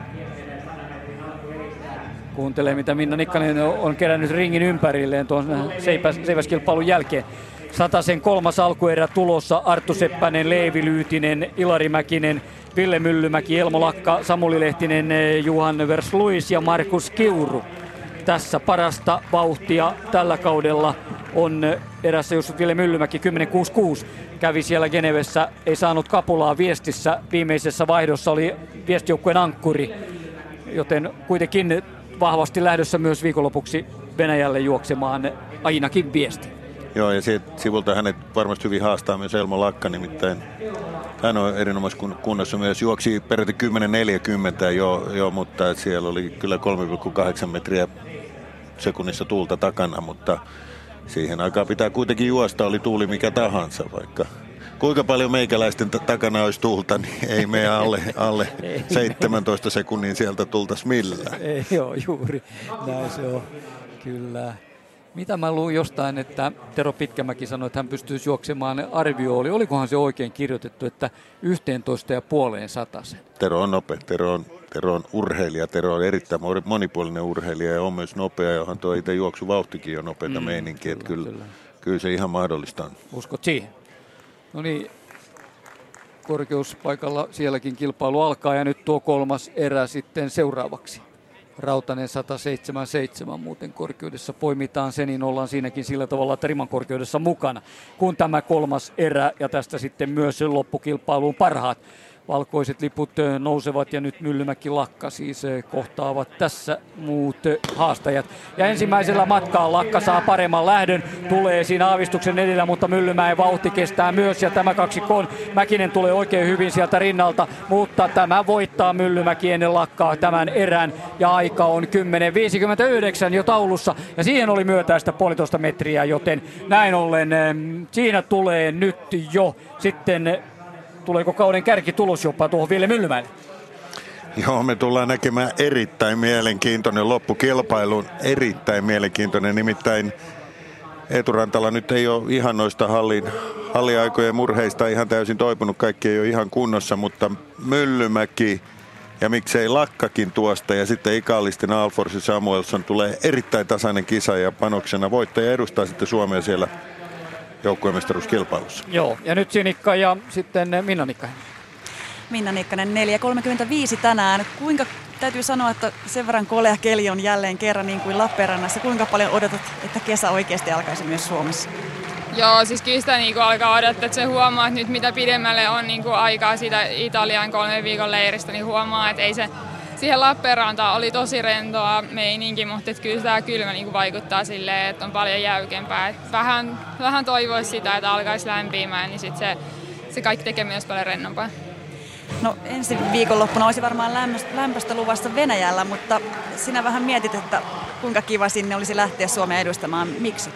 Kuuntelee, mitä Minna Nikkanen on kerännyt ringin ympärilleen tuon seipäs, seiväskilpailun jälkeen. Satasen kolmas alkuerä tulossa. Arttu Seppänen, Leevi Lyytinen, Ilari Mäkinen, Ville Myllymäki, Elmo Lakka, Samuli Lehtinen, Juhan Versluis ja Markus Kiuru. Tässä parasta vauhtia tällä kaudella on erässä just Ville Myllymäki, kymmenen kuusikymmentäkuusi. Kävi siellä Genevessä, ei saanut kapulaa viestissä. Viimeisessä vaihdossa oli viestijoukkueen ankkuri, joten kuitenkin vahvasti lähdössä myös viikonlopuksi Venäjälle juoksemaan ainakin viesti. Joo, ja siitä sivulta hänet varmasti hyvin haastaa myös Elmo Lakka, nimittäin hän on erinomaisessa kunnossa myös. Juoksi peräti kymmenen neljäkymmentä jo, jo, mutta siellä oli kyllä kolme pilkku kahdeksan metriä sekunnissa tuulta takana, mutta siihen aikaan pitää kuitenkin juosta, oli tuuli mikä tahansa, vaikka kuinka paljon meikäläisten t- takana olisi tuulta, niin ei me alle, alle seitsemäntoista sekunnin sieltä tultaisi millään. Ei, joo, juuri näin se on, kyllä. Mitä mä luin jostain, että Tero Pitkämäki sanoi, että hän pystyisi juoksemaan, arvio oli, olikohan se oikein kirjoitettu, että yksitoista ja puoleen satasen. Tero on nopea, Tero on, Tero on urheilija, Tero on erittäin monipuolinen urheilija ja on myös nopea, johon tuo itse juoksuvauhtikin on nopeata mm, meininkiä, että kyllä, kyllä, kyllä se ihan mahdollista on. Uskot siihen? No niin, korkeuspaikalla sielläkin kilpailu alkaa ja nyt tuo kolmas erä sitten seuraavaksi. Rautanen sata seitsemänkymmentäseitsemän muuten korkeudessa poimitaan se, niin ollaan siinäkin sillä tavalla, että riman korkeudessa mukana. Kun tämä kolmas erä ja tästä sitten myös loppukilpailuun parhaat valkoiset liput nousevat ja nyt Myllymäki Lakka siis kohtaavat tässä muut haastajat. Ja ensimmäisellä matkaa Lakka saa paremman lähdön, tulee siinä aavistuksen edellä, mutta Myllymäen vauhti kestää myös ja tämä kaksikon Mäkinen tulee oikein hyvin sieltä rinnalta, mutta tämä voittaa Myllymäki ennen Lakkaa tämän erän ja aika on kymmenen viisikymmentäyhdeksän jo taulussa ja siihen oli myötäistä puolitoista metriä, joten näin ollen siinä tulee nyt jo sitten. Tuleeko kauden kärkitulos jopa tuohon Ville Myllymäelle? Joo, me tullaan näkemään erittäin mielenkiintoinen loppukilpailu. Erittäin mielenkiintoinen, nimittäin Eetu Rantala nyt ei ole ihan noista hallin, halliaikojen murheista ihan täysin toipunut. Kaikki ei ole ihan kunnossa, mutta Myllymäki ja miksei Lakkakin tuosta ja sitten ikallisten Alfors ja Samuelson tulee erittäin tasainen kisa ja panoksena voittaja edustaa sitten Suomea siellä joukkuemestaruuskilpailussa. Joo, ja nyt Sinikka ja sitten Minna Nikkanen. Minna Nikkanen neljä kolmekymmentäviisi tänään. Kuinka, täytyy sanoa, että sen verran kolea keli on jälleen kerran niin kuin Lappeenrannassa. Kuinka paljon odotat, että kesä oikeasti alkaisi myös Suomessa? Joo, siis kyllä sitä niin alkaa odottaa, että se huomaa, että nyt mitä pidemmälle on niin aikaa siitä Italian kolmen viikon leiristä, niin huomaa, että ei se siihen Lappeenrantaan oli tosi rentoa meininki, mutta että kyllä tämä kylmä niin vaikuttaa silleen, että on paljon jäykempää. Että vähän, vähän toivoisi sitä, että alkaisi lämpimään, niin sit se, se kaikki tekee myös paljon rennompaa. No ensi viikonloppuna olisi varmaan lämpöistä luvassa Venäjällä, mutta sinä vähän mietit, että kuinka kiva sinne olisi lähteä Suomea edustamaan. Miksi?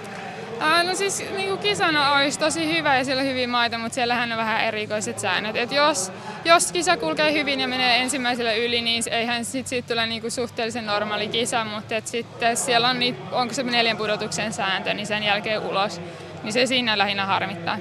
Ää, no siis niin kisana olisi tosi hyvä ja siellä on hyviä maita, mutta siellähän on vähän erikoiset säännöt. Et jos, jos kisa kulkee hyvin ja menee ensimmäisellä yli, niin eihän sit, sit tule niin suhteellisen normaali kisa, mutta et sitten siellä on, niitä, onko se neljän pudotuksen sääntö, niin sen jälkeen ulos. Niin se siinä lähinnä harmittaa.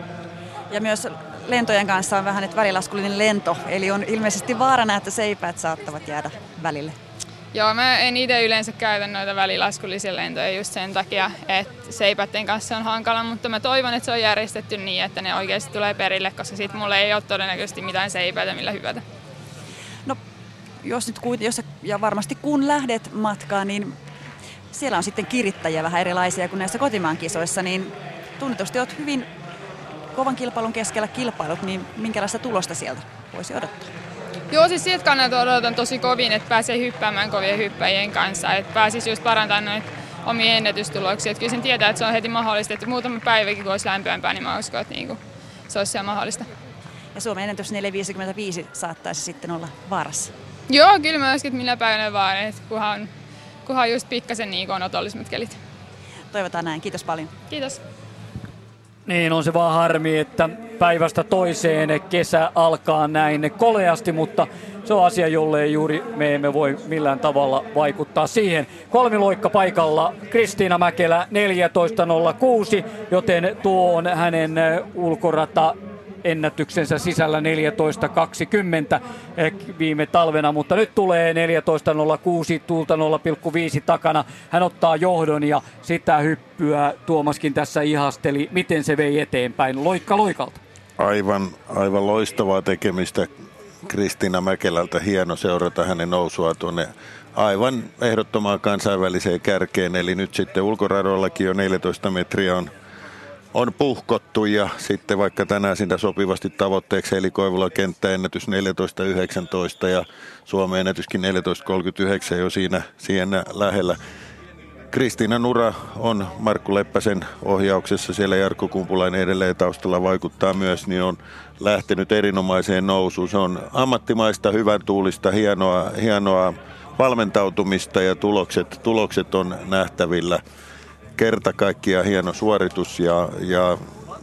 Ja myös lentojen kanssa on vähän välilaskullinen lento, eli on ilmeisesti vaarana, että seipäät saattavat jäädä välille. Joo, mä en itse yleensä käytä noita välilaskullisia lentoja just sen takia, että seipätten kanssa on hankala, mutta mä toivon, että se on järjestetty niin, että ne oikeasti tulee perille, koska sit mulla ei ole todennäköisesti mitään seipäitä, millä hyvätä. No, jos nyt jos, ja varmasti kun lähdet matkaan, niin siellä on sitten kirittäjiä vähän erilaisia kuin näissä kotimaan kisoissa, niin tunnetusti olet hyvin kovan kilpailun keskellä kilpailut, niin minkälaista tulosta sieltä voisi odottaa? Joo, siis siitä kannalta odotan tosi kovin, että pääsee hyppäämään kovien hyppäjien kanssa, että pääsisi just parantamaan noita omia ennätystuloksia. Että kyllä sen tietää, että se on heti mahdollista, että muutama päiväkin kun olisi lämpimämpää, niin mä uskon, että niinku, se olisi siellä mahdollista. Ja Suomen ennätys neljä viisikymmentäviisi saattaisi sitten olla vaarassa? Joo, kyllä mä uskon, että millä päivänä vaan, että kunhan, kunhan just pikkasen niin on otollisemmat kelit. Toivotaan näin. Kiitos paljon. Kiitos. Niin on se vaan harmi, että päivästä toiseen kesä alkaa näin koleasti, mutta se on asia, jolle juuri me emme voi millään tavalla vaikuttaa siihen. Kolmiloikka paikalla Kristiina Mäkelä neljätoista nolla kuusi, joten tuo on hänen ulkorata ennätyksensä sisällä neljätoista kaksikymmentä viime talvena, mutta nyt tulee neljätoista nolla kuusi, tuulta nolla pilkku viisi takana. Hän ottaa johdon ja sitä hyppyä Tuomaskin tässä ihasteli. Miten se vei eteenpäin loikka loikalta? Aivan, aivan loistavaa tekemistä Kristiina Mäkelältä. Hieno seurata hänen nousua tuonne aivan ehdottomaan kansainväliseen kärkeen. Eli nyt sitten ulkoradoillakin jo neljätoista metriä on On puhkottu ja sitten vaikka tänään siinä sopivasti tavoitteeksi eli Koivulan kenttäennätys neljätoista yhdeksäntoista ja Suomen ennätyskin neljätoista kolmekymmentäyhdeksän jo siinä, siinä lähellä. Kristiinan ura on Markku Leppäsen ohjauksessa, siellä Jarkko Kumpulainen edelleen taustalla vaikuttaa myös, niin on lähtenyt erinomaiseen nousuun. Se on ammattimaista, hyvän tuulista, hienoa, hienoa valmentautumista ja tulokset, tulokset on nähtävillä. Kerta kaikkiaan hieno suoritus ja, ja,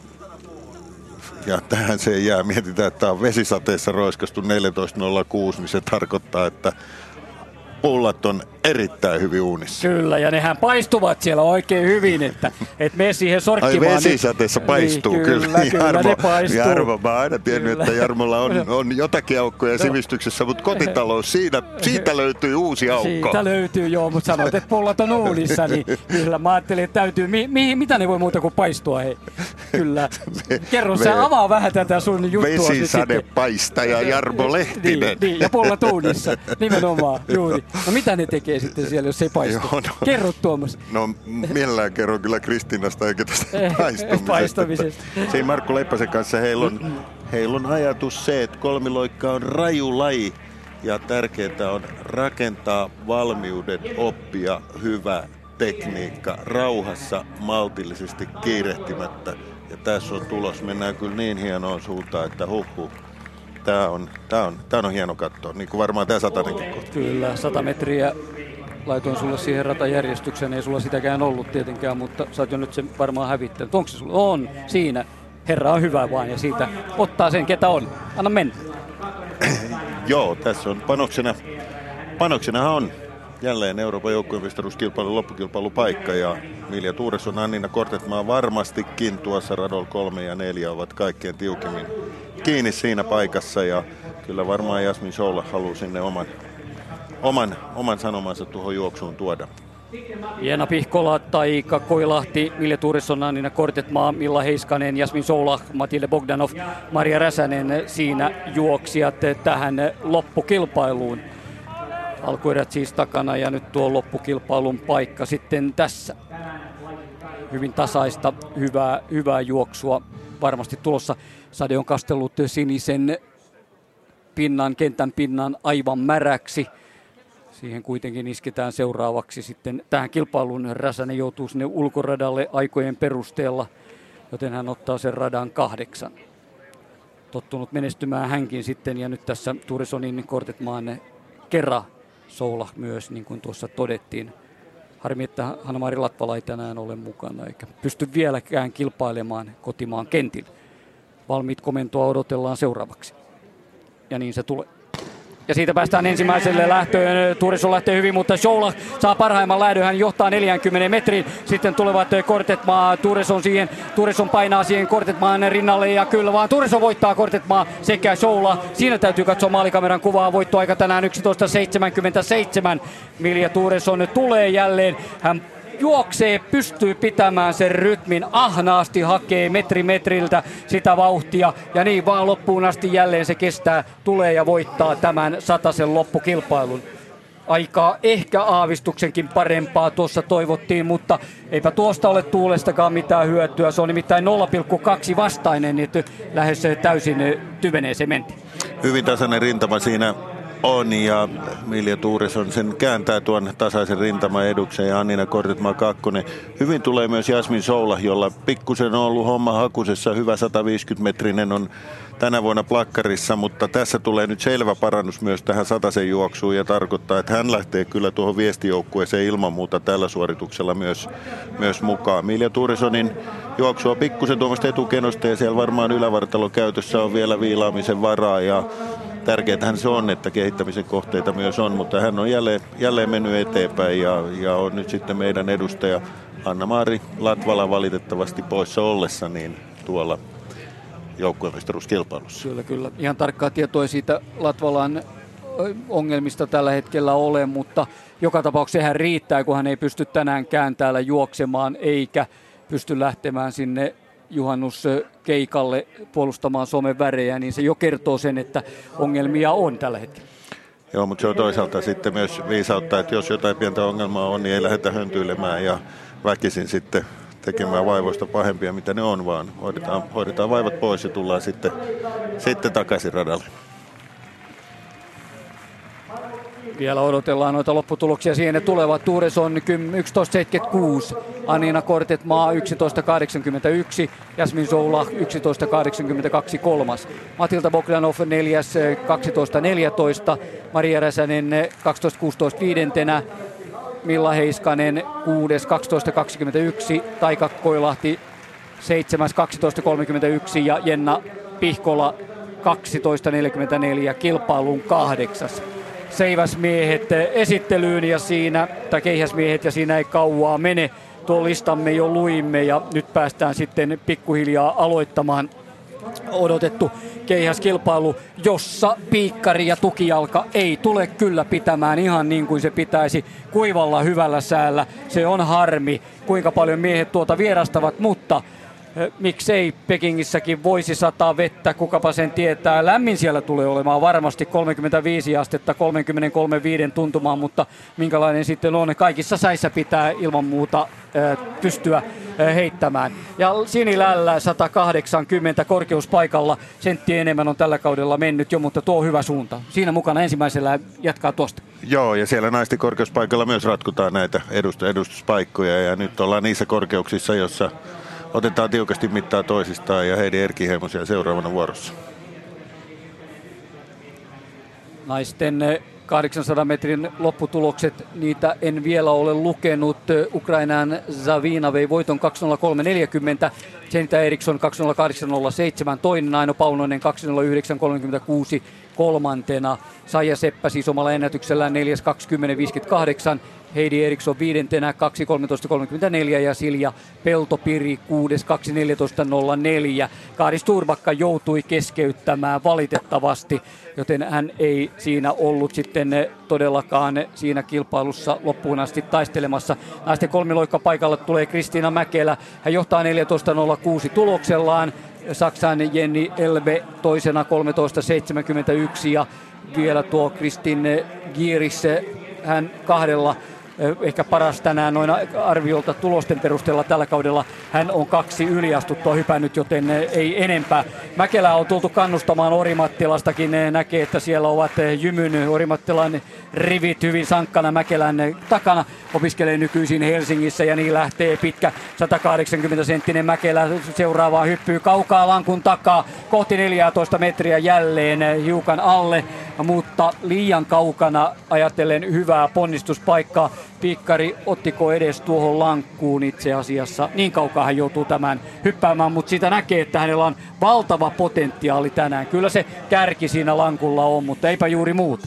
ja tähän se ei jää. Mietitään, että tämä on vesisateessa roiskastu neljätoista nolla kuusi, niin se tarkoittaa, että pullat on erittäin hyvin uunissa. Kyllä, ja nehän paistuvat siellä oikein hyvin, että et mene siihen sorkkimaan. Ai vesisateessa paistuu, niin, kyllä. Kyllä, kyllä Jarmo, ne paistuu. Jarmo, mä oon aina tiennyt, kyllä, että Jarmolla on, on jotakin aukkoja sivistyksessä, mutta kotitalous, siinä, siitä löytyy uusi aukko. Siitä löytyy, joo, mutta sanoit, että pullat on uunissa, niin kyllä mä ajattelin, että täytyy, mi, mi, mitä ne voi muuta kuin paistua, hei. Kyllä. Kerro, me, sä avaa vähän tätä sun juttua. Vesisadepaistaja Jarmo Lehtinen. Niin, niin, ja pullat uunissa, nimenomaan, juuri. No mitä ne tekee sitten siellä, jos ei paistu? Joo, no, kerro Tuomas. No mielellään kerron kyllä Kristiinasta eikä tästä paistumisesta. paistumisesta. Siinä Markku Leppäsen kanssa heillä on, heillä on ajatus se, että kolmiloikka on raju laji ja tärkeää on rakentaa valmiudet, oppia hyvä tekniikka rauhassa, maltillisesti, kiirehtimättä. Ja tässä on tulos. Mennään kyllä niin hienoon suuntaan, että huhhuh. Tämä on, tää on, tää on hieno katsoa, niin kuin varmaan tämä satanenkin kohta. Kyllä, sata metriä laitoin sulle siihen ratajärjestykseen, ei sulla sitäkään ollut tietenkään, mutta sä oot jo nyt sen varmaan hävittänyt. Onko se sulla? On, siinä. Herra on hyvä vaan ja siitä ottaa sen, ketä on. Anna mennä. Joo, tässä on panoksena. Panoksenahan on jälleen Euroopan joukkueen mestaruuskilpailun loppukilpailupaikka ja Milja Tuuresson, Annina Kortetmaa varmastikin tuossa radolla kolme ja neljä ovat kaikkein tiukimmin kiinni siinä paikassa ja kyllä varmaan Jasmin Soula haluaa sinne oman, oman, oman sanomansa tuohon juoksuun tuoda. Jeena Pihkola, Taika Koilahti, Milja Tuuresson, Annina Kortetmaa, Milla Heiskanen, Jasmin Soula, Matilde Bogdanov, Maria Räsänen siinä juoksijat tähän loppukilpailuun. Alkuerät siis takana ja nyt tuo loppukilpailun paikka sitten tässä. Hyvin tasaista, hyvää, hyvää juoksua varmasti tulossa. Sade on kastellut sinisen pinnan, kentän pinnan aivan märäksi. Siihen kuitenkin isketään seuraavaksi sitten tähän kilpailuun. Räsänen joutuu sinne ulkoradalle aikojen perusteella, joten hän ottaa sen radan kahdeksan. Tottunut menestymään hänkin sitten ja nyt tässä Tuuressonin Kortetmaan kerran. Soula myös, niin kuin tuossa todettiin. Harmi, että Hanna-Mari Latvala ei tänään ole mukana, eikä pysty vieläkään kilpailemaan kotimaan kentillä. Valmiit komentoa odotellaan seuraavaksi. Ja niin se tulee. Ja siitä päästään ensimmäiselle lähtöön. Tuuresson lähtee hyvin, mutta Soula saa parhaimman lähdön. Hän johtaa neljäkymmentä metriin. Sitten tulevat Kortetmaa. Tuuresson siihen. Tuuresson painaa siihen Kortetmaan rinnalle ja kyllä vaan Tuuresson voittaa Kortetmaa sekä Soula. Siinä täytyy katsoa maalikameran kuvaa. Voittoaika tänään yksitoista seitsemänkymmentäseitsemän. Milja Tuuresson tulee jälleen. Hän juoksee, pystyy pitämään sen rytmin, ahnaasti hakee metri metriltä sitä vauhtia ja niin vaan loppuun asti jälleen se kestää, tulee ja voittaa tämän satasen loppukilpailun. Aikaa ehkä aavistuksenkin parempaa tuossa toivottiin, mutta eipä tuosta ole tuulestakaan mitään hyötyä. Se on nimittäin nolla pilkku kaksi vastainen, niin lähes täysin tyveneeseen menti. Hyvin tasainen rintama siinä on ja Milja Tuuresson sen kääntää tuon tasaisen rintaman eduksen ja Annina Kortetmaa kakkonen. Hyvin tulee myös Jasmin Soula, jolla pikkusen on ollut homma hakusessa. Hyvä sataviisikymmentä metrinen on tänä vuonna plakkarissa, mutta tässä tulee nyt selvä parannus myös tähän satasen juoksuun ja tarkoittaa, että hän lähtee kyllä tuohon viestijoukkueeseen ilman muuta tällä suorituksella myös, myös mukaan. Milja Tuuressonin juoksua pikkusen tuommoista etukenosta ja siellä varmaan ylävartalon käytössä on vielä viilaamisen varaa ja tärkeätähän se on, että kehittämisen kohteita myös on, mutta hän on jälleen, jälleen mennyt eteenpäin ja, ja on nyt sitten meidän edustaja Anna-Maari Latvala valitettavasti poissa ollessa niin tuolla joukkuemestaruuskilpailussa. Kyllä, kyllä. Ihan tarkkaa tietoa siitä Latvalan ongelmista tällä hetkellä ole, mutta joka tapauksessa sehän riittää, kun hän ei pysty tänäänkään täällä juoksemaan eikä pysty lähtemään sinne juhannuskeikalle puolustamaan Suomen värejä, niin se jo kertoo sen, että ongelmia on tällä hetkellä. Joo, mutta se on toisaalta sitten myös viisautta, että jos jotain pientä ongelmaa on, niin ei lähdetä höntyilemään ja väkisin sitten tekemään vaivoista pahempia, mitä ne on, vaan hoidetaan, hoidetaan vaivat pois ja tullaan sitten, sitten takaisin radalle. Vielä odotellaan noita lopputuloksia. Siihen ne tulevat. Tuures on yksitoista seitsemänkymmentäkuusi, Anina Kortetmaa yksitoista kahdeksankymmentäyksi, Jasmin Zoula yksitoista kahdeksankymmentäkaksi kolmas. Matilda Bogdanov neljäs kaksitoista neljätoista, Maria Räsänen kaksitoista kuusitoista viidentenä, Milla Heiskanen kuudes kaksitoista kaksikymmentäyksi, Taika Koilahti seitsemäs kaksitoista kolmekymmentäyksi ja Jenna Pihkola kaksitoista neljäkymmentäneljä, kilpailun kahdeksas. Seiväsmiehet esittelyyn ja siinä, tai keihäsmiehet ja siinä ei kauaa mene. Tuo listamme jo luimme ja nyt päästään sitten pikkuhiljaa aloittamaan odotettu keihäskilpailu, jossa piikkari ja tukijalka ei tule kyllä pitämään ihan niin kuin se pitäisi kuivalla hyvällä säällä. Se on harmi, kuinka paljon miehet tuota vierastavat, mutta miksei Pekingissäkin voisi sataa vettä, kukapa sen tietää. Lämmin siellä tulee olemaan varmasti kolmekymmentäviisi astetta, kolmekymmentäkolme pilkku viisi tuntumaan, mutta minkälainen sitten on. Kaikissa säissä pitää ilman muuta äh, pystyä äh, heittämään. Ja Sinilällä sata kahdeksankymmentä korkeuspaikalla, sentti enemmän on tällä kaudella mennyt jo, mutta tuo on hyvä suunta. Siinä mukana ensimmäisellä jatkaa tuosta. Joo, ja siellä naisten korkeuspaikalla myös ratkotaan näitä edust- edustuspaikkoja ja nyt ollaan niissä korkeuksissa, jossa otetaan tiukasti mittaa toisistaan ja Heidi Erkiheimo siellä seuraavana vuorossa. Naisten kahdeksansadan metrin lopputulokset, niitä en vielä ole lukenut. Ukrainan Zavina vei voiton kaksi nolla kolme neljäkymmentä, Jenita Eriksson kaksi nolla kahdeksan nolla seitsemän, toinen Aino Paunonen kaksi nolla yhdeksän kolmekymmentäkuusi kolmantena. Saija Seppä siis omalla ennätyksellään neljäs kaksikymmentä viisikymmentäkahdeksan, Heidi Eriksson viidentenä kaksi kolmetoista kolmekymmentäneljä ja Silja Peltopiri kuudes kaksi neljätoista nolla neljä. Kaari Sturbakka joutui keskeyttämään valitettavasti, joten hän ei siinä ollut sitten todellakaan siinä kilpailussa loppuun asti taistelemassa. Naisten kolmiloikkapaikalle tulee Kristiina Mäkelä. Hän johtaa neljätoista nolla kuusi tuloksellaan. Saksan Jenni Elbe toisena kolmetoista seitsemänkymmentäyksi ja vielä tuo Kristin Gieris, hän kahdella ehkä paras tänään noin arviolta tulosten perusteella tällä kaudella. Hän on kaksi yliastuttua hypännyt, joten ei enempää. Mäkelää on tultu kannustamaan Orimattilastakin. Näkee, että siellä ovat Jymyn Orimattilan rivit hyvin sankkana Mäkelän takana. Opiskelee nykyisin Helsingissä ja niin lähtee pitkä sata kahdeksankymmentä senttinen Mäkelä seuraavaan hyppyy kaukaa lankun takaa kohti neljätoista metriä jälleen hiukan alle, mutta liian kaukana ajatellen hyvää ponnistuspaikkaa. Piikkari ottiko edes tuohon lankkuun itse asiassa? Niin kaukaa hän joutuu tämän hyppäämään, mutta siitä näkee, että hänellä on valtava potentiaali tänään. Kyllä se kärki siinä lankulla on, mutta eipä juuri muuta.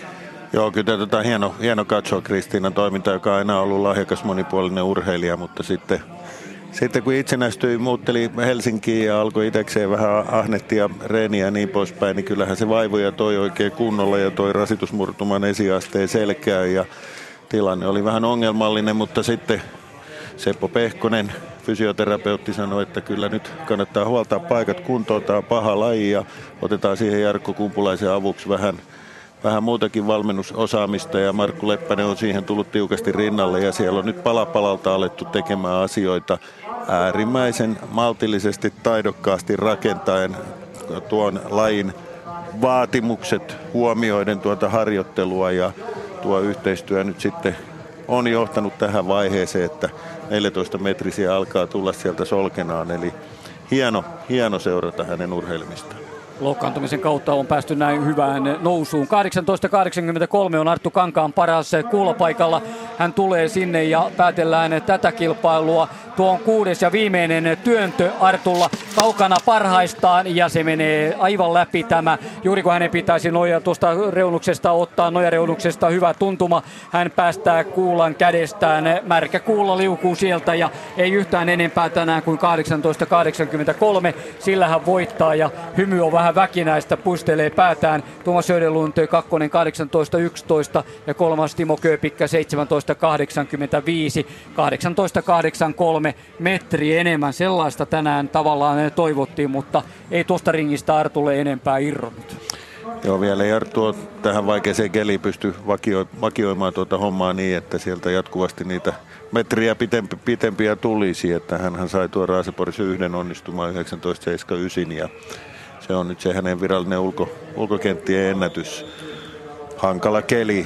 Joo, kyllä tätä on hieno, hieno katsoa Kristiinan toiminta, joka on aina ollut lahjakas monipuolinen urheilija, mutta sitten, sitten kun itsenäistyi, muutteli Helsinkiin ja alkoi itsekseen vähän ahnettia reeniä ja niin poispäin, niin kyllähän se vaivoja toi oikein kunnolla ja toi rasitusmurtuman esiasteen selkään ja tilanne oli vähän ongelmallinen, mutta sitten Seppo Pehkonen, fysioterapeutti, sanoi, että kyllä nyt kannattaa huoltaa paikat kuntoon, tämä on paha laji ja otetaan siihen Jarkko Kumpulaisen avuksi vähän, vähän muutakin valmennusosaamista ja Markku Leppänen on siihen tullut tiukasti rinnalle ja siellä on nyt pala palalta alettu tekemään asioita äärimmäisen maltillisesti, taidokkaasti rakentaen tuon lajin vaatimukset huomioiden tuota harjoittelua ja tuo yhteistyö nyt sitten on johtanut tähän vaiheeseen, että neljätoista metrisiä alkaa tulla sieltä solkenaan, eli hieno, hieno seurata hänen urheilemistaan. Loukkaantumisen kautta on päästy näin hyvään nousuun. kahdeksantoista kahdeksankymmentäkolme on Arttu Kankaan paras kuulopaikalla. hän tulee sinne ja päätellään tätä kilpailua. Tuo on kuudes ja viimeinen työntö Artulla kaukana parhaistaan ja se menee aivan läpi tämä. Juuri kun hänen pitäisi noja tuosta reunuksesta ottaa, nojareunuksesta hyvä tuntuma. Hän päästää kuulan kädestään. Märkä kuulla liukuu sieltä ja ei yhtään enempää tänään kuin kahdeksantoista kahdeksankymmentäkolme. Sillä hän voittaa ja hymy on vähän väkinäistä, puistelee päätään. Tuomas Söderlund kakkonen kahdeksantoista yksitoista ja kolmas Timo Kööpikkä seitsemäntoista kahdeksankymmentäviisi. kahdeksantoista kahdeksankymmentäkolme metri enemmän. Sellaista tänään tavallaan toivottiin, mutta ei tuosta ringistä Artulle enempää irronnut. Joo, vielä ei Arttu tähän vaikeaseen keliin pysty vakio, vakioimaan tuota hommaa niin, että sieltä jatkuvasti niitä metriä pitempi, pitempiä tulisi. Että hänhän sai tuon Raaseporissa yhden onnistumaan yhdeksäntoista seitsemänkymmentäyhdeksän ja se on nyt se hänen virallinen ulko, ulkokenttien ennätys. Hankala keli.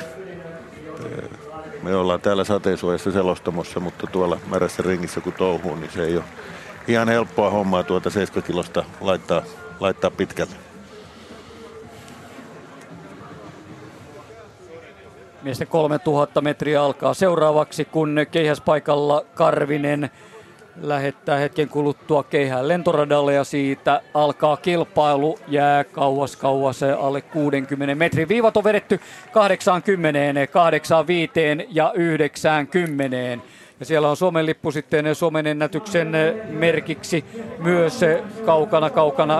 Me ollaan täällä sateensuojassa selostamossa, mutta tuolla märässä ringissä kun touhuu, niin se ei ole ihan helppoa hommaa tuota seitsemän kilosta laittaa, laittaa pitkälle. Miesten kolmetuhatta metriä alkaa seuraavaksi, kun keihäspaikalla Karvinen lähettää hetken kuluttua keihään lentoradalle ja siitä alkaa kilpailu. Jää kauas kauas alle kuudenkymmenen metrin. Viivat on vedetty kahdeksankymmentä, kahdeksankymmentäviisi ja yhdeksänkymmentä. Ja siellä on Suomen lippu sitten Suomen ennätyksen merkiksi myös kaukana kaukana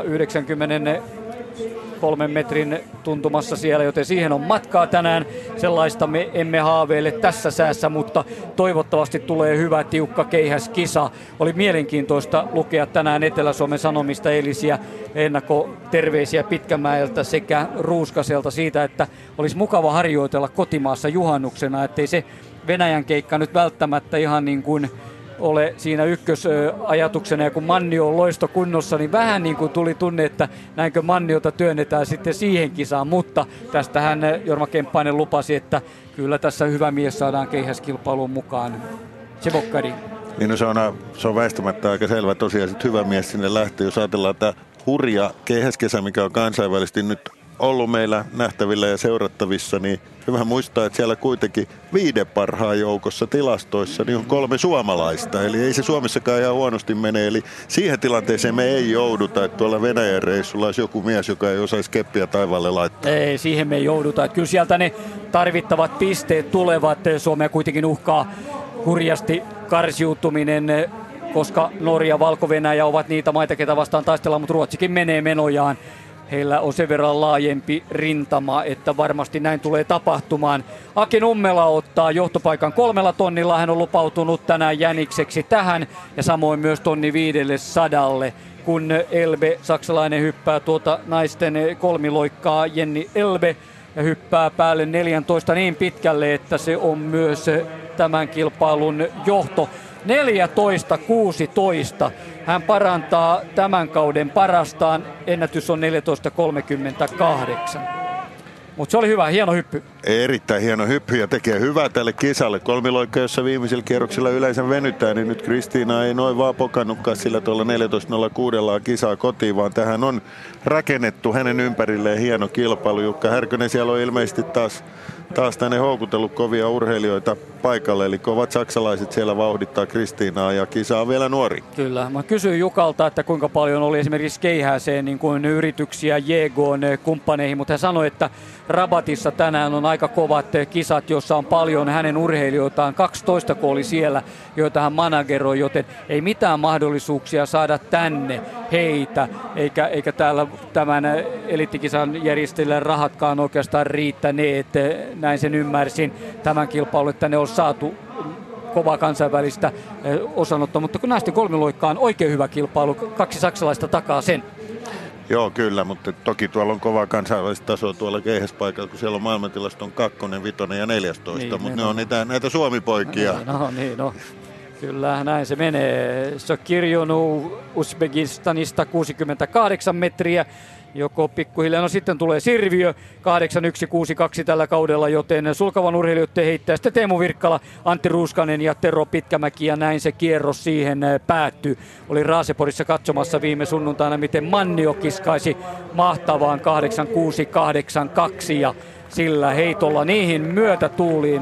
yhdeksänkymmentäkolmen metrin tuntumassa siellä, joten siihen on matkaa tänään. Sellaista me emme haaveile tässä säässä, mutta toivottavasti tulee hyvä tiukka keihäskisa. Oli mielenkiintoista lukea tänään Etelä-Suomen Sanomista eilisiä ennakkoterveisiä Pitkämäeltä sekä Ruuskaselta siitä, että olisi mukava harjoitella kotimaassa juhannuksena, ettei se Venäjän keikka nyt välttämättä ihan niin kuin ole siinä ykkösajatuksena, ja kun Mannio on loistokunnossa, niin vähän niin kuin tuli tunne, että näinkö Manniota työnnetään sitten siihen kisaan, mutta tästähän Jorma Kemppainen lupasi, että kyllä tässä hyvä mies saadaan keihäskilpailuun mukaan. Tsevokkari. Niin no se on, se on väistämättä aika selvä tosiaan, että hyvä mies sinne lähtee, jos ajatellaan tämä hurja keihäskesä, mikä on kansainvälisesti nyt ollut meillä nähtävillä ja seurattavissa, niin hyvä muistaa, että siellä kuitenkin viiden parhaan joukossa tilastoissa niin on kolme suomalaista. Eli ei se Suomessakaan ihan huonosti mene. Eli siihen tilanteeseen me ei jouduta, että tuolla Venäjän reissulla olisi joku mies, joka ei osaisi keppiä taivaalle laittaa. Ei, siihen me ei jouduta. Että kyllä sieltä ne tarvittavat pisteet tulevat. Suomea kuitenkin uhkaa hurjasti karsiutuminen, koska Norja ja Valko-Venäjä ovat niitä maita, ketä vastaan taistellaan, mutta Ruotsikin menee menojaan. Heillä on sen verran laajempi rintama, että varmasti näin tulee tapahtumaan. Aki Nummela ottaa johtopaikan kolmella tonnilla. Hän on lupautunut tänään jänikseksi tähän ja samoin myös tonni viidelle sadalle. Kun Elbe, saksalainen, hyppää tuota naisten kolmiloikkaa, Jenni Elbe, ja hyppää päälle neljätoista niin pitkälle, että se on myös tämän kilpailun johto. neljätoista kuusitoista. Hän parantaa tämän kauden parastaan. Ennätys on neljätoista kolmekymmentäkahdeksan. Mutta se oli hyvä, hieno hyppy. Erittäin hieno hyppy ja tekee hyvää tälle kisalle. Kolmiloikka, jossa viimeisellä kierroksella yleensä venytään, niin nyt Kristiina ei noin vaan pokannutkaan sillä tuolla neljätoista nolla kuusi kisaa kotiin, vaan tähän on rakennettu hänen ympärilleen hieno kilpailu. Jukka Härkönen siellä on ilmeisesti taas, taas tänne houkutellut kovia urheilijoita paikalle, eli kovat saksalaiset siellä vauhdittaa Kristiinaa ja kisa on vielä nuori. Kyllä, mä kysyin Jukalta, että kuinka paljon oli esimerkiksi keihääseen niin kuin yrityksiä J G:n kumppaneihin, mutta hän sanoi, että Rabatissa tänään on aika kovat kisat, jossa on paljon hänen urheilijoitaan, kaksitoista kun oli siellä, joita hän manageroi, joten ei mitään mahdollisuuksia saada tänne heitä, eikä, eikä täällä tämän eliittikisan järjestäjille rahatkaan oikeastaan riittäneet, näin sen ymmärsin tämän kilpailun, että ne on saatu kovaa kansainvälistä osanottoa, mutta kun naisten kolmiloikka on oikein hyvä kilpailu, kaksi saksalaista takaa sen. Joo, kyllä, mutta toki tuolla on kovaa kansainvälistä tasoa tuolla keihäspaikalla, kun siellä on maailmantilaston kakkonen, vitonen ja neljästoista, niin, mutta ne on, on niitä, näitä Suomi-poikia. No, no niin, no. Kyllä, näin se menee. Sokirjonu Uzbekistanista kuusikymmentäkahdeksan metriä. Joko pikkuhiljaa, no sitten tulee Sirviö, kahdeksan yksi kuusi kaksi tällä kaudella, joten sulkavan urheilijoiden heittää sitten Teemu Virkkala, Antti Ruuskanen ja Tero Pitkämäki, ja näin se kierros siihen päättyy. Oli Raaseporissa katsomassa viime sunnuntaina, miten Mannio kiskaisi mahtavaan kahdeksan kuusi kahdeksan kaksi, ja sillä heitolla niihin myötätuuliin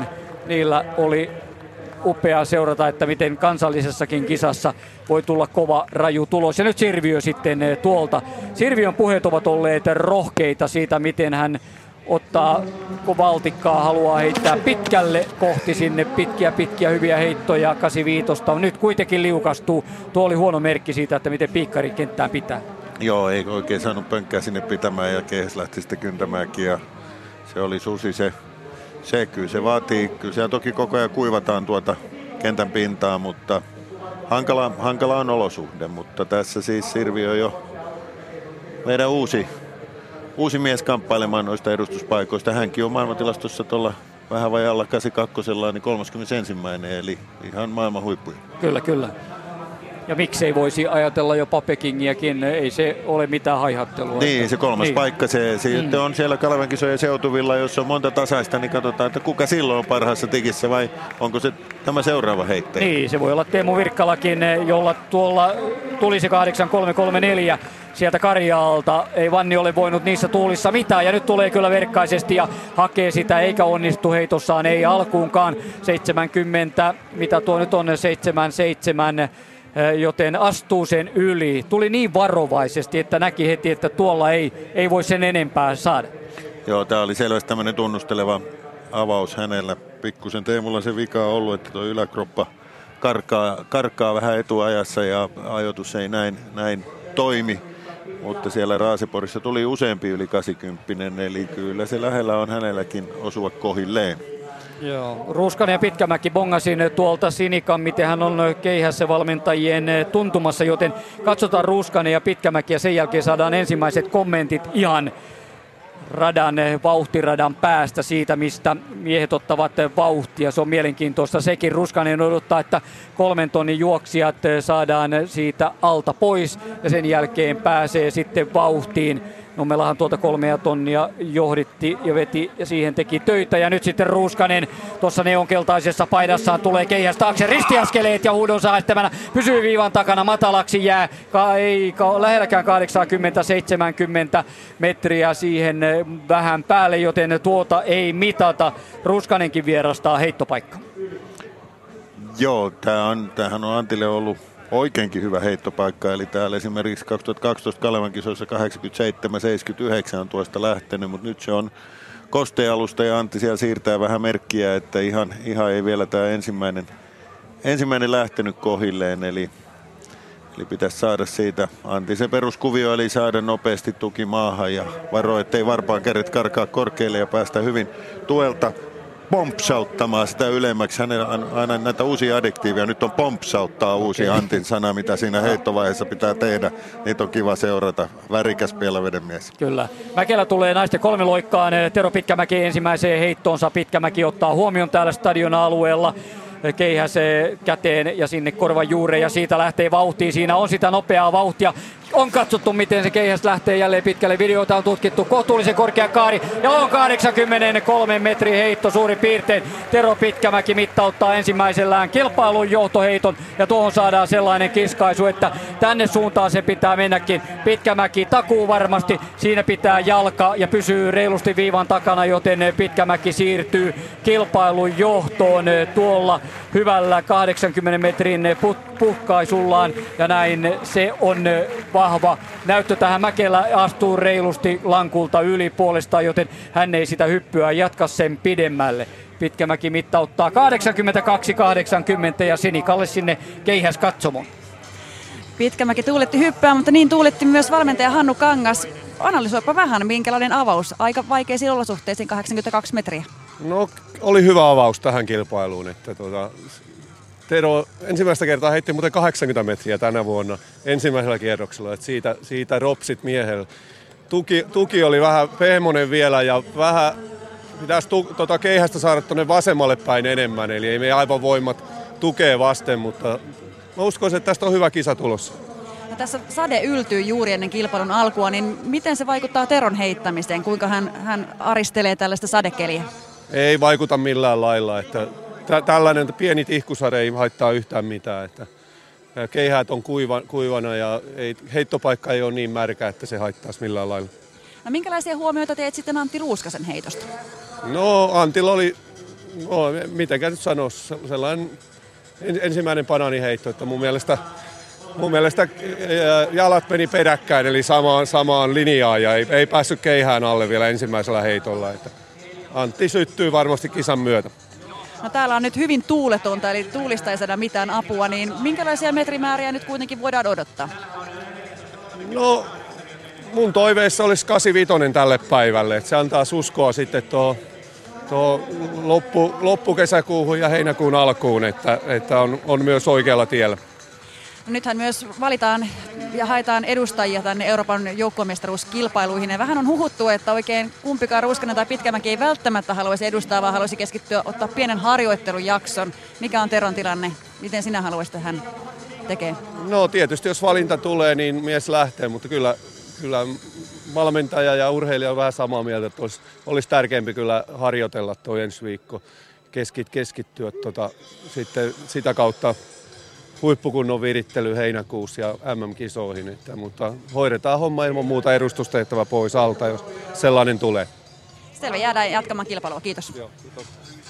niillä oli upea seurata, että miten kansallisessakin kisassa voi tulla kova raju tulos. Ja nyt Sirviö sitten tuolta. Sirviön puheet ovat olleet rohkeita siitä, miten hän ottaa valtikkaa, haluaa heittää pitkälle kohti sinne pitkiä pitkiä hyviä heittoja kahdeksankymmentäviisi. Nyt kuitenkin liukastuu. Tuo oli huono merkki siitä, että miten piikkari kenttään pitää. Joo, ei oikein saanut pönkkää sinne pitämään ja Keihäs lähti sitten kyntämäänkin ja se oli susi se. Se kyllä se vaatii, kyllä siellä toki koko ajan kuivataan tuota kentän pintaa, mutta hankala, hankala on olosuhde, mutta tässä siis Sirviö jo meidän uusi, uusi mies kamppailemaan noista edustuspaikoista. Hänkin on maailmantilastossa tuolla vähän vajalla kahdeksankymmentäkaksi, niin kolmaskymmenesensimmäinen, eli ihan maailman huippuja. Kyllä, kyllä. Ja miksei voisi ajatella jopa Pekingiäkin, ei se ole mitään haihattelua. Niin, se kolmas niin. paikka, se sitten mm. on siellä Kalevan kisojen seutuvilla, jos on monta tasaista, niin katsotaan, että kuka silloin on parhaassa tikissä vai onko se tämä seuraava heittäjä. Niin, se voi olla Teemu Virkkalakin, jolla tuolla tuli se kahdeksan kolme kolme neljä sieltä Karjaalta. Ei Vanni ole voinut niissä tuulissa mitään ja nyt tulee kyllä verkkaisesti ja hakee sitä eikä onnistu heitossaan, ei alkuunkaan. seitsemänkymmentä, mitä tuo nyt on, seitsemänkymmentäseitsemän. Joten astuu sen yli. Tuli niin varovaisesti, että näki heti, että tuolla ei, ei voi sen enempää saada. Joo, tämä oli selvästi tämmöinen tunnusteleva avaus hänellä. Pikkusen Teemulla se vika on ollut, että tuo yläkroppa karkaa, karkaa vähän etuajassa ja ajoitus ei näin, näin toimi. Mutta siellä Raaseporissa tuli useampi yli kahdeksankymmentä, eli kyllä se lähellä on hänelläkin osua kohilleen. Joo, Ruuskanen ja Pitkämäki bongasin tuolta Sinikan, miten hän on Keihässä valmentajien tuntumassa, joten katsotaan Ruuskanen ja Pitkämäki ja sen jälkeen saadaan ensimmäiset kommentit ihan radan, vauhtiradan päästä siitä, mistä miehet ottavat vauhtia. Se on mielenkiintoista sekin. Ruuskanen odottaa, että kolmen tonnin juoksijat saadaan siitä alta pois ja sen jälkeen pääsee sitten vauhtiin. Nummellahan tuolta kolmea tonnia johditti ja veti ja siihen teki töitä. Ja nyt sitten Ruuskanen tuossa neonkeltaisessa paidassaan tulee Keihäs taakse. Ristiaskeleet ja huudon säästämänä. Pysyy viivan takana, matalaksi jää. Ka- ei ka- lähelläkään kahdeksankymmentä seitsemänkymmentä metriä siihen vähän päälle, joten tuota ei mitata. Ruuskanenkin vierastaa heittopaikka. Joo, tää on, tämähän on Antille ollut oikeinkin hyvä heittopaikka, eli täällä esimerkiksi kaksituhattakaksitoista Kalevan kisoissa kahdeksankymmentäseitsemän seitsemänkymmentäyhdeksän on tuosta lähtenyt, mutta nyt se on kostealusta ja Antti siellä siirtää vähän merkkiä, että ihan, ihan ei vielä tämä ensimmäinen, ensimmäinen lähtenyt kohilleen, eli, eli pitäisi saada siitä Antti se peruskuvio, eli saada nopeasti tuki maahan ja varo, ettei varpaan kärjet karkaa korkealle ja päästä hyvin tuelta pompsauttamaan sitä ylemmäksi. Hänellä on aina näitä uusia adjektiiveja. Nyt on pompsauttaa uusi Antin sana, mitä siinä heittovaiheessa pitää tehdä. Niitä on kiva seurata. Värikäs pielävedenmies. Kyllä. Mäkelä tulee naisten kolme loikkaan. Tero Pitkämäki ensimmäiseen heittoonsa. Pitkämäki ottaa huomioon täällä stadion alueella. Keihäs käteen ja sinne korvan juureen ja siitä lähtee vauhtiin. Siinä on sitä nopeaa vauhtia. On katsottu, miten se Keihäs lähtee jälleen pitkälle. Videota on tutkittu. Kohtuullisen korkea kaari. Ja on kahdeksankymmentäkolme metrin heitto suurin piirtein. Tero Pitkämäki mittauttaa ensimmäisellään kilpailun johtoheiton. Ja tuohon saadaan sellainen kiskaisu, että tänne suuntaan se pitää mennäkin. Pitkämäki takuu varmasti. Siinä pitää jalka ja pysyy reilusti viivan takana, joten Pitkämäki siirtyy kilpailun johtoon tuolla hyvällä kahdeksankymmenen metrin puhkaisullaan. Ja näin se on vahva näyttö tähän. Mäkelä astuu reilusti lankulta yli puolestaan, joten hän ei sitä hyppyä jatka sen pidemmälle. Pitkämäki mittauttaa kahdeksankymmentäkaksi kahdeksankymmentä ja Sinikalle sinne Keihäs katsomoon. Pitkämäki tuuletti hyppää, mutta niin tuuletti myös valmentaja Hannu Kangas. Analysoipa vähän, minkälainen avaus. Aika vaikeisiin olosuhteisiin kahdeksankymmentäkaksi metriä. No, oli hyvä avaus tähän kilpailuun. Että tuota, Tero ensimmäistä kertaa heitti muuten kahdeksankymmentä metriä tänä vuonna ensimmäisellä kierroksella. Että siitä, siitä ropsit miehellä. Tuki, tuki oli vähän pehmonen vielä ja vähän pitäisi tu, tota Keihästä saada tuonne vasemmalle päin enemmän. Eli ei meidän aivan voimat tukee vasten, mutta mä uskoisin, että tästä on hyvä kisa tulossa. No tässä sade yltyy juuri ennen kilpailun alkua, niin miten se vaikuttaa Teron heittämiseen? Kuinka hän, hän aristelee tällaista sadekeliä? Ei vaikuta millään lailla. Että tä, tällainen pieni tihkusade ei haittaa yhtään mitään. Että keihäät on kuiva, kuivana ja ei, heittopaikka ei ole niin märkä, että se haittaisi millään lailla. No minkälaisia huomioita teet sitten Antti Ruuskasen heitosta? No Antilla oli no, mitenkä nyt sanoisi, sellainen ensimmäinen banaaniheitto, että mun mielestä, mun mielestä jalat meni peräkkäin, eli samaan, samaan linjaan ja ei, ei päässyt keihään alle vielä ensimmäisellä heitolla. Että Antti syttyy varmasti kisan myötä. No täällä on nyt hyvin tuuletonta, eli tuulista ei saada mitään apua, niin minkälaisia metrimääriä nyt kuitenkin voidaan odottaa? No, mun toiveissa olisi kahdeksankymmentäviisi tälle päivälle, että se antaa uskoa sitten tuo, tuo loppu, loppukesäkuuhun ja heinäkuun alkuun, että, että on, on myös oikealla tiellä. No nythän myös valitaan ja haetaan edustajia tänne Euroopan joukkuemestaruuskilpailuihin. Ja vähän on huhuttu, että oikein kumpikaan Ruuskanen tai Pitkämäki ei välttämättä haluaisi edustaa, vaan haluaisi keskittyä ottaa pienen harjoittelujakson. Mikä on Teron tilanne? Miten sinä haluaisit hän tekee? No tietysti jos valinta tulee, niin mies lähtee, mutta kyllä, kyllä valmentaja ja urheilija on vähän samaa mieltä, että olisi, olisi tärkeämpi kyllä harjoitella tuo ensi viikko, Keskit, keskittyä tota, sitten sitä kautta huippukunnon virittely heinäkuussa ja M M-kisoihin, että, mutta hoidetaan homma ilman muuta edustustehtävä pois alta, jos sellainen tulee. Selvä, jäädään jatkamaan kilpailua. Kiitos. Joo, kiitos.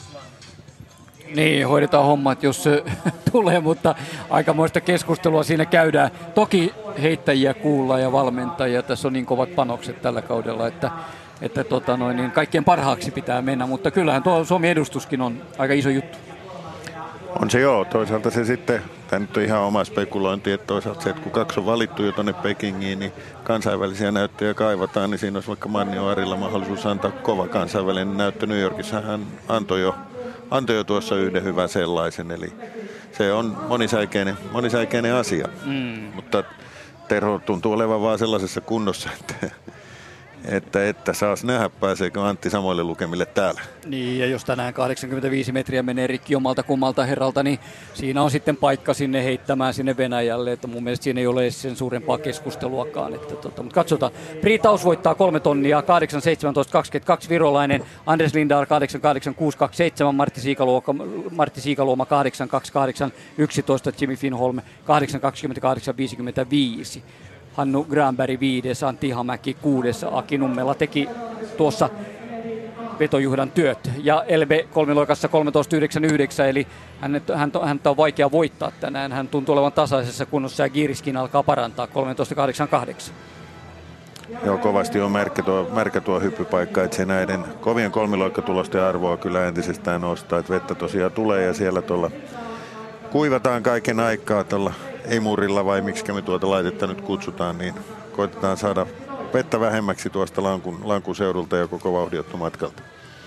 Niin, hoidetaan hommat, jos se tulee, mutta aikamoista keskustelua siinä käydään. Toki heittäjiä kuullaan ja valmentajia. Tässä on niin kovat panokset tällä kaudella, että, että tota noin, niin kaikkien parhaaksi pitää mennä, mutta kyllähän tuo Suomen edustuskin on aika iso juttu. On se joo, toisaalta se sitten, tämä nyt on ihan oma spekulointi, että toisaalta se, että kun kaksi on valittu jo tuonne Pekingiin, niin kansainvälisiä näyttöjä kaivataan, niin siinä olisi vaikka Mannio Arilla mahdollisuus antaa kova kansainvälinen näyttö. New Yorkissa hän antoi jo, antoi jo tuossa yhden hyvän sellaisen, eli se on monisäikeinen, monisäikeinen asia, mm. mutta Terho tuntuu olevan vaan sellaisessa kunnossa, että Että, että saas nähdä, pääseekö Antti samoille lukemille täällä. Niin, ja jos tänään kahdeksankymmentäviisi metriä menee rikki omalta kummalta herralta, niin siinä on sitten paikka sinne heittämään sinne Venäjälle, että mun mielestä siinä ei ole sen suurempaa keskusteluakaan. Että, tota, mutta katsotaan. Priitaus voittaa kolme tonnia, kahdeksan seitsemäntoista kaksikymmentäkaksi virolainen, Anders Lindahl kahdeksan kahdeksan kuusi kaksikymmentäseitsemän, Martti Siikaluoma, Martti Siikaluoma kahdeksan kaksikymmentäkahdeksan yksitoista, Jimmy Finholm kahdeksan kaksikymmentäkahdeksan viisikymmentäviisi. Hannu Granberg viides, Antti Ihamäki kuudes, Aki Nummela teki tuossa vetojuhdan työt. Ja Elbe kolmiloikassa kolmetoista yhdeksänkymmentäyhdeksän, eli häntä hän, hän on vaikea voittaa tänään. Hän tuntuu olevan tasaisessa kunnossa ja Giiriskin alkaa parantaa kolmetoista kahdeksankymmentäkahdeksan. Joo, kovasti on märkä tuo, märkä tuo hyppypaikka, että se näiden kovien kolmiloikkatulosten arvoa kyllä entisestään nostaa, että vettä tosiaan tulee ja siellä tuolla kuivataan kaiken aikaa tuolla ei murilla vai miksi me tuota laitetta nyt kutsutaan, niin koitetaan saada vettä vähemmäksi tuosta lankun, lankun seudulta ja koko vauhdiottomatkalta.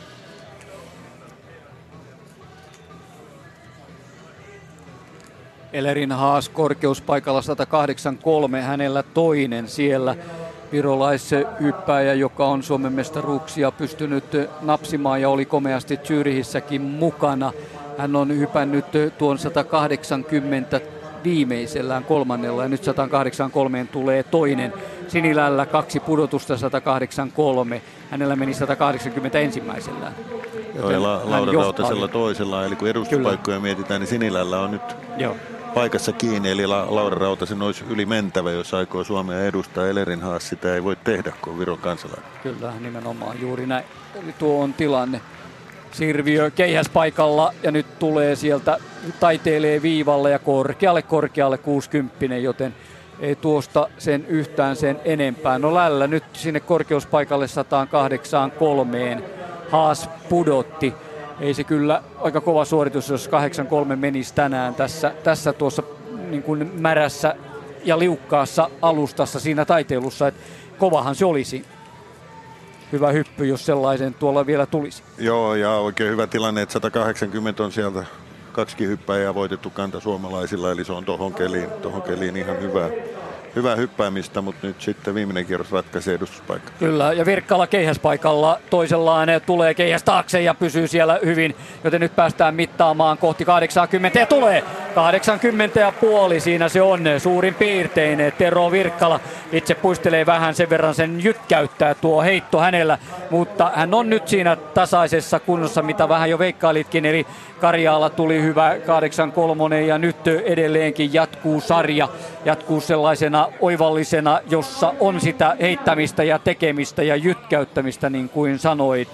Ellerin Haas korkeuspaikalla sata kahdeksankymmentäkolme, hänellä toinen siellä. Virolaishyppääjä, joka on Suomen mestaruuksia pystynyt napsimaan ja oli komeasti Zyrihissäkin mukana. Hän on hypännyt tuon sata kahdeksankymmentä viimeisellään kolmannella ja nyt sata kahdeksankymmentäkolme tulee toinen. Sinilällä kaksi pudotusta sata kahdeksankymmentäkolme. Hänellä meni sata kahdeksankymmentä ensimmäisellään. Joo, ja La- Laura Rautasella toisella, eli kun edustuspaikkoja mietitään, niin Sinilällä on nyt Joo. paikassa kiinni, eli La- Laura Rautasen olisi yli mentävä, jos aikoo Suomea edustaa. Ellerin Haas sitä ei voi tehdä, kun on Viron kansalainen. Kyllä, nimenomaan juuri näin. Eli tuo on tilanne. Sirviö keihäspaikalla ja nyt tulee sieltä, taiteilee viivalle ja korkealle korkealle kuusikymmentä, joten ei tuosta sen yhtään sen enempää. No Lällä nyt sinne korkeuspaikalle sata kahdeksankymmentäkolme. Haas pudotti. Ei se kyllä aika kova suoritus, jos kahdeksankymmentäkolme menisi tänään tässä, tässä tuossa niin kuin märässä ja liukkaassa alustassa siinä taiteilussa. Että kovahan se olisi. Hyvä hyppy, jos sellaisen tuolla vielä tulisi. Joo, ja oikein hyvä tilanne, että sata kahdeksankymmentä on sieltä kaksikin hyppääjää voitettu kanta suomalaisilla, eli se on tohon keliin, tohon keliin ihan hyvää, hyvää hyppäämistä, mutta nyt sitten viimeinen kierros ratkaisee edustuspaikka. Kyllä, ja Virkkala keihäspaikalla toisellaan tulee keihäs taakse ja pysyy siellä hyvin, joten nyt päästään mittaamaan kohti kahdeksankymmentä ja tulee kahdeksankymmentä ja puoli, siinä se on suurin piirtein. Tero Virkkala itse puistelee vähän, sen verran sen jytkäyttää tuo heitto hänellä, mutta hän on nyt siinä tasaisessa kunnossa, mitä vähän jo veikkailitkin, eli Karjaalla tuli hyvä kahdeksankymmentäkolme ja nyt edelleenkin jatkuu sarja, jatkuu sellaisena oivallisena, jossa on sitä heittämistä ja tekemistä ja jytkäyttämistä, niin kuin sanoit.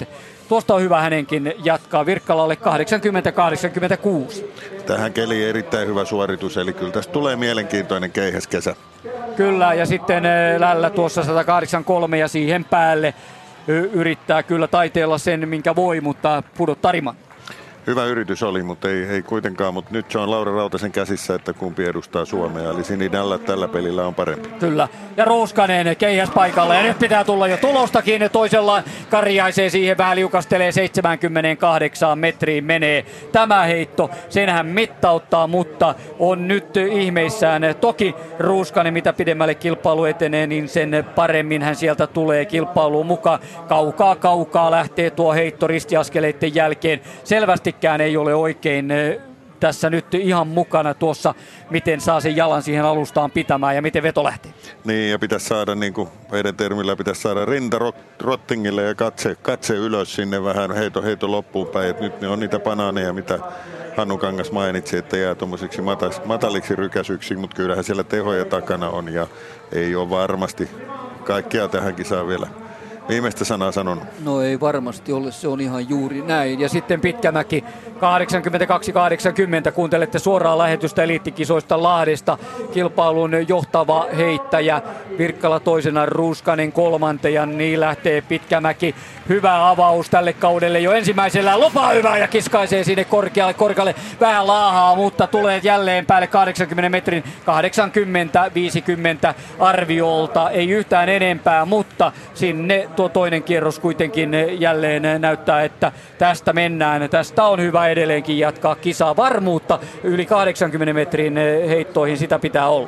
tuosta on hyvä hänenkin jatkaa. Virkkalalle kahdeksankymmentä kahdeksankymmentäkuusi. Tähän keliin erittäin hyvä suoritus, eli kyllä tästä tulee mielenkiintoinen keihäskesä. Kyllä, ja sitten Lällä tuossa sata kahdeksankymmentäkolme ja siihen päälle yrittää kyllä taiteella sen, minkä voi, mutta pudottaa riman. Hyvä yritys oli, mutta ei, ei kuitenkaan, mutta nyt se on Laura Rautasen käsissä, että kumpi edustaa Suomea, eli Sinidällä tällä pelillä on parempi. Kyllä, ja Ruuskanen keihäs paikalla, ja nyt pitää tulla jo tulostakin, toisella Karjaisee siihen vähän liukastelee, seitsemänkymmentäkahdeksan metriin menee tämä heitto, sen hän mittauttaa, mutta on nyt ihmeissään. Toki Ruuskanen, mitä pidemmälle kilpailu etenee, niin sen paremmin hän sieltä tulee kilpailuun mukaan. Kaukaa, kaukaa lähtee tuo heitto ristiaskeleiden jälkeen, selvästi ei ole oikein tässä nyt ihan mukana tuossa, miten saa sen jalan siihen alustaan pitämään ja miten veto lähtee. Niin, ja pitäisi saada, niin kuin meidän termillä, pitäisi saada rinta rottingille ja katse, katse ylös sinne vähän heito, heito loppuun päin. Et nyt ne on niitä banaaneja, mitä Hannu Kangas mainitsi, että jää tuommoisiksi mataliksi rykäsyksi, mutta kyllähän siellä tehoja takana on ja ei ole varmasti kaikkea tähän kisaan vielä viimeistä sanaa sanonut. No ei varmasti ole, se on ihan juuri näin. Ja sitten Pitkämäki kahdeksankymmentäkaksi kahdeksankymmentä, kuuntelette suoraan lähetystä eliittikisoista Lahdesta. Kilpailun johtava heittäjä Virkkala toisena, Ruuskanen kolmanteen, niin lähtee Pitkämäki. Hyvä avaus tälle kaudelle jo ensimmäisellä, lopaa hyvä ja kiskaisee sinne korkealle, korkealle vähän laahaa, mutta tulee jälleen päälle kahdeksankymmenen metrin, kahdeksankymmentä viisikymmentä arviolta, ei yhtään enempää, mutta sinne tuo toinen kierros kuitenkin jälleen näyttää, että tästä mennään. Tästä on hyvä edelleenkin jatkaa kisaa. Varmuutta yli kahdeksankymmenen metrin heittoihin, sitä pitää olla.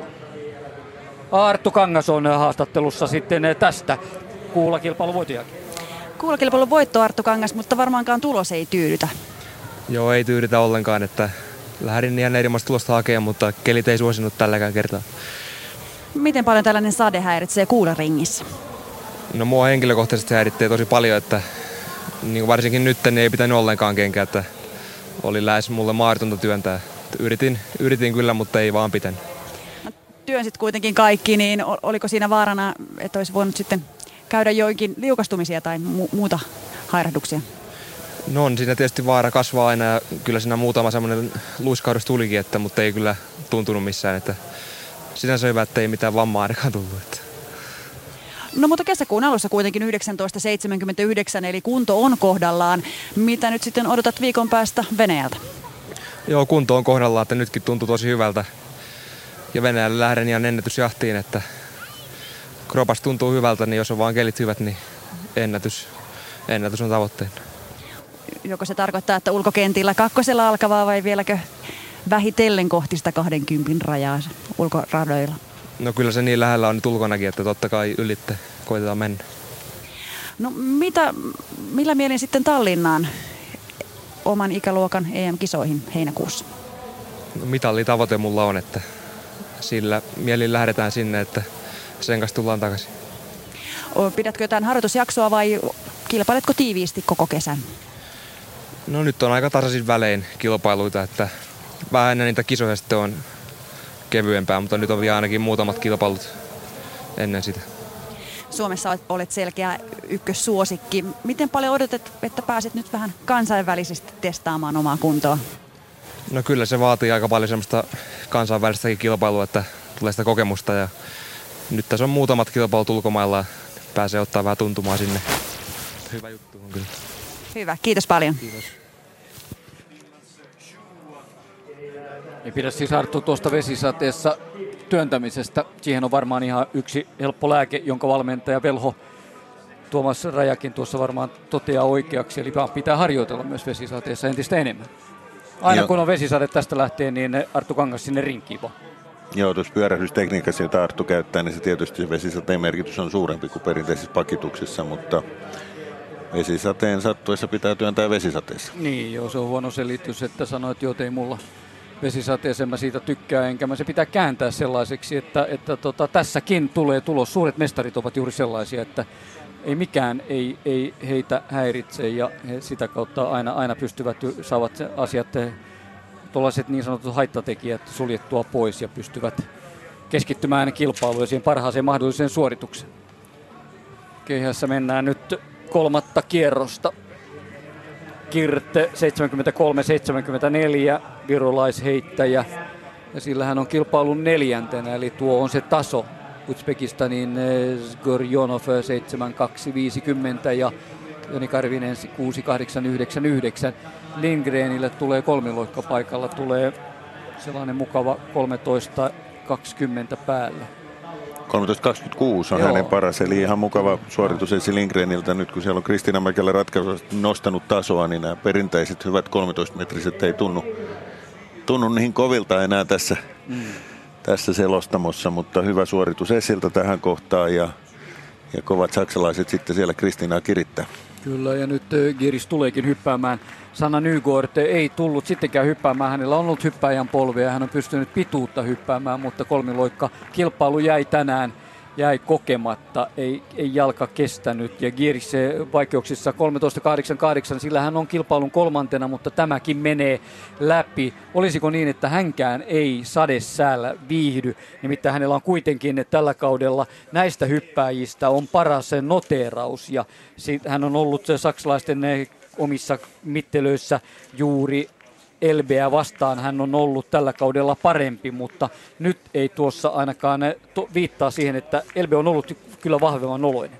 Arttu Kangas on haastattelussa sitten tästä kuulakilpailun voittajakin. Kuulakilpailun voitto Arttu Kangas, mutta varmaankaan tulos ei tyydytä. Joo, ei tyydytä ollenkaan, että lähdin ihan erilaista tulosta hakemaan, mutta kelit ei suosinut tälläkään kertaa. Miten paljon tällainen sade häiritsee kuularingissä? No mua henkilökohtaisesti häiritsee tosi paljon, että niin varsinkin nyt niin ei pitänyt ollenkaan kenkää, että oli lähes mulle mahdotonta työntää. Yritin, yritin kyllä, mutta ei vaan pitänyt. No, työnsit kuitenkin kaikki, niin oliko siinä vaarana, että olisi voinut sitten käydä joinkin liukastumisia tai mu- muuta hairahduksia? No on siinä tietysti vaara kasvaa aina ja kyllä siinä muutama semmoinen luiskahdus tulikin, että, mutta ei kyllä tuntunut missään. Että sinänsä hyvä, että ei mitään vammaa ainakaan tullut. Että. No mutta kesäkuun alussa kuitenkin yhdeksäntoista seitsemänkymmentäyhdeksän, eli kunto on kohdallaan. Mitä nyt sitten odotat viikon päästä Venäjältä? Joo, kunto on kohdallaan, että nytkin tuntuu tosi hyvältä. Ja Venäjälle lähden ihan ennätysjahtiin, että kropas tuntuu hyvältä, niin jos on vaan kelit hyvät, niin ennätys, ennätys on tavoitteena. Joko se tarkoittaa, että ulkokentillä kakkosella alkavaa vai vieläkö vähitellen kohti sitä kahdenkympin rajaa ulkoradoilla? No kyllä se niin lähellä on nyt ulkonakin, että totta kai ylitte koitetaan mennä. No mitä, millä mielin sitten Tallinnaan oman ikäluokan E M-kisoihin heinäkuussa? No mitallitavoite mulla on, että sillä mielin lähdetään sinne, että sen kanssa tullaan takaisin. Pidätkö jotain harjoitusjaksoa vai kilpailetko tiiviisti koko kesän? No nyt on aika tasaisin välein kilpailuita, että vähän ennen niitä kisoja sitten on kevyempää, mutta nyt on vielä ainakin muutamat kilpailut ennen sitä. Suomessa olet selkeä ykkössuosikki. Miten paljon odotat, että pääset nyt vähän kansainvälisesti testaamaan omaa kuntoa? No kyllä se vaatii aika paljon semmoista kansainvälistäkin kilpailua, että tulee sitä kokemusta. Ja nyt tässä on muutamat kilpailut ulkomailla, pääsee ottaa vähän tuntumaa sinne. Hyvä juttu on kyllä. Hyvä, kiitos paljon. Kiitos. Ei pidä siis Arttu tuosta vesisateessa työntämisestä. Siihen on varmaan ihan yksi helppo lääke, jonka valmentaja Velho Tuomas Rajakin tuossa varmaan toteaa oikeaksi. Eli pitää harjoitella myös vesisateessa entistä enemmän. Aina Joo. kun on vesisade tästä lähtien, niin Arttu Kangas sinne rinkiin vaan. Joo, tuossa pyörähdystekniikassa, jota Arttu käyttää, niin se tietysti se vesisateen merkitys on suurempi kuin perinteisissä pakituksissa, mutta vesisateen sattuessa pitää työntää vesisateessa. Niin, joo, se on huono selitys, että sanoit, että ei mulla vesisateeseen mä siitä tykkää, enkä mä se pitää kääntää sellaiseksi, että, että tota, tässäkin tulee tulos. Suuret mestarit ovat juuri sellaisia, että ei mikään ei, ei heitä häiritse ja he sitä kautta aina, aina pystyvät, saavat asiat, tuollaiset niin sanotut haittatekijät suljettua pois ja pystyvät keskittymään kilpailuun ja siihen parhaaseen mahdolliseen suoritukseen. Keihässä mennään nyt kolmatta kierrosta. Kirt seitsemänkymmentäkolme seitsemänkymmentäneljä, virolaisheittäjä. Ja sillä hän on kilpailun neljäntenä, eli tuo on se taso. Uzbekistanin Zgorjonov seitsemänkymmentäkaksi viisikymmentä ja Joni Karvinen kuusi kahdeksan yhdeksän yhdeksän. Lindgrenille tulee kolmiloikkapaikalla, tulee sellainen mukava kolmetoista kaksikymmentä päälle. kolmetoista kaksikymmentäkuusi on Joo. hänen paras, eli ihan mukava suoritus Essi Lindgreniltä. Nyt kun siellä on Kristiina Mäkelä ratkaisuvasti nostanut tasoa, niin nämä perinteiset hyvät kolmetoista-metriset ei tunnu, tunnu niin kovilta enää tässä, mm. tässä selostamossa, mutta hyvä suoritus Essiltä tähän kohtaan ja, ja kovat saksalaiset sitten siellä Kristiinaa kirittää. Kyllä, ja nyt Giris tuleekin hyppäämään. Sanna Nygård ei tullut sittenkään hyppäämään. Hänellä on ollut hyppääjän polvia ja hän on pystynyt pituutta hyppäämään, mutta kolmiloikka kilpailu jäi tänään jäi kokematta, ei, ei jalka kestänyt. Ja Giris vaikeuksissa kolmetoista kahdeksankymmentäkahdeksan, sillä hän on kilpailun kolmantena, mutta tämäkin menee läpi. Olisiko niin, että hänkään ei sadesäällä viihdy? Nimittäin hänellä on kuitenkin tällä kaudella näistä hyppääjistä on paras noteeraus ja hän on ollut saksalaisten omissa mittelöissä juuri Elbeä vastaan hän on ollut tällä kaudella parempi, mutta nyt ei tuossa ainakaan to- viittaa siihen, että Elbe on ollut kyllä vahvemman oloinen.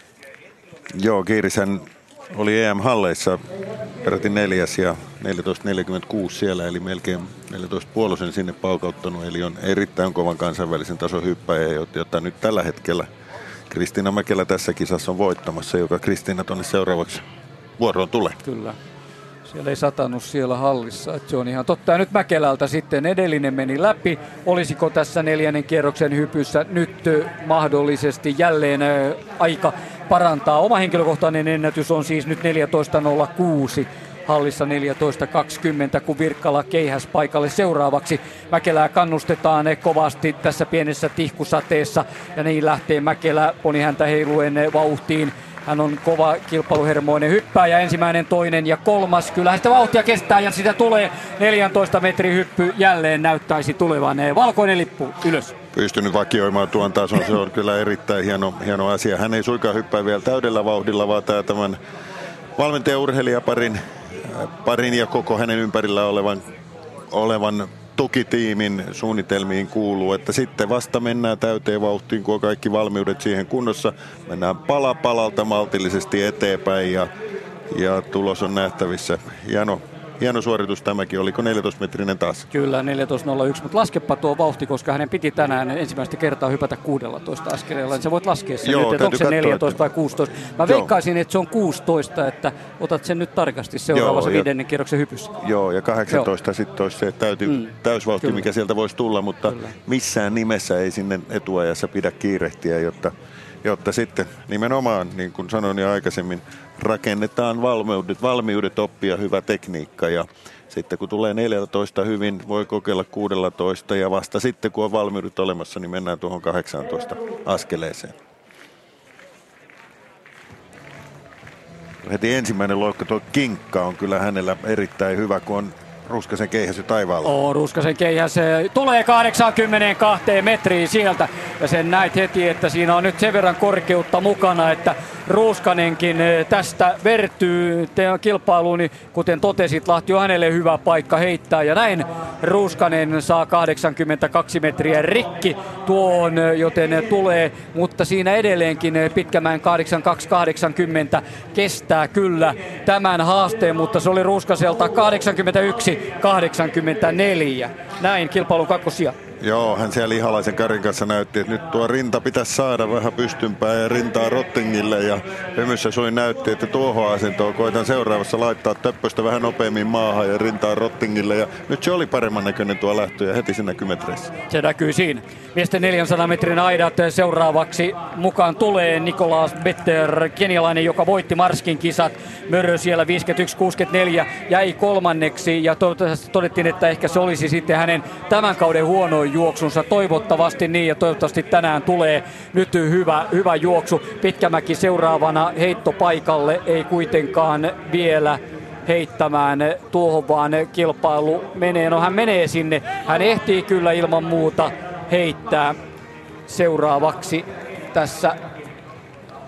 Joo, Giirishän oli E M-halleissa peräti neljäs ja neljätoista neljäkymmentäkuusi siellä, eli melkein neljätoista puolusen sinne paukauttanut, eli on erittäin kovan kansainvälisen tason hyppäjä, jota nyt tällä hetkellä Kristiina Mäkelä tässä kisassa on voittamassa, joka Kristiina tuonne seuraavaksi vuoroon tulee. Kyllä. Siellä ei satanut siellä hallissa, että se on ihan totta. Ja nyt Mäkelältä sitten edellinen meni läpi. Olisiko tässä neljännen kierroksen hypyssä nyt mahdollisesti jälleen aika parantaa? Oma henkilökohtainen ennätys on siis nyt neljätoista nolla kuusi. Hallissa neljätoista kaksikymmentä, kun Virkkala keihäs paikalle seuraavaksi. Mäkelää kannustetaan kovasti tässä pienessä tihkusateessa ja niin lähtee Mäkelä ponihäntä heiluen vauhtiin. Hän on kova kilpailuhermoinen hyppääjä, ensimmäinen, toinen ja kolmas. Kyllähän sitä vauhtia kestää ja sitä tulee neljäntoista metrin hyppy jälleen näyttäisi tulevan. Valkoinen lippu ylös. Pystynyt vakioimaan tuon tason, se on kyllä erittäin hieno, hieno asia. Hän ei suinkaan hyppää vielä täydellä vauhdilla, vaan tämä tämän valmentaja-urheilijaparin parin ja koko hänen ympärillä olevan, olevan tukitiimin suunnitelmiin kuuluu, että sitten vasta mennään täyteen vauhtiin, kun on kaikki valmiudet siihen kunnossa. Mennään pala palalta maltillisesti eteenpäin ja, ja tulos on nähtävissä. Hieno, hieno suoritus tämäkin. Oliko neljätoista metrinen taas? Kyllä, neljätoista nolla yksi, mutta laskepa tuo vauhti, koska hänen piti tänään ensimmäistä kertaa hypätä kuusitoista askeleella. Sä voit laskea sen Joo, nyt, että onko se neljätoista että... vai kuusitoista. Mä Joo. veikkaisin, että se on kuusitoista, että otat sen nyt tarkasti seuraavassa Joo, viidennen kierroksen hypyssä. Joo, ja kahdeksantoista sitten olisi se täyty, mm. täysvauhti, Kyllä. mikä sieltä voisi tulla, mutta Kyllä. missään nimessä ei sinne etuajassa pidä kiirehtiä, jotta, jotta sitten nimenomaan, niin kuin sanoin jo aikaisemmin, rakennetaan valmiudet, valmiudet oppia hyvä tekniikka ja sitten kun tulee neljätoista hyvin, voi kokeilla kuusitoista ja vasta sitten kun on valmiudet olemassa, niin mennään tuohon kahdeksantoista askeleeseen. Heti ensimmäinen loikka, tuo kinkka on kyllä hänellä erittäin hyvä, kun on Ruuskasen keihäs jo taivaalla. Oo, Ruuskasen keihäs tulee kahdeksankymmentäkaksi metriä sieltä. Ja sen näit heti, että siinä on nyt sen verran korkeutta mukana, että Ruuskanenkin tästä vertyy kilpailuun. Niin kuten totesit, Lahti on hänelle hyvä paikka heittää. Ja näin Ruuskanen saa kahdeksankymmentäkaksi metriä rikki tuon, joten tulee. Mutta siinä edelleenkin Pitkämäen kahdeksankymmentäkaksi kahdeksankymmentä kestää kyllä tämän haasteen, mutta se oli Ruuskaselta kahdeksankymmentäyksi kahdeksankymmentäneljä. Näin kilpailun kakkosia. Joo, hän siellä Ihalaisen Karin kanssa näytti, että nyt tuo rinta pitäisi saada vähän pystympää ja rintaa Rottingille. Ja hymyssä suin näytti, että tuohon asentoon koitan seuraavassa laittaa töppöstä vähän nopeammin maahan ja rintaa Rottingille. Ja nyt se oli paremman näköinen tuo lähtö ja heti siinä kymmenetreissä. Se näkyy siinä. Miesten neljänsadan metrin aidat seuraavaksi mukaan tulee Nikolaas Better, kenialainen, joka voitti Marskin kisat. Mörö siellä viisikymmentäyksi kuusikymmentäneljä jäi kolmanneksi ja toivottavasti todettiin, että ehkä se olisi sitten hänen tämän kauden huonoin juoksunsa. Toivottavasti niin ja toivottavasti tänään tulee nyt hyvä, hyvä juoksu. Pitkämäki seuraavana heittopaikalle, ei kuitenkaan vielä heittämään tuohon, vaan kilpailu menee. No hän menee sinne, hän ehtii kyllä ilman muuta heittää seuraavaksi tässä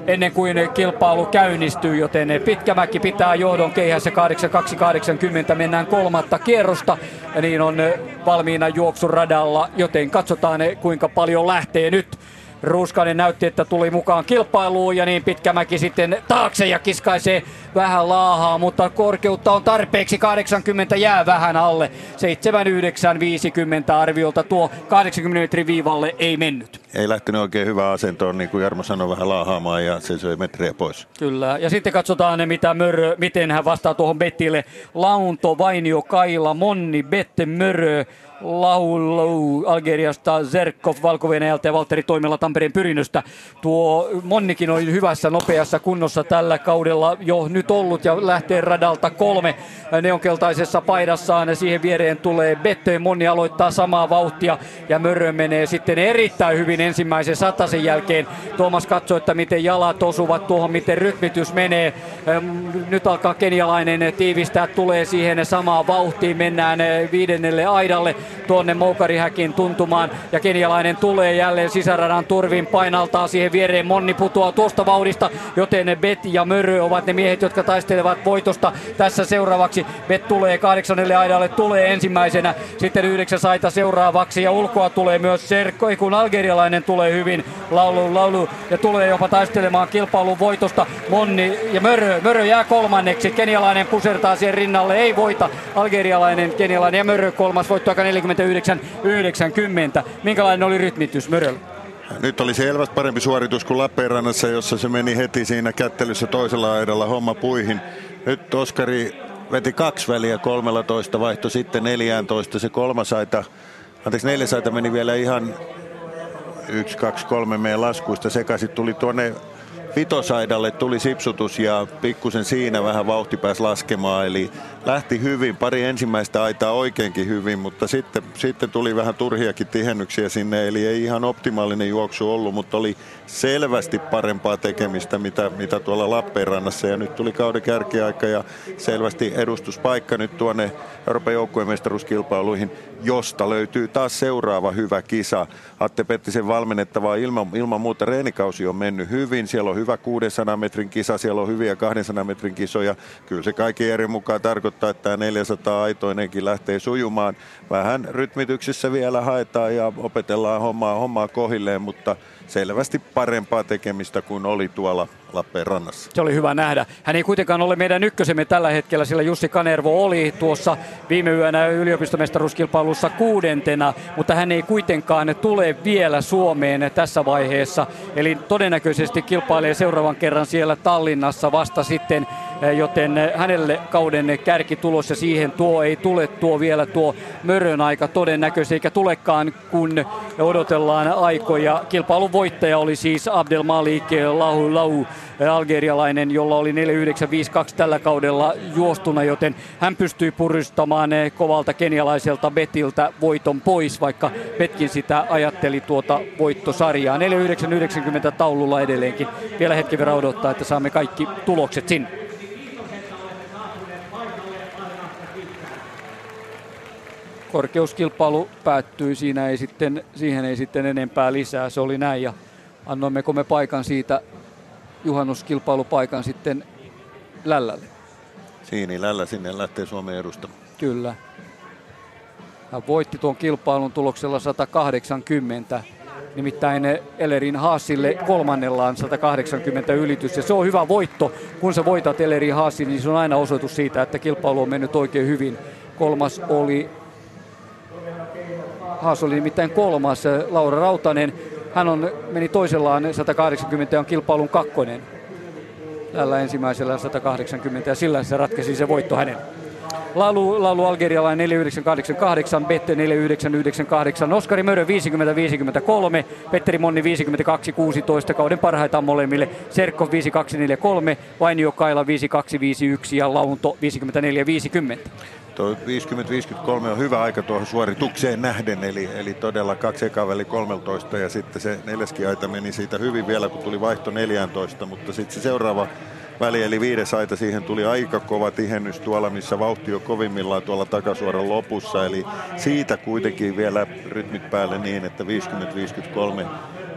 ennen kuin kilpailu käynnistyy, joten Pitkämäki pitää johdon keihässä kahdeksankymmentäkaksi kahdeksankymmentä, mennään kolmatta kierrosta ja niin on valmiina juoksuradalla, joten katsotaan kuinka paljon lähtee nyt. Ruuskanen näytti, että tuli mukaan kilpailuun ja niin Pitkämäki sitten taakse ja kiskaisee vähän laahaa, mutta korkeutta on tarpeeksi, kahdeksankymmentä jää vähän alle. seitsemän yhdeksän viisikymmentä arviolta tuo kahdeksankymmentä metrin viivalle ei mennyt. Ei lähtenyt oikein hyvää asentoon, niin kuin Jarmo sanoi, vähän laahaamaan ja se söi metriä pois. Kyllä, ja sitten katsotaan, mitä Mörö, miten hän vastaa tuohon Bettille. Launto, Vainio, Kaila, Monni, Bette, Mörö, Laulu Algeriasta, Zerkov Valko-Venäjältä ja Valtteri Toimela Tampereen Pyrinnöstä. Tuo Monnikin on hyvässä, nopeassa kunnossa tällä kaudella jo nyt ollut ja lähtee radalta kolme neonkeltaisessa paidassaan. Siihen viereen tulee Bette, Monni aloittaa samaa vauhtia ja Mörö menee sitten erittäin hyvin ensimmäisen satasen jälkeen. Tuomas katsoo, että miten jalat osuvat tuohon, miten rytmitys menee. Nyt alkaa kenialainen tiivistää, tulee siihen samaan vauhtiin, mennään viidennelle aidalle tuonne Moukarihäkin tuntumaan ja kenialainen tulee jälleen sisäradan turvin, painaltaa siihen viereen, Monni putoaa tuosta vauhdista, joten Bet ja Mörö ovat ne miehet, jotka taistelevat voitosta tässä seuraavaksi. Bet tulee kahdeksannelle aidalle, tulee ensimmäisenä, sitten yhdeksäs aita seuraavaksi ja ulkoa tulee myös Serkko, kun algerialainen tulee hyvin, laulu, laulu ja tulee jopa taistelemaan kilpailun voitosta. Monni ja Mörö, Mörö jää kolmanneksi, kenialainen pusertaa siihen rinnalle, ei voita, algerialainen, kenialainen ja Mörö kolmas, voitto aika neljäkymmentäyhdeksän yhdeksänkymmentä. Minkälainen oli rytmitys Möröllä? Nyt oli selvästi parempi suoritus kuin Lappeenrannassa, jossa se meni heti siinä kättelyssä toisella aidalla homma puihin. Nyt Oskari veti kaksi väliä kolmetoista, vaihto sitten neljätoista. Se kolmas aita, anteeksi neljäs aita meni vielä ihan yksi, kaksi, kolme meidän laskuista sekaisin. Tuli tuonne vitosaidalle, tuli sipsutus ja pikkusen siinä vähän vauhti pääsi laskemaan. Eli lähti hyvin, pari ensimmäistä aitaa oikeinkin hyvin, mutta sitten, sitten tuli vähän turhiakin tihennyksiä sinne. Eli ei ihan optimaalinen juoksu ollut, mutta oli selvästi parempaa tekemistä, mitä, mitä tuolla Lappeenrannassa. Ja nyt tuli kauden kärkiaika ja selvästi edustuspaikka nyt tuonne Euroopan joukkueen mestaruuskilpailuihin, josta löytyy taas seuraava hyvä kisa. Atte Pettisen valmennettavaa ilman, ilman muuta reenikausi on mennyt hyvin. Siellä on hyvä kuudensadan metrin kisa, siellä on hyviä kahdensadan metrin kisoja. Kyllä se kaikki eri mukaan tarkoittaa, että tämä neljäsataa aitoinenkin lähtee sujumaan. Vähän rytmityksessä vielä haetaan ja opetellaan hommaa, hommaa kohilleen, mutta selvästi parempaa tekemistä kuin oli tuolla Lappeenrannassa. Se oli hyvä nähdä. Hän ei kuitenkaan ole meidän ykkösemme tällä hetkellä, sillä Jussi Kanervo oli tuossa viime yönä yliopistomestaruuskilpailussa kuudentena, mutta hän ei kuitenkaan tule vielä Suomeen tässä vaiheessa. Eli todennäköisesti kilpailee seuraavan kerran siellä Tallinnassa vasta sitten, joten hänelle kauden kärki tulos ja siihen tuo ei tule tuo vielä tuo Mörön aika todennäköisesti, eikä tulekaan kun odotellaan aikoja. Kilpailun voittaja oli siis Abdelmalik Lahu Lahu, algerialainen, jolla oli neljä yhdeksän viisi kaksi tällä kaudella juostuna, joten hän pystyi puristamaan kovalta kenialaiselta Betiltä voiton pois, vaikka Betkin sitä ajatteli tuota voittosarjaa. neljä yhdeksän yhdeksänkymmentä taululla edelleenkin. Vielä hetken verran odottaa, että saamme kaikki tulokset sinne. Korkeuskilpailu päättyi, siinä ei sitten, siihen ei sitten enempää lisää, se oli näin ja annoimmeko me paikan siitä, juhannuskilpailupaikan sitten Lällälle. Siini Lällä sinne lähtee Suomen edustamaan. Kyllä. Hän voitti tuon kilpailun tuloksella sata kahdeksankymmentä, nimittäin Ellerin Haasille kolmannellaan sata kahdeksankymmentä ylitys ja se on hyvä voitto. Kun sä voitat Ellerin Haasin, niin se on aina osoitus siitä, että kilpailu on mennyt oikein hyvin. Kolmas oli Haas oli nimittäin kolmas, Laura Rautanen. Hän on, meni toisellaan sata kahdeksankymmentä ja on kilpailun kakkonen. Tällä ensimmäisellä sata kahdeksankymmentä ja sillä se ratkesi se voitto hänen. Laulu, laulu algerialainen neljä yhdeksän kahdeksan kahdeksan, Bette neljä yhdeksän yhdeksän kahdeksan, Oskari Mörö viisikymmentä viisikymmentäkolme, Petteri Monni viisikymmentäkaksi kuusitoista, kauden parhaita molemmille, Serkko viisikymmentäkaksi neljäkymmentäkolme, Vainio Kaila viisikymmentäkaksi viisikymmentäyksi ja Launto viisikymmentäneljä viisikymmentä. Tuo viisikymmentä viisikymmentäkolme on hyvä aika tuohon suoritukseen nähden, eli, eli todella kaksi ekaa väli kolmetoista ja sitten se neljäskin aita meni siitä hyvin vielä, kun tuli vaihto neljätoista, mutta sitten se seuraava väli, eli viides aita, siihen tuli aika kova tihennys tuolla, missä vauhti on kovimmillaan tuolla takasuoran lopussa, eli siitä kuitenkin vielä rytmit päälle niin, että viisikymmentä viisikymmentäkolme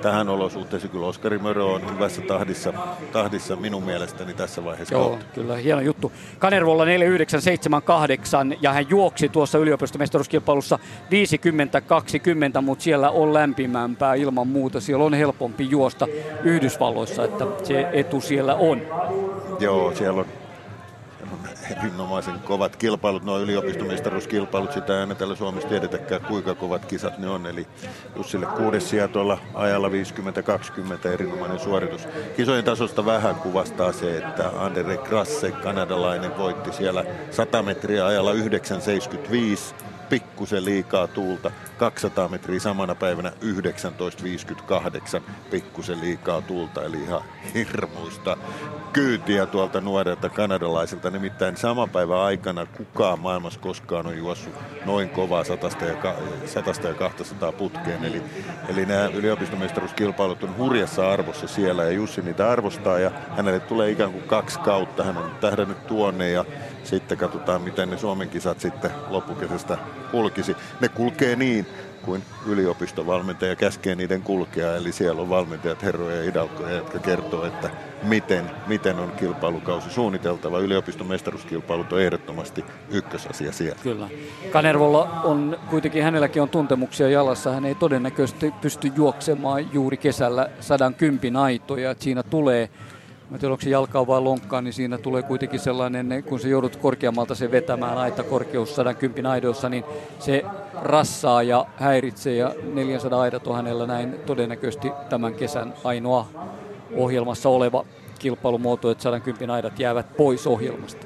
tähän olosuhteeseen kyllä Oskari Mörö on hyvässä tahdissa, tahdissa minun mielestäni tässä vaiheessa. Joo, kautta. kyllä hieno juttu. Kanervolla neljä yhdeksän seitsemän kahdeksan ja hän juoksi tuossa yliopistomestaruuskilpailussa viisikymmentä kaksikymmentä, mutta siellä on lämpimämpää ilman muuta. Siellä on helpompi juosta Yhdysvalloissa, että se etu siellä on. Joo, siellä on erinomaisen kovat kilpailut, nuo yliopistomestaruuskilpailut, sitä ei aina täällä Suomessa tiedetäkään, kuinka kovat kisat ne on. Eli Jussille kuudes sija tuolla ajalla viisikymmentä kaksikymmentä, erinomainen suoritus. Kisojen tasosta vähän kuvastaa se, että Andere Grasse, kanadalainen, voitti siellä sata metriä ajalla yhdeksän seitsemänkymmentäviisi, pikkusen liikaa tuulta, kaksisataa metriä samana päivänä yhdeksäntoista viisikymmentäkahdeksan, pikkusen liikaa tuulta, eli ihan hirmuista kyytiä tuolta nuorelta kanadalaiselta. Nimittäin saman päivän aikana kukaan maailmassa koskaan on juossut noin kovaa satasta ja, ka- satasta ja kaksisataa putkeen. Eli, eli nämä yliopistomestaruuskilpailut on hurjassa arvossa siellä ja Jussi niitä arvostaa ja hänelle tulee ikään kuin kaksi kautta. Hän on tähdännyt tuonne ja sitten katsotaan, miten ne Suomen kisat sitten loppukesästä kulkisi. Ne kulkee niin, kuin yliopistovalmentaja käskee niiden kulkea, eli siellä on valmentajat, herroja ja idalkoja, jotka kertoo, että miten, miten on kilpailukausi suunniteltava. Yliopiston mestaruuskilpailut on ehdottomasti ykkösasia siellä. Kyllä. Kanervolla on kuitenkin, hänelläkin on tuntemuksia jalassa. Hän ei todennäköisesti pysty juoksemaan juuri kesällä sadan kympin aitoja, että siinä tulee, mä tiedän, onko se jalkaa vai lonkkaa, niin siinä tulee kuitenkin sellainen, kun sä joudut korkeammalta se vetämään aita korkeus sadan kympin aidoissa, niin se rassaa ja häiritsee ja neljäsataa aidat on hänellä näin todennäköisesti tämän kesän ainoa ohjelmassa oleva kilpailumuoto, että sadan kympin aidat jäävät pois ohjelmasta.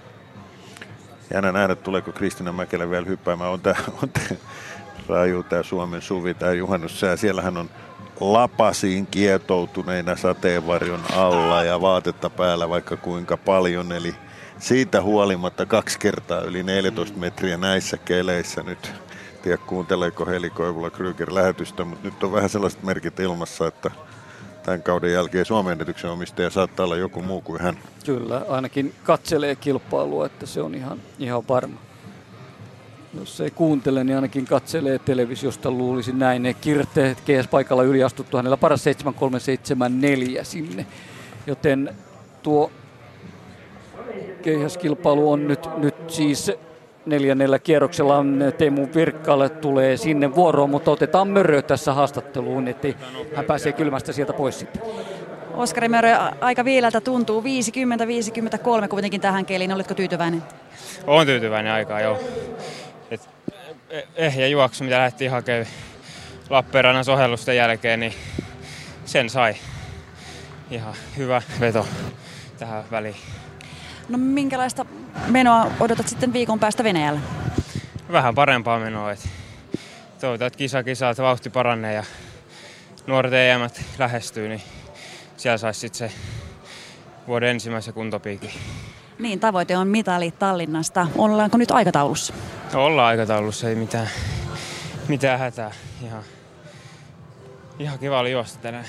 Jännä nähdä, tuleeko Kristiina Mäkelä vielä hyppäämään. On tämä on raju tämä Suomen suvi, tämä juhannussää. Siellähän on lapasiin kietoutuneina sateenvarjon alla ja vaatetta päällä vaikka kuinka paljon. Eli siitä huolimatta kaksi kertaa yli neljätoista metriä näissä keleissä nyt. Tiedä kuunteleeko Heli Koivula Kryger lähetystä, mutta nyt on vähän sellaiset merkit ilmassa, että tämän kauden jälkeen Suomen ennätyksen omistaja saattaa olla joku muu kuin hän. Kyllä, ainakin katselee kilpailua, että se on ihan, ihan varma. Jos ei kuuntele, niin ainakin katselee televisiosta, luulisin näin. Ne Kirte G S-paikalla yliastuttu, hänellä paras seitsemän kolme seitsemän neljä sinne. Joten tuo keihäskilpailu on nyt, nyt siis neljännellä kierroksella. Teemu Virkkala tulee sinne vuoroon, mutta otetaan Mörö tässä haastatteluun, ettei hän pääsee kylmästä sieltä pois sitten. Oskari Mörö, aika viilältä tuntuu. viisikymmentä viisikymmentäkolme kuitenkin tähän keiliin. Oletko tyytyväinen? Olen tyytyväinen aikaa, joo. Et ehjä juoksu, mitä lähdettiin hakemaan Lappeenrannan sohellusten jälkeen, niin sen sai. Ihan hyvä veto tähän väliin. No minkälaista menoa odotat sitten viikon päästä Venäjällä? Vähän parempaa menoa. Et toivotaan, että kisa kisa, että vauhti paranee ja nuoret E M:t lähestyy, niin siellä saisi sitten se vuoden ensimmäisen kuntopiikin. Niin, tavoite on mitali Tallinnasta. Ollaanko nyt aikataulussa? No, ollaan aikataulussa, ei mitään, mitään hätää. Ihan, ihan kiva oli juosta tänään.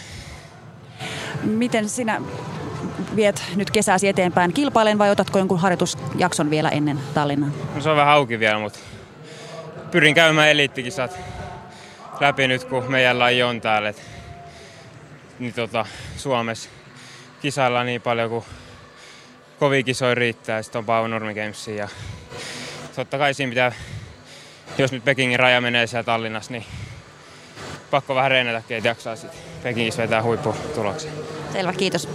Miten sinä viet nyt kesäsi eteenpäin? Kilpailen vai otatko jonkun harjoitusjakson vielä ennen Tallinnaa? No, se on vähän auki vielä, mutta pyrin käymään eliittikisat läpi nyt, kun meidän laji on täällä. Et, niin tota, Suomessa kisaillaan niin paljon, kuin kovia kisoja riittää. Sitten on Paavo Nurmi Gamesia. Ja totta kai siinä pitää, jos nyt Pekingin raja menee siellä Tallinnassa, niin pakko vähän reenätäkin, että jaksaa sitten Pekingissä vetää huipputuloksen. Selvä, kiitos.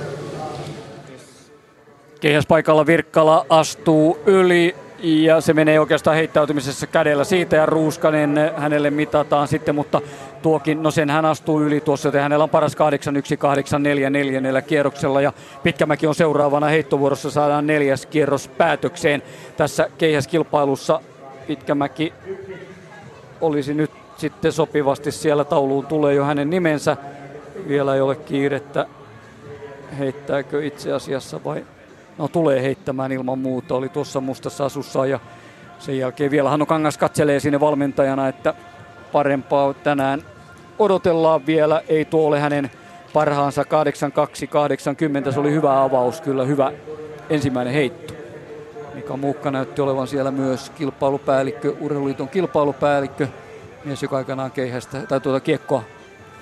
Keihäspaikalla Virkkala astuu yli ja se menee oikeastaan heittäytymisessä kädellä siitä ja Ruuskanen hänelle mitataan sitten, mutta tuokin, no sen hän astuu yli tuossa, joten hänellä on paras kahdeksan yksi kahdeksan neljä neljännellä kierroksella ja Pitkämäki on seuraavana heittovuorossa, saadaan neljäs kierros päätökseen tässä keihäskilpailussa. Pitkämäki olisi nyt sitten sopivasti siellä, tauluun tulee jo hänen nimensä, vielä ei ole kiirettä, heittääkö itse asiassa vai... No tulee heittämään ilman muuta, oli tuossa mustassa asussa ja sen jälkeen vielä Hannu Kangas katselee sinne valmentajana, että parempaa tänään odotellaan vielä. Ei tuo ole hänen parhaansa kahdeksan kaksi kahdeksankymmentä, se oli hyvä avaus, kyllä hyvä ensimmäinen heitto. Mika Muukka näytti olevan siellä myös kilpailupäällikkö, Urheiluliiton kilpailupäällikkö, mies joka aikanaan keihästä, tai tuota kiekkoa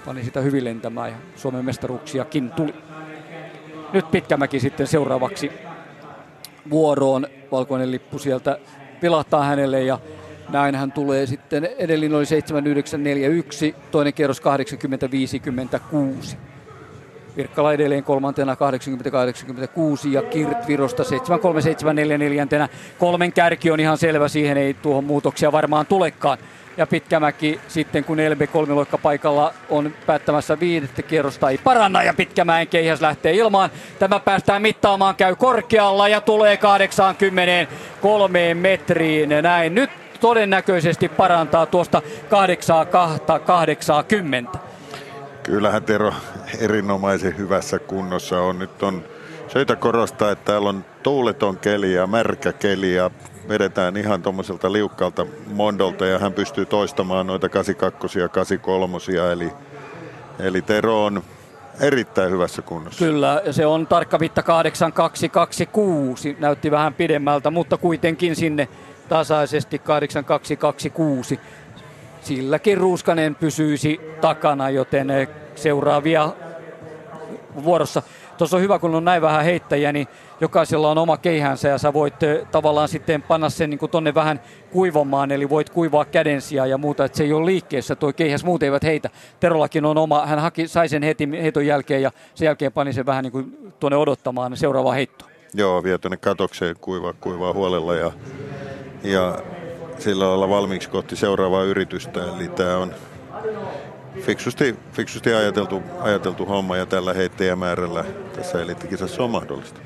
pani sitä hyvin lentämään ja Suomen mestaruuksiakin tuli. Nyt Pitkämäki sitten seuraavaksi vuoroon. Valkoinen lippu sieltä vilahtaa hänelle ja näin hän tulee sitten. Edellinen oli seitsemän yhdeksän neljä yksi, toinen kierros kahdeksankymmentä viisikymmentäkuusi. Virkkala edelleen kolmantena kahdeksankymmentä kahdeksankymmentäkuusi ja Kirt Virosta seitsemän kolme seitsemän neljä neljäntenä. Kolmen kärki on ihan selvä, siihen ei tuohon muutoksia varmaan tulekaan. Ja Pitkämäki sitten, kun L B kolmiloikka paikalla on päättämässä viidettä kierrosta, ei paranna ja Pitkämäen keihäs lähtee ilmaan. Tämä päästään mittaamaan, käy korkealla ja tulee kahdeksankymmentäkolme metriin. Näin nyt todennäköisesti parantaa tuosta kahdeksankymmentä. Kyllähän Tero erinomaisen hyvässä kunnossa on. Nyt on syytä korostaa, että täällä on tuuleton keli ja märkä keli ja vedetään ihan tuommoiselta liukkaalta mondolta ja hän pystyy toistamaan noita kahdeksankymmentäkaksi ja kahdeksankymmentäkolme. Eli, eli Tero on erittäin hyvässä kunnossa. Kyllä, ja se on tarkka mitta kahdeksankymmentäkaksi kaksikymmentäkuusi. Näytti vähän pidemmältä, mutta kuitenkin sinne tasaisesti kahdeksankymmentäkaksi kaksikymmentäkuusi. Silläkin Ruuskanen pysyisi takana, joten seuraavia vuorossa. Tuossa on hyvä, kun on näin vähän heittäjiä, niin jokaisella on oma keihänsä ja sä voit eh, tavallaan sitten panna sen niin kuin tonne vähän kuivamaan, eli voit kuivaa käden sijaan ja muuta, että se ei ole liikkeessä, tuo keihäs muut eivät heitä. Terollakin on oma, hän haki, sai sen heti heiton jälkeen ja sen jälkeen pani sen vähän niin kuin tuonne odottamaan seuraavaa heittoa. Joo, vie tuonne katokseen kuivaa, kuivaa huolella ja, ja sillä lailla valmiiksi kohti seuraavaa yritystä, eli tämä on fiksusti, fiksusti ajateltu, ajateltu homma ja tällä heittäjämäärällä tässä eliittikisassa on mahdollista.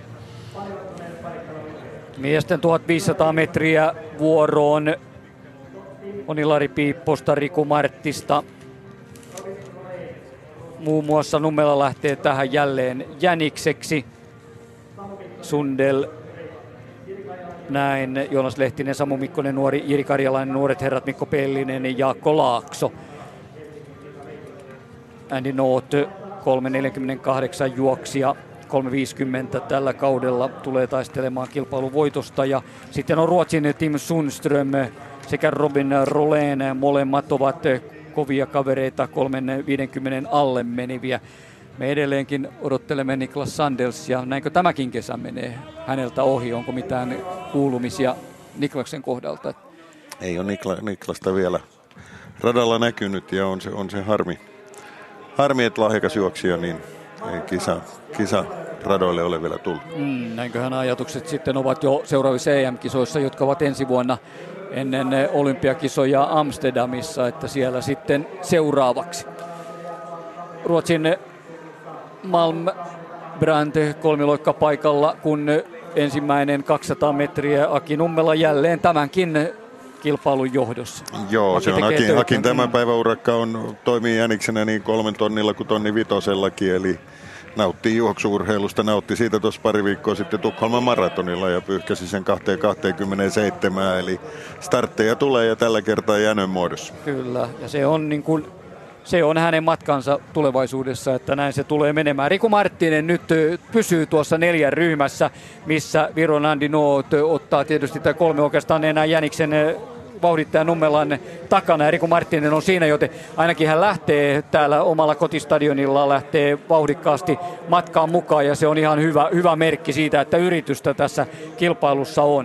Miesten tuhatviisisataa metriä vuoroon on Ilari Piipposta, Riku Marttista. Muun muassa Nummela lähtee tähän jälleen jänikseksi. Sundel, näin, Joonas Lehtinen, Samu Mikkonen, nuori Jiri Karjalainen, nuoret herrat Mikko Pellinen ja Jaakko Laakso. Andy Noot, kolme neljäkymmentäkahdeksan juoksija, kolme viisikymmentä tällä kaudella tulee taistelemaan kilpailun voitosta. Ja sitten on Ruotsin Tim Sundström sekä Robin Rolén, molemmat ovat kovia kavereita, kolme viisikymmentä alle meneviä. Me edelleenkin odottelemme Niklas Sandelsia. Näinkö tämäkin kesä menee häneltä ohi? Onko mitään kuulumisia Niklaksen kohdalta? Ei ole Nikla, Niklasta vielä radalla näkynyt ja on se, on se harmi. Harmi, että lahjakas juoksija, niin ei kisa, kisa radoille ole vielä tullut. Mm, näinköhän ajatukset sitten ovat jo seuraavissa E M-kisoissa, jotka ovat ensi vuonna ennen olympiakisoja Amsterdamissa, että siellä sitten seuraavaksi. Ruotsin Malmbrand kolmiloikka paikalla, kun ensimmäinen kaksisataa metriä Aki Nummela jälleen tämänkin kilpailun johdossa. Joo, Aki se on Akin, Akin tämän mm. päivän urakka on, toimii jäniksenä niin kolmen tonnilla kuin tonni vitosellakin, eli nauttii juoksuurheilusta, nautti siitä tuossa pari viikkoa sitten Tukholman maratonilla ja pyyhkäsi sen kaksi kaksikymmentäseitsemän, eli startteja tulee ja tällä kertaa jänön muodossa. Kyllä, ja se on niin kuin se on hänen matkansa tulevaisuudessa, että näin se tulee menemään. Riku Marttinen nyt pysyy tuossa neljän ryhmässä, missä Viron Andy Noot ottaa tietysti tämä kolme oikeastaan enää jäniksen vauhdittaja Nummelan takana. Ja Riku Marttinen on siinä, joten ainakin hän lähtee täällä omalla kotistadionilla, lähtee vauhdikkaasti matkaan mukaan. Ja se on ihan hyvä, hyvä merkki siitä, että yritystä tässä kilpailussa on.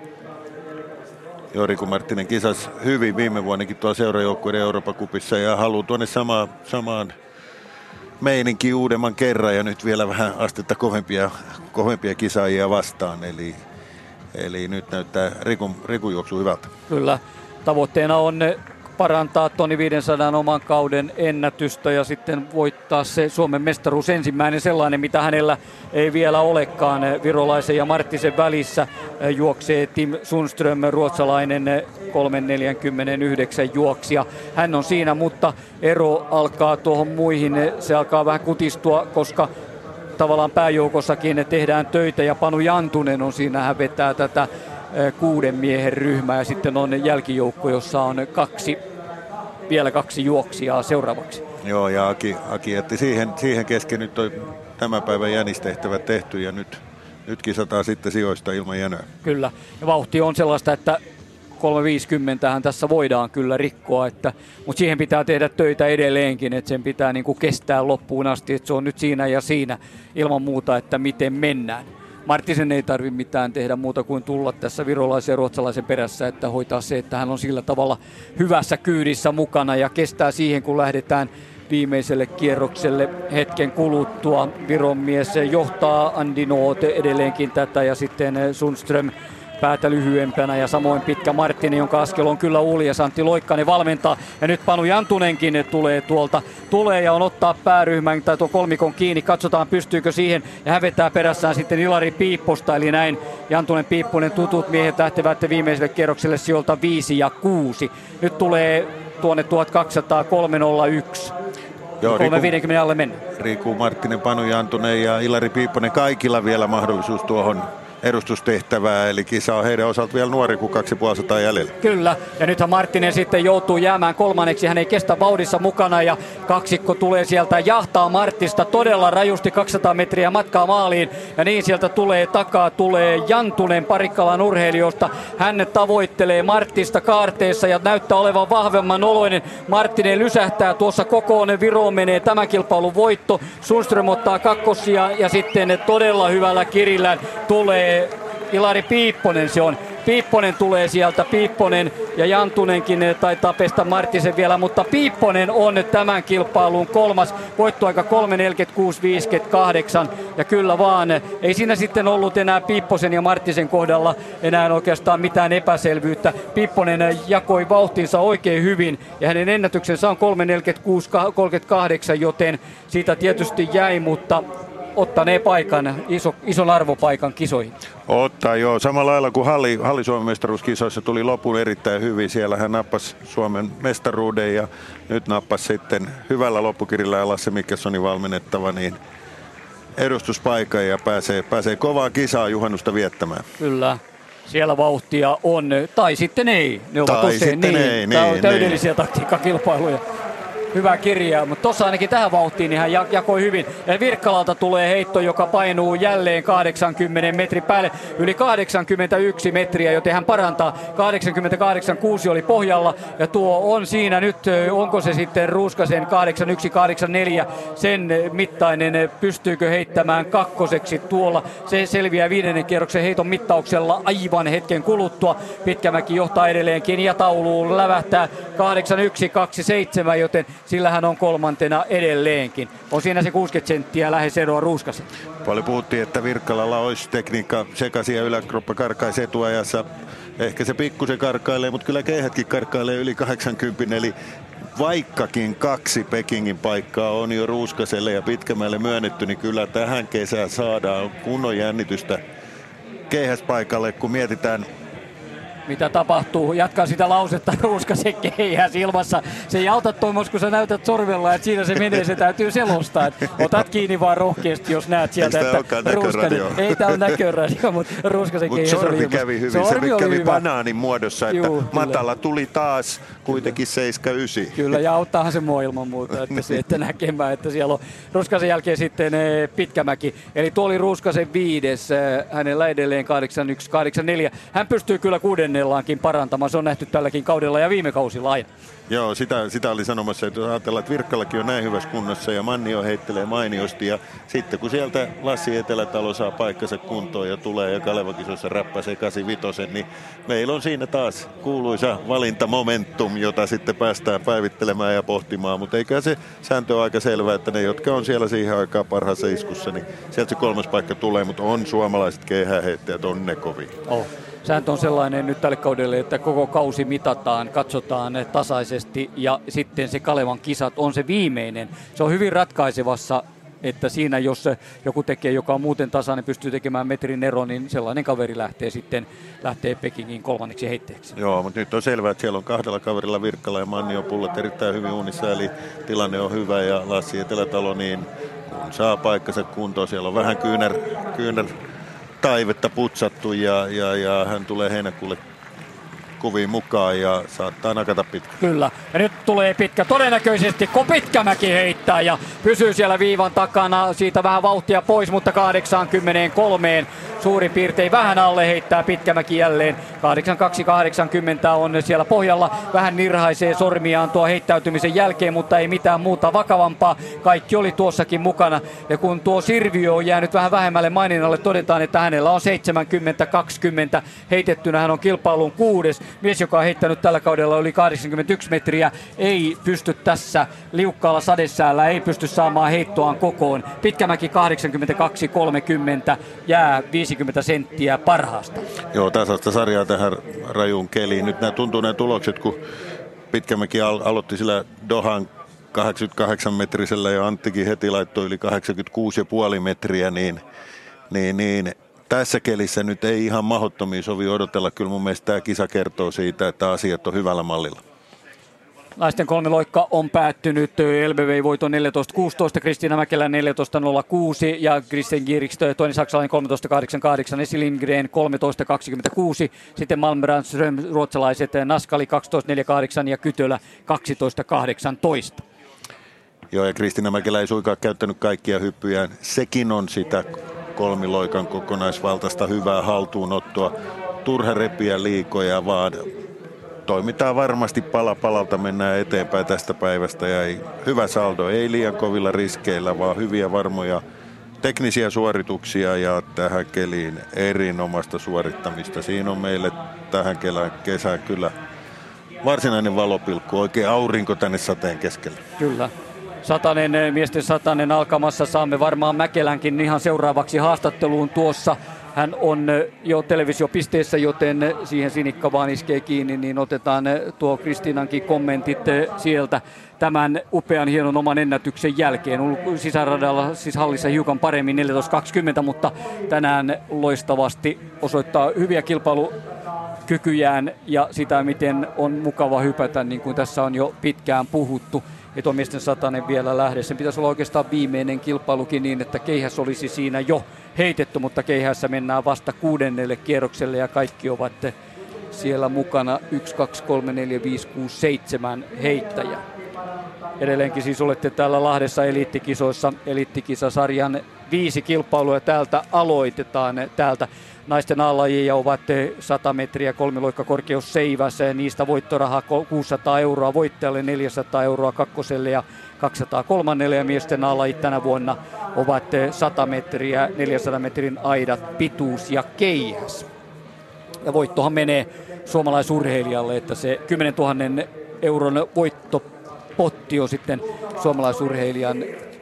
Joo, Riku Marttinen kisasi hyvin viime vuonnakin tuolla seurajoukkueiden Euroopan kupissa ja haluaa tuonne sama, samaan meininkin uudemman kerran ja nyt vielä vähän astetta kovempia, kovempia kisaajia vastaan. Eli, eli nyt näyttää Rikun, Rikun juoksu hyvältä. Kyllä, tavoitteena on parantaa tonni viisisataa oman kauden ennätystä ja sitten voittaa se Suomen mestaruus, ensimmäinen sellainen, mitä hänellä ei vielä olekaan. Virolaisen ja Marttisen välissä juoksee Tim Sundström, ruotsalainen kolme neljäkymmentäyhdeksän juoksija. Hän on siinä, mutta ero alkaa tuohon muihin, se alkaa vähän kutistua, koska tavallaan pääjoukossakin tehdään töitä ja Panu Jantunen on siinä, hän vetää tätä kuuden miehen ryhmää ja sitten on jälkijoukko, jossa on kaksi, vielä kaksi juoksijaa seuraavaksi. Joo, ja Aki, Aki jätti siihen, siihen kesken nyt on tämän päivän jänistehtävät tehty ja nyt, nyt kisataan sitten sijoista ilman jänöä. Kyllä, ja vauhti on sellaista, että kolme viisikymmentä tässä voidaan kyllä rikkoa, että, mutta siihen pitää tehdä töitä edelleenkin, että sen pitää niin kuin kestää loppuun asti, että se on nyt siinä ja siinä ilman muuta, että miten mennään. Marttisen ei tarvitse mitään tehdä muuta kuin tulla tässä virolaisen ja ruotsalaisen perässä, että hoitaa se, että hän on sillä tavalla hyvässä kyydissä mukana ja kestää siihen, kun lähdetään viimeiselle kierrokselle hetken kuluttua. Viron mies johtaa Andi Noot edelleenkin tätä ja sitten Sundström päätä lyhyempänä ja samoin pitkä Marttinen, jonka askel on kyllä uljas. Antti Loikkanen valmentaa ja nyt Panu Jantunenkin tulee tuolta. Tulee ja on ottaa pääryhmän tai tuon kolmikon kiinni. Katsotaan pystyykö siihen ja hän vetää perässään sitten Ilari Piipposta. Eli näin Jantunen Piipponen tutut miehet lähtevät viimeiselle kierrokselle sijoilta viisi ja kuusi. Nyt tulee tuonne tuhatkaksisataa kolme nolla yksi. Joo, kolme viisikymmentä alle mennä. Riku Marttinen, Panu Jantunen ja Ilari Piipponen, kaikilla vielä mahdollisuus tuohon edustustehtävää, eli kisa on heidän osalta vielä nuori kuin kaksituhattaviisisataa jäljellä. Kyllä, ja nythän Marttinen sitten joutuu jäämään kolmanneksi, hän ei kestä vauhdissa mukana ja kaksikko tulee sieltä jahtaa Marttista todella rajusti kaksisataa metriä matkaa maaliin ja niin sieltä tulee takaa, tulee Jantunen Parikkalan urheilijoista, hän tavoittelee Marttista kaarteessa ja näyttää olevan vahvemman oloinen. Marttinen lysähtää tuossa kokoon, Viroon menee tämä kilpailun voitto, Sundström ottaa kakkosia ja sitten todella hyvällä kirillään tulee Ilari Piipponen, se on. Piipponen tulee sieltä, Piipponen ja Jantunenkin taitaa pestä Marttisen vielä, mutta Piipponen on tämän kilpailun kolmas, voittoaika kolme neljäkymmentäkuusi viisikymmentäkahdeksan ja kyllä vaan, ei siinä sitten ollut enää Piipposen ja Marttisen kohdalla enää oikeastaan mitään epäselvyyttä. Piipponen jakoi vauhtinsa oikein hyvin ja hänen ennätyksensä on kolme neljäkymmentäkuusi kolmekymmentäkahdeksan, joten siitä tietysti jäi, mutta ottanee paikan, iso, ison arvopaikan kisoihin. Ottaa joo, samalla lailla kuin Halli, Halli Suomen mestaruuskisoissa tuli lopun erittäin hyvin. Siellä hän nappasi Suomen mestaruuden ja nyt nappasi sitten hyvällä loppukirjalla ja Lasse Mikkelssonin valmennettava niin edustuspaikan ja pääsee, pääsee kovaa kisaa juhannusta viettämään. Kyllä. Siellä vauhtia on, tai sitten ei. Ne ovat tai usein niin. Ei, Tämä on niin, täydellisiä niin. taktiikkakilpailuja. Hyvä kirjaa, mutta tuossa ainakin tähän vauhtiin niin hän jakoi hyvin. Ja Virkkalalta tulee heitto, joka painuu jälleen kahdeksankymmentä metrin päälle. Yli kahdeksankymmentäyksi metriä, joten hän parantaa. kahdeksankymmentäkahdeksan kuusi oli pohjalla ja tuo on siinä nyt, onko se sitten Ruuskasen kahdeksankymmentäyksi kahdeksankymmentäneljä sen mittainen, pystyykö heittämään kakkoseksi tuolla. Se selviää viidennen kierroksen heiton mittauksella aivan hetken kuluttua. Pitkämäki johtaa edelleenkin ja tauluun lävähtää kahdeksankymmentäyksi kaksikymmentäseitsemän, joten sillä hän on kolmantena edelleenkin. On siinä se kuusikymmentä senttiä lähes eroa Ruuskasen. Paljon puhuttiin, että Virkkalalla olisi tekniikka sekaisin ja yläkroppa karkaisi etuajassa. Ehkä se pikkusen karkailee, mutta kyllä keihätkin karkailee yli kahdeksankymmentä, eli vaikkakin kaksi Pekingin paikkaa on jo Ruuskaselle ja Pitkämäelle myönnetty, niin kyllä tähän kesään saadaan kunnon jännitystä keihäspaikalle, kun mietitään mitä tapahtuu. Jatkaa sitä lausetta Ruuskasen keihäs ilmassa. Se ei auta Tuomas, kun sä näytät sorvella, että siinä se menee, se täytyy selostaa. Et otat kiinni vaan rohkeasti, jos näet sieltä, että Ruuskanen, ei tää on näköradio, mutta Ruuskasen Mut keihäs oli sormi ilmassa. kävi hyvin, Sormi se kävi hyvä. banaanin muodossa, että Juu, matala tuli taas kuitenkin seitsemän yhdeksän. Kyllä, ja auttaahan se mua ilman muuta, että se, että näkemään, että siellä on Ruuskasen jälkeen sitten Pitkämäki. Eli tuo oli Ruuskasen viides, hänellä edelleen kahdeksankymmentäyksi kahdeksankymmentäneljä. Hän pystyy kyllä kuudennellaankin parantamaan, se on nähty tälläkin kaudella ja viime kausilla aina. Joo, sitä, sitä oli sanomassa, että ajatellaan, että Virkkalakin on näin hyvässä kunnossa ja Mannio heittelee mainiosti. Ja sitten kun sieltä Lassi Etelätalo saa paikkansa kuntoon ja tulee ja Kalevakisoissa räppäsee kahdeksankymmentäviisi, niin meillä on siinä taas kuuluisa valintamomentum, jota sitten päästään päivittelemään ja pohtimaan. Mutta eikä se sääntö ole aika selvää, että ne, jotka on siellä siihen aikaan parhaassa iskussa, niin sieltä se kolmas paikka tulee, mutta on suomalaiset keihääheittäjät, on ne kovin. Oh. Sääntö on sellainen nyt tälle kaudelle, että koko kausi mitataan, katsotaan tasaisesti ja sitten se Kalevan kisat on se viimeinen. Se on hyvin ratkaisevassa, että siinä jos joku tekee, joka on muuten tasainen, pystyy tekemään metrin ero, niin sellainen kaveri lähtee sitten lähtee Pekingin kolmanneksi heitteeksi. Joo, mutta nyt on selvää, että siellä on kahdella kaverilla Virkkala ja Mannio pullat erittäin hyvin uunissa, eli tilanne on hyvä ja Lassi Etelätalo niin kun saa paikkansa kuntoon. Siellä on vähän kyynär, kyynär taivetta putsattu ja, ja, ja hän tulee heinäkuulle kuviin mukaan ja saattaa nakata pitkä. Kyllä. Ja nyt tulee pitkä. Todennäköisesti Ko Pitkämäki heittää ja pysyy siellä viivan takana. Siitä vähän vauhtia pois, mutta kahdeksankymmentäkolme suurin piirtein vähän alle heittää Pitkämäki jälleen. kahdeksankymmentäkaksi kahdeksankymmentä on siellä pohjalla. Vähän nirhaisee sormiaan tuo heittäytymisen jälkeen, mutta ei mitään muuta vakavampaa. Kaikki oli tuossakin mukana. Ja kun tuo Sirviö on jäänyt vähän vähemmälle maininnalle, todetaan, että hänellä on seitsemänkymmentä kaksikymmentä heitettynä. Hän on kilpailun kuudes. Mies, joka on heittänyt tällä kaudella yli kahdeksankymmentäyksi metriä, ei pysty tässä liukkaalla sadesäällä, ei pysty saamaan heittoaan kokoon. Pitkämäki kahdeksankymmentäkaksi kolmekymmentä jää viisikymmentä senttiä parhaasta. Joo, tasasta sarjaa tähän rajuun keliin. Nyt nämä tuntuu nämä tulokset, kun Pitkämäki al- aloitti sillä Dohan kahdeksankymmentäkahdeksan metrisellä ja Anttikin heti laittoi yli kahdeksankymmentäkuusi pilkku viisi metriä, niin, niin, niin tässä kelissä nyt ei ihan mahdottomia sovi odotella. Kyllä mun mielestä tämä kisa kertoo siitä, että asiat on hyvällä mallilla. Naisten kolmiloikka on päättynyt. L B V voiton neljätoista kuusitoista, Kristiina Mäkelä neljätoista nolla kuusi ja Kristen Gierix, toinen saksalainen kolmetoista kahdeksankymmentäkahdeksan, Essi Lindgren kolmetoista kaksikymmentäkuusi, sitten Malmbrandström ruotsalaiset Naskali kaksitoista neljäkymmentäkahdeksan ja Kytölä kaksitoista kahdeksantoista. Joo, ja Kristiina Mäkelä ei suinkaan käyttänyt kaikkia hyppyjään. Sekin on sitä kolmiloikan kokonaisvaltaista hyvää haltuunottoa. Turha repiä liikoja, vaan toimitaan varmasti pala palalta, mennään eteenpäin tästä päivästä. Ja ei, hyvä saldo, ei liian kovilla riskeillä, vaan hyviä varmoja teknisiä suorituksia ja tähän keliin erinomaista suorittamista. Siinä on meille tähän kesään kyllä varsinainen valopilkku, oikein aurinko tänne sateen keskelle. Kyllä. Satanen, miesten satanen alkamassa. Saamme varmaan Mäkelänkin ihan seuraavaksi haastatteluun tuossa. Hän on jo televisiopisteessä, joten siihen Sinikka vaan iskee kiinni, niin otetaan tuo Kristiinankin kommentit sieltä tämän upean hienon oman ennätyksen jälkeen. Sisäradalla siis hallissa hiukan paremmin neljätoista kaksikymmentä, mutta tänään loistavasti osoittaa hyviä kilpailukykyjään ja sitä, miten on mukava hypätä, niin kuin tässä on jo pitkään puhuttu. Ja tuo miesten satanen vielä lähde. Sen pitäisi olla oikeastaan viimeinen kilpailukin niin, että keihäs olisi siinä jo heitetty, mutta keihässä mennään vasta kuudennelle kierrokselle ja kaikki ovat siellä mukana yksi, kaksi, kolme, neljä, viisi, kuusi, seitsemän heittäjä. Edelleenkin siis olette täällä Lahdessa eliittikisoissa, eliittikisasarjan viisi kilpailua täältä aloitetaan täältä. Naisten A-lajia ovat sata metriä kolmiloikkakorkeus seiväs, niistä voittorahaa kuusisataa euroa voittajalle, neljäsataa euroa kakkoselle ja kaksisataa kolmannelle, ja miesten A-lajit tänä vuonna ovat sata metriä, neljänsadan metrin aidat, pituus ja keihäs. Ja voittohan menee suomalaisurheilijalle, että se kymmenentuhatta euron voittopotti on sitten suomalaisurheilijan,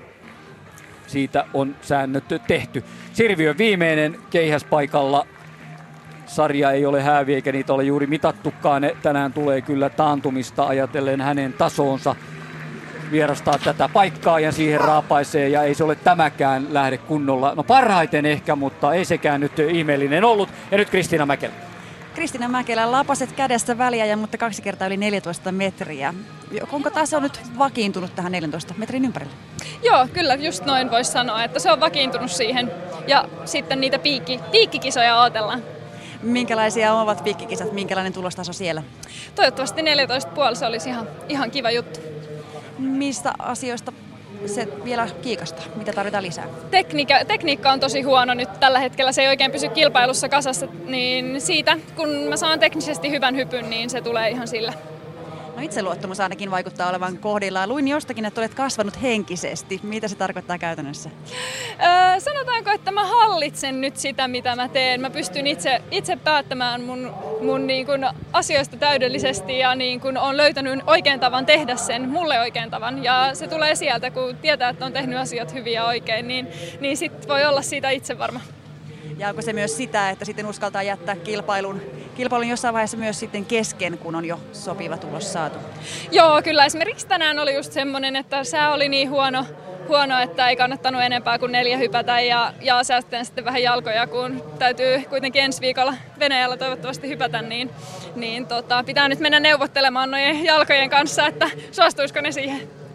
siitä on säännöt tehty. Sirviön viimeinen keihäspaikalla. Sarja ei ole hääviä eikä niitä ole juuri mitattukaan. Tänään tulee kyllä taantumista ajatellen hänen tasoonsa. Vierastaa tätä paikkaa ja siihen raapaisee ja ei se ole tämäkään lähde kunnolla. No parhaiten ehkä, mutta ei sekään nyt ihmeellinen ollut. Ja nyt Kristiina Mäkelä. Kristiina Mäkelä, lapaset kädessä väliä, ja mutta kaksi kertaa yli neljätoista metriä. Onko taso nyt vakiintunut tähän neljäntoista metrin ympärille? Joo, kyllä just noin voisi sanoa, että se on vakiintunut siihen. Ja sitten niitä piikki, piikkikisoja odotellaan. Minkälaisia ovat piikkikisat? Minkälainen tulostaso siellä? Toivottavasti neljätoista pilkku viisi se olisi ihan, ihan kiva juttu. Mistä asioista se vielä kiikastaa? Mitä tarvitaan lisää? Tekniikka, tekniikka on tosi huono nyt tällä hetkellä. Se ei oikein pysy kilpailussa kasassa, niin siitä kun mä saan teknisesti hyvän hypyn, niin se tulee ihan sillä. No itseluottamus ainakin vaikuttaa olevan kohdillaan. Luin jostakin, että olet kasvanut henkisesti. Mitä se tarkoittaa käytännössä? Öö, sanotaanko, että mä hallitsen nyt sitä, mitä mä teen. Mä pystyn itse, itse päättämään mun, mun niin kun asioista täydellisesti ja niin kun on löytänyt oikean tavan tehdä sen, mulle oikean tavan. Ja se tulee sieltä, kun tietää, että on tehnyt asiat hyvin ja oikein, niin, niin sit voi olla siitä itse varma. Ja onko se myös sitä, että sitten uskaltaa jättää kilpailun, kilpailun jossain vaiheessa myös sitten kesken, kun on jo sopiva tulos saatu? Joo, kyllä. Esimerkiksi tänään oli just semmoinen, että sää oli niin huono, huono että ei kannattanut enempää kuin neljä hypätä ja, ja säästetään sitten vähän jalkoja, kun täytyy kuitenkin ensi viikolla Venäjällä toivottavasti hypätä, niin, niin tota, pitää nyt mennä neuvottelemaan noiden jalkojen kanssa, että suostuisiko ne siihen.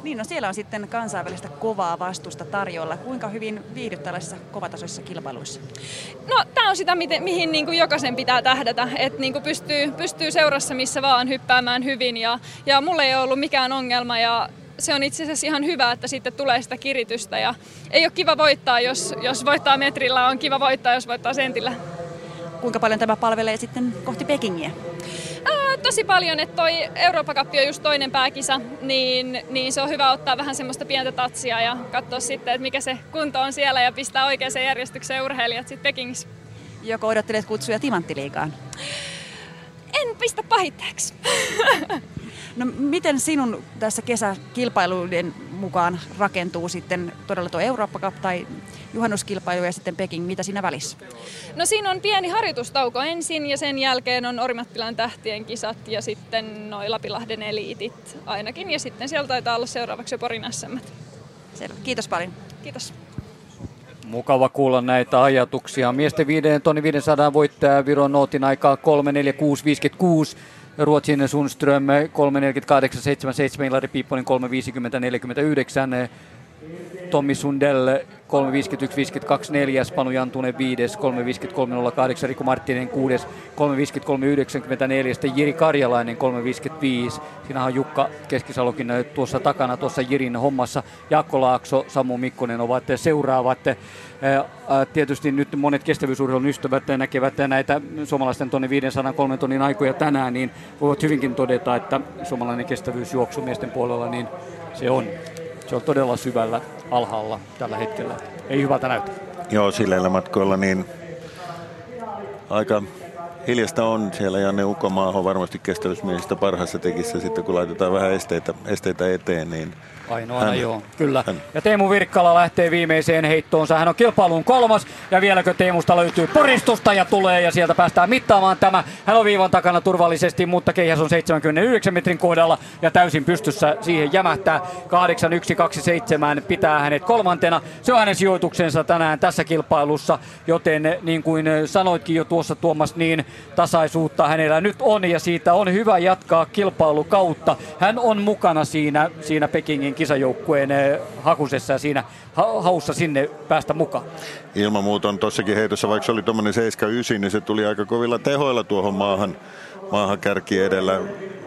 Niin, no siellä on sitten kansainvälistä kovaa vastusta tarjolla. Kuinka hyvin viihdyt tällaisissa kovatasoisissa kilpailuissa? No, tämä on sitä, miten, mihin niin kuin jokaisen pitää tähdätä, että niin kuin pystyy, pystyy seurassa missä vaan hyppäämään hyvin ja, ja mulla ei ole ollut mikään ongelma ja se on itse asiassa ihan hyvä, että sitten tulee sitä kiritystä ja ei ole kiva voittaa, jos, jos voittaa metrillä, on kiva voittaa, jos voittaa sentillä. Kuinka paljon tämä palvelee sitten kohti Pekingiä? Ää, tosi paljon, että toi Eurooppa-Cup on just toinen pääkisa, niin, niin se on hyvä ottaa vähän semmoista pientä tatsia ja katsoa sitten, että mikä se kunto on siellä ja pistää oikeaan järjestykseen urheilijat sitten Pekingissä. Joko odottelet kutsuja Timanttiliigaan? En pistä pahitteeksi. No miten sinun tässä kesäkilpailuiden mukaan rakentuu sitten todella tuo Eurooppa Cup tai juhannuskilpailu ja sitten Peking, mitä siinä välissä? No siinä on pieni harjoitustauko ensin ja sen jälkeen on Orimattilan tähtien kisat ja sitten noi Lapinlahden eliitit ainakin ja sitten siellä taitaa olla seuraavaksi Porin S M. Selvä. Kiitos paljon. Kiitos. Mukava kuulla näitä ajatuksia. Miesten viiden tonni viisisataa voittaja Viron Nootin aikaa kolme neljä kuusi viisikymmentäkuusi. Ruotsin Sundström kolme neljäkymmentäkahdeksan seitsemänkymmentäseitsemän, Ilari Piipponen kolme viisikymmentä neljäkymmentäyhdeksän, Tommi Sundell kolme viisikymmentäyksi viisikymmentäkaksi neljäs, Panu Jantunen viides kolme viisikymmentäkolme nolla kahdeksan, Riku Marttinen kuudes kolme viisikymmentäkolme yhdeksänkymmentäneljä, sitten Jiri Karjalainen kolme viisikymmentäviisi. Siinähän on Jukka Keskisalokin tuossa takana tuossa Jirin hommassa. Jaakko Laakso, Samu Mikkonen ovat seuraavat. Tietysti nyt monet kestävyysurheilun ystävät näkevät näitä suomalaisten tonni viisisataa kolmen tonnin aikoja tänään, niin voivat hyvinkin todeta, että suomalainen kestävyysjuoksu miesten puolella, niin se on, se on todella syvällä alhaalla tällä hetkellä. Ei hyvältä näytä. Joo, silleillä matkoilla niin aika hiljasta on siellä. Janne Ukomaa on varmasti kestävyysmiehistä parhaassa tekissä sitten, kun laitetaan vähän esteitä, esteitä eteen, niin ainoana hän, joo, kyllä. Hän. Ja Teemu Virkkala lähtee viimeiseen heittoonsa. Hän on kilpailun kolmas ja vieläkö Teemusta löytyy puristusta ja tulee ja sieltä päästään mittaamaan tämä. Hän on viivan takana turvallisesti, mutta keihäs on seitsemänkymmentäyhdeksän metrin kohdalla ja täysin pystyssä siihen jämähtää. kahdeksan yksi kaksi seitsemän pitää hänet kolmantena. Se on hänen sijoituksensa tänään tässä kilpailussa, joten niin kuin sanoitkin jo tuossa Tuomas, niin tasaisuutta hänellä nyt on ja siitä on hyvä jatkaa kilpailukautta. Hän on mukana siinä, siinä Pekingin kisajoukkueen hakusessa ja siinä haussa sinne päästä mukaan. Ilman muuta on tossakin heitossa, vaikka se oli tuommoinen seitsemän yhdeksän, niin se tuli aika kovilla tehoilla tuohon maahan, maahan kärki edellä.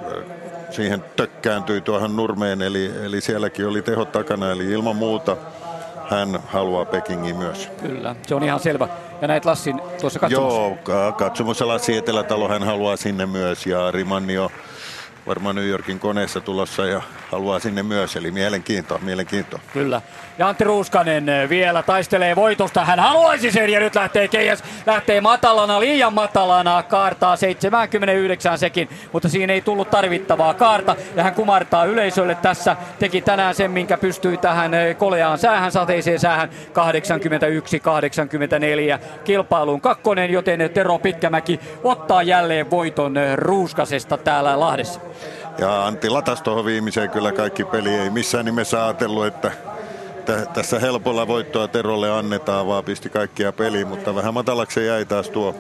Siihen tökkääntyi tuohon nurmeen, eli, eli sielläkin oli tehot takana, eli ilman muuta hän haluaa Pekingiin myös. Kyllä, se on ihan selvä. Ja näet Lassin tuossa katsomassa? Joo, katsomassa Lassi Etelätalo, hän haluaa sinne myös, ja Ari Mannio varmaan New Yorkin koneessa tulossa ja haluaa sinne myös, eli mielenkiintoa, mielenkiintoa. Kyllä. Ja Antti Ruuskanen vielä taistelee voitosta. Hän haluaisi sen ja nyt lähtee Keijäs, lähtee matalana, liian matalana, kaartaa seitsemänkymmentäyhdeksän sekin, mutta siinä ei tullut tarvittavaa kaarta ja hän kumartaa yleisölle tässä. Teki tänään sen, minkä pystyi tähän koleaan säähän, sateiseen säähän, kahdeksankymmentäyksi kahdeksankymmentäneljä kilpailuun kakkonen, joten Tero Pitkämäki ottaa jälleen voiton Ruuskasesta täällä Lahdessa. Ja Antti latasi tuohon viimeiseen kyllä kaikki peli. Ei missään nimessä ajatellut, että t- tässä helpolla voittoa Terolle annetaan, vaan pisti kaikkia peliin. Mutta vähän matalaksi jäi taas tuo,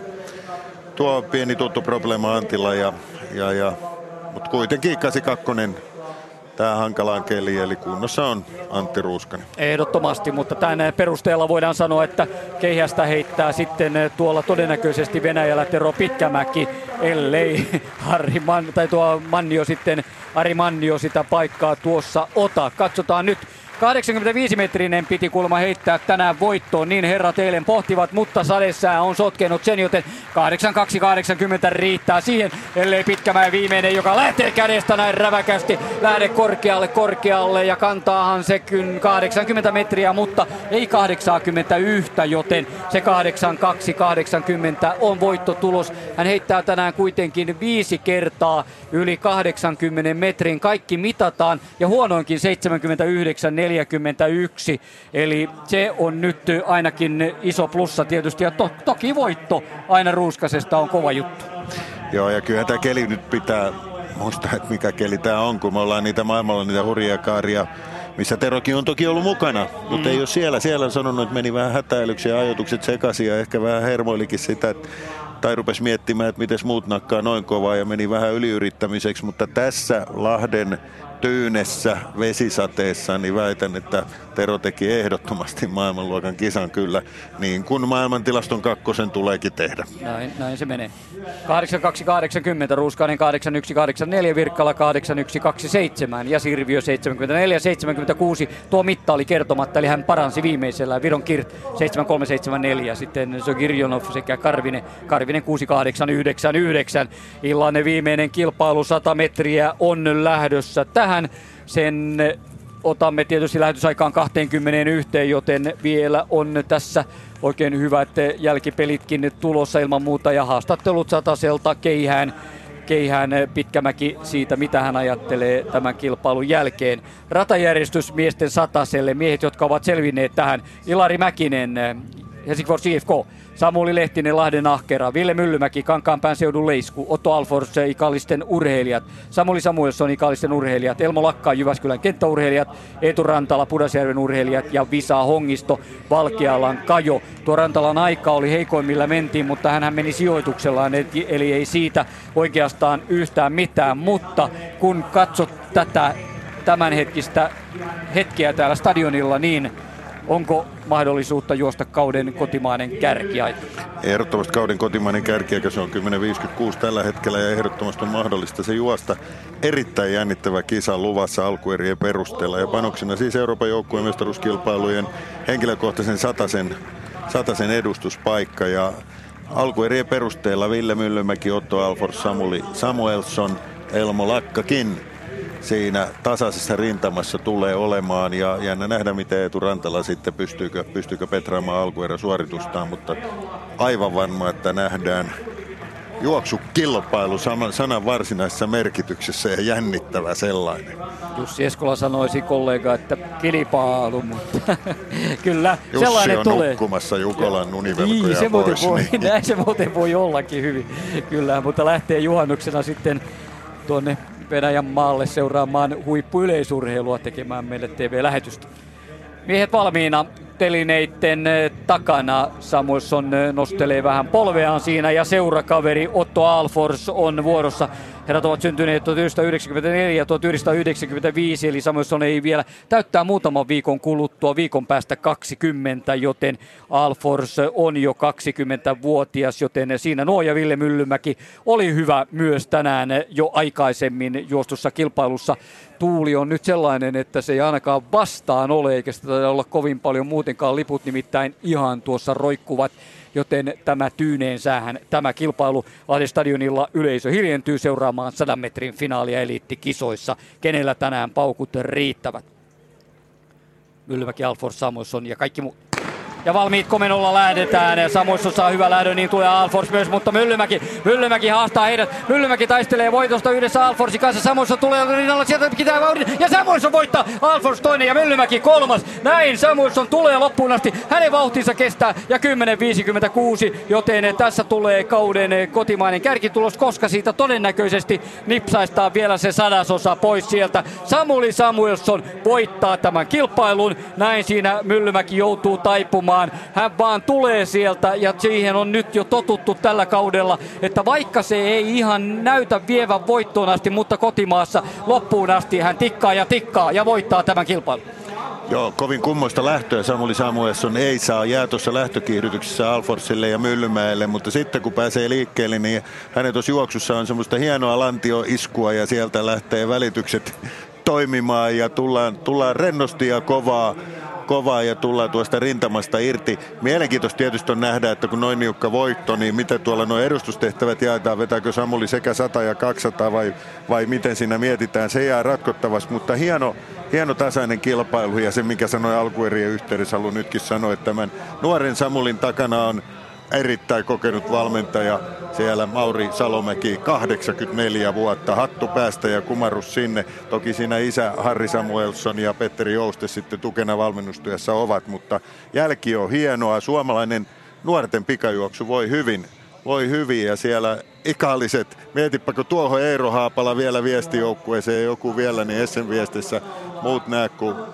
tuo pieni tuttu probleema Antilla. Ja, ja, ja, mutta kuitenkin kahdeksankymmentäkaksi tämä hankalaan keliin, eli kunnossa on Antti Ruuskanen. Ehdottomasti, mutta tämän perusteella voidaan sanoa, että Keihästä heittää sitten tuolla todennäköisesti Venäjällä Tero Pitkämäki, ellei Harri Man, tai tuo Mannio sitten, Ari Mannio sitä paikkaa tuossa ota. Katsotaan nyt. kahdeksankymmentäviisi metrinen piti kulma heittää tänään voittoon, niin herrat eilen pohtivat, mutta sadesää on sotkenut sen, joten kahdeksankymmentäkaksi kahdeksankymmentä riittää siihen, ellei Pitkämäen viimeinen, joka lähtee kädestä näin räväkästi, lähde korkealle korkealle ja kantaahan se kahdeksankymmentä metriä, mutta ei kahdeksankymmentäyksi, joten se kahdeksankymmentäkaksi kahdeksankymmentä on voittotulos. Hän heittää tänään kuitenkin viisi kertaa yli kahdeksankymmenen metrin, kaikki mitataan ja huonoinkin seitsemänkymmentäyhdeksän neljäkymmentäyksi, eli se on nyt ainakin iso plussa tietysti, ja to- toki voitto aina Ruuskasesta on kova juttu. Joo, ja kyllä tämä keli nyt pitää muistaa, että mikä keli tämä on, kun me ollaan niitä maailmalla niitä hurjia kaaria, missä Terokin on toki ollut mukana, mm. mutta ei ole siellä. Siellä on sanonut, että meni vähän hätäilyksiä ja ajoitukset sekaisin ja ehkä vähän hermoilikin sitä, että tai rupesi miettimään, että miten muut nakkaa noin kovaa ja meni vähän yliyrittämiseksi, mutta tässä Lahden tyynessä vesisateessa, niin väitän, että Tero teki ehdottomasti maailmanluokan kisan kyllä, niin kuin maailmantilaston kakkosen tuleekin tehdä. Näin, näin se menee. kahdeksan kaksi kahdeksankymmentä, Ruuskainen kahdeksan yksi kahdeksankymmentäneljä, Virkkala kahdeksan yksi kaksikymmentäseitsemän ja Sirviö seitsemänkymmentäneljä seitsemänkymmentäkuusi. Tuo mitta oli kertomatta, eli hän paransi viimeisellä. Viron Kirt seitsemän kolme seitsemän neljä, sitten Zogirjonov sekä Karvinen, Karvinen kuusi kahdeksan yhdeksän yhdeksän. Illan viimeinen kilpailu sata metriä on lähdössä tähän. Sen otamme tietysti lähetysaikaan kaksikymmentäyksi, joten vielä on tässä oikein hyvät jälkipelitkin tulossa ilman muuta ja haastattelut sataselta Keihään. Keihään Pitkämäki siitä, mitä hän ajattelee tämän kilpailun jälkeen. Ratajärjestys miesten sataselle, miehet, jotka ovat selvinneet tähän. Ilari Mäkinen, Helsingfors I F K, Samuli Lehtinen, Lahden Ahkera, Ville Myllymäki, Kankaanpään seudun Leisku, Otto Alfors, Ikallisten urheilijat, Samuli Samuelsson, Ikallisten urheilijat, Elmo Lakka, Jyväskylän kenttäurheilijat, Eetu Rantala, Pudasjärven urheilijat ja Visa Hongisto, Valkealan Kajo. Tuo Rantalan aika oli heikoimmilla mentiin, mutta hänhän meni sijoituksellaan, eli ei siitä oikeastaan yhtään mitään, mutta kun katsot tätä tämänhetkistä hetkeä täällä stadionilla, niin onko mahdollisuutta juosta kauden kotimainen kärkiaika? Ehdottomasti kauden kotimainen kärkiaika, se on kymmenen viisikymmentäkuusi tällä hetkellä ja ehdottomasti on mahdollista se juosta. Erittäin jännittävä kisa luvassa alkuerien perusteella ja panoksena siis Euroopan joukkueen mestaruuskilpailujen henkilökohtaisen satasen, satasen edustuspaikka ja alkuerien perusteella Ville Myllymäki, Otto Alfors, Samuli Samuelsson, Elmo Lakkakin siinä tasaisessa rintamassa tulee olemaan ja jännä nähdä, miten Eetu Rantala sitten pystyykö, pystyykö petraamaan alkuerä suoritustaan, mutta aivan varma, että nähdään juoksukilpailu sanan varsinaisessa merkityksessä ja jännittävä sellainen. Jussi Eskola sanoisi kollega, että kilpailu, mutta kyllä Jussi sellainen on tulee. nukkumassa Jukolan univelkoja niin, se pois. Voi, niin. Näin se muuten voi ollakin hyvin, kyllä, mutta lähtee juhannuksena sitten tuonne Venäjän maalle seuraamaan huippuyleisurheilua, tekemään meille T V-lähetystä. Miehet valmiina telineiden takana. Samuelsson nostelee vähän polveaan siinä ja seurakaveri Otto Alfors on vuorossa. Herrat ovat syntyneet tuhatyhdeksänsataayhdeksänkymmentäneljä ja tuhatyhdeksänsataayhdeksänkymmentäviisi, eli Samuelsson ei vielä täyttää muutaman viikon kuluttua, viikon päästä kaksikymmentä, joten Alfors on jo kaksikymmentävuotias, joten siinä nuo ja Ville Myllymäki oli hyvä myös tänään jo aikaisemmin juostussa kilpailussa. Tuuli on nyt sellainen, että se ei ainakaan vastaan ole, eikä sitä taida olla kovin paljon muutenkaan, liput nimittäin ihan tuossa roikkuvat. Joten tämä tyyneen säähän, tämä kilpailu Lahden stadionilla yleisö hiljentyy seuraamaan sadan metrin finaalia eliittikisoissa. Kenellä tänään paukut riittävät? Myllymäki, Alfors, Samuelsson ja kaikki muut. Ja valmiit komenolla lähdetään. Samuelsson saa hyvä lähdön, niin tulee Alfors myös, mutta Myllymäki, Myllymäki haastaa heidät. Myllymäki taistelee voitosta yhdessä Alforsin kanssa. Samuelsson tulee rinnalla, sieltä pitää vauhdin. Ja Samuelsson voittaa. Alfors toinen ja Myllymäki kolmas. Näin Samuelsson tulee loppuun asti. Hänen vauhtinsa kestää ja kymmenen viisikymmentäkuusi, joten tässä tulee kauden kotimainen kärkitulos, koska siitä todennäköisesti nipsaistaan vielä se sadasosa pois sieltä. Samuli Samuelsson voittaa tämän kilpailun. Näin siinä Myllymäki joutuu taipumaan. Hän vaan tulee sieltä ja siihen on nyt jo totuttu tällä kaudella, että vaikka se ei ihan näytä vievän voittoon asti, mutta kotimaassa loppuun asti hän tikkaa ja tikkaa ja voittaa tämän kilpailun. Joo, kovin kummoista lähtöä Samuli Samuelsson ei saa. Jää tuossa lähtökiihdytyksessä Alforsille ja Myllymäelle, mutta sitten kun pääsee liikkeelle, niin hänen tuossa juoksussa on semmoista hienoa lantioiskua ja sieltä lähtee välitykset toimimaan ja tullaan, tullaan rennosti ja kovaa. kovaa ja tullaan tuosta rintamasta irti. Mielenkiintoista tietysti on nähdä, että kun noin niukka voitto, niin miten tuolla nuo edustustehtävät jaetaan, vetääkö Samuli sekä sata ja kaksisataa vai, vai miten siinä mietitään. Se jää ratkottavasti, mutta hieno, hieno tasainen kilpailu ja se, mikä sanoi alkuerien yhteydessä, haluan nytkin sanoa, että tämän nuoren Samulin takana on erittäin kokenut valmentaja siellä Mauri Salomäki, kahdeksankymmentäneljä vuotta, hattu päästä ja kumarus sinne. Toki siinä isä Harri Samuelsson ja Petteri Jouste sitten tukena valmennustyössä ovat, mutta jälki on hienoa. Suomalainen nuorten pikajuoksu voi hyvin, voi hyvin ja siellä ikalliset, mietipä kun tuohon Eero Haapala vielä viestijoukkueeseen joku vielä, niin S M-viestissä muut näe, kun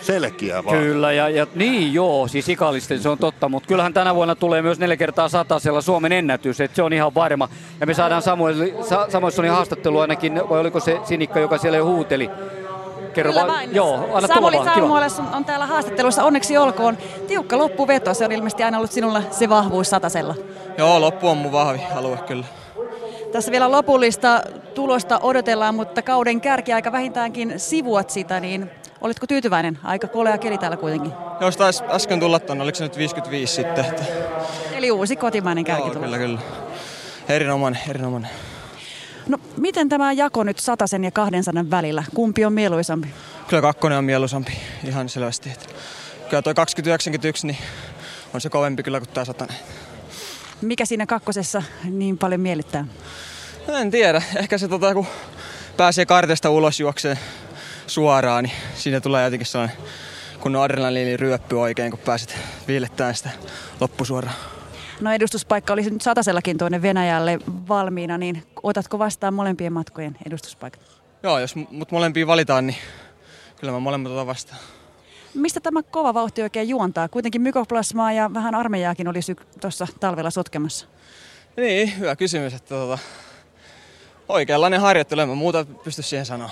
selkeä vaan. Kyllä, ja, ja niin joo, siis ikallisten se on totta, mutta kyllähän tänä vuonna tulee myös neljä kertaa satasella Suomen ennätys, että se on ihan varma. Ja me saadaan Samuel, Sa, Samuelsonin haastattelu ainakin, vai oliko se Sinikka, joka siellä jo huuteli? Kerro Kyllä vaan. vain. Joo, anna Samuli tulla vaan, Samuel on täällä haastattelussa, onneksi olkoon. Tiukka loppuveto, se on ilmeisesti aina ollut sinulla se vahvuus satasella. Joo, loppu on mun vahvi alue kyllä. Tässä vielä lopullista tulosta odotellaan, mutta kauden kärkiaika vähintäänkin sivuat sitä, niin olitko tyytyväinen? Aika kolea keli täällä kuitenkin. Joo, sitä taisi äsken tulla tuonne, oliko se nyt viisikymmentäviisi sitten? Että... Eli uusi kotimainen kärki Joo, tulee. kyllä, kyllä. Erinomainen, erinomainen. No miten tämä jako nyt satasen ja kahdensadan välillä? Kumpi on mieluisampi? Kyllä kakkonen on mieluisampi, ihan selvästi. Kyllä tuo kaksikymmentä yhdeksänkymmentäyksi niin on se kovempi kyllä kuin tämä satanen. Mikä siinä kakkosessa niin paljon miellyttää? En tiedä. Ehkä se tota, kun pääsee kartesta ulos juokseen suoraan, niin siinä tulee jotenkin sellainen kunnon adrenaliini ryöppy oikein, kun pääset viilettämään sitä loppusuoraan. No edustuspaikka olisi nyt satasellakin tuonne Venäjälle valmiina, niin otatko vastaan molempien matkojen edustuspaikat? Joo, jos mut molempia valitaan, niin kyllä mä molemmat otan vastaan. Mistä tämä kova vauhti oikein juontaa? Kuitenkin mykoplasmaa ja vähän armeijaakin oli tuossa talvella sotkemassa. Niin, hyvä kysymys. Että tota, oikeanlainen harjoittelu, en mä muuta pysty siihen sanoa.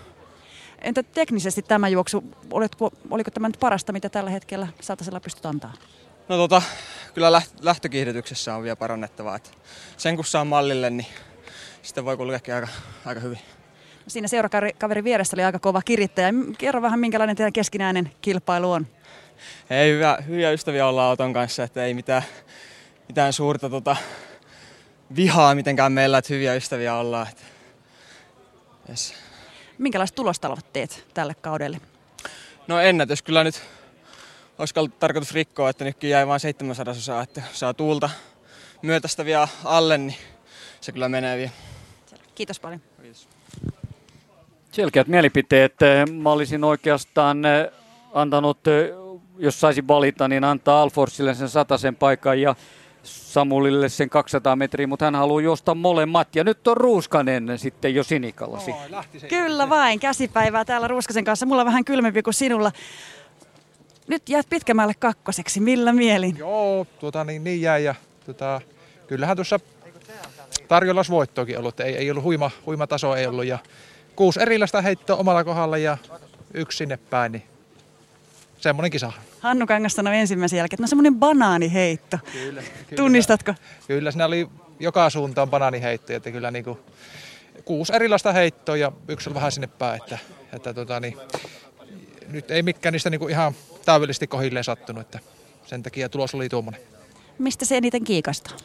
Entä teknisesti tämä juoksu, oletko, oliko tämä nyt parasta, mitä tällä hetkellä satasella pystyt antaa? No tota, kyllä lähtökiihdytyksessä on vielä parannettavaa. Että sen kun saa mallille, niin sitten voi kulkeakin aika, aika hyvin. Siinä seurakaveri vieressä oli aika kova kirittäjä. Kerro vähän, minkälainen teidän keskinäinen kilpailu on? Ei, hyvä, hyviä ystäviä ollaan Oton kanssa, että ei mitään, mitään suurta tota, vihaa mitenkään meillä, että hyviä ystäviä ollaan. Että, yes. Minkälaista tulostalvat teet tälle kaudelle? No ennätys kyllä nyt olisi tarkoitus rikkoa, että nytkin jäi vain seitsemänsadasosaa, että saa tuulta myötästä vielä alle, niin se kyllä menee vielä. Kiitos paljon. Kiitos. Selkeät mielipiteet. Mä olisin oikeastaan antanut, jos saisin valita, niin antaa Alforsille sen satasen paikan ja Samulille sen kaksisataa metriä, mutta hän haluaa juosta molemmat. Ja nyt on Ruuskanen sitten jo Sinikallasi. No, kyllä vain, käsipäivää täällä Ruuskasen kanssa. Mulla on vähän kylmempi kuin sinulla. Nyt jäät pitkämälle kakkoseksi, millä mielin? Joo, tuota, niin, niin jäi ja tuota, kyllähän tuossa tarjolla olisi voittoakin ollut, ei, ei ollut huima, huima taso ei ollut ja kuusi erilaista heittoa omalla kohdalla ja yksi sinne päin, niin semmoinen kisa. Hannu Kangas sanoi ensimmäisen jälkeen, että no semmoinen banaaniheitto. Kyllä, kyllä. Tunnistatko? Kyllä, siinä oli joka suuntaan banaaniheittoja, että kyllä niin kuin kuusi erilaista heittoa ja yksi on vähän sinne päin, että, että tota, niin, nyt ei mikään niistä niin kuin ihan täydellisesti kohilleen sattunut, että sen takia tulos oli tuommoinen. Mistä se eniten kiikastaa?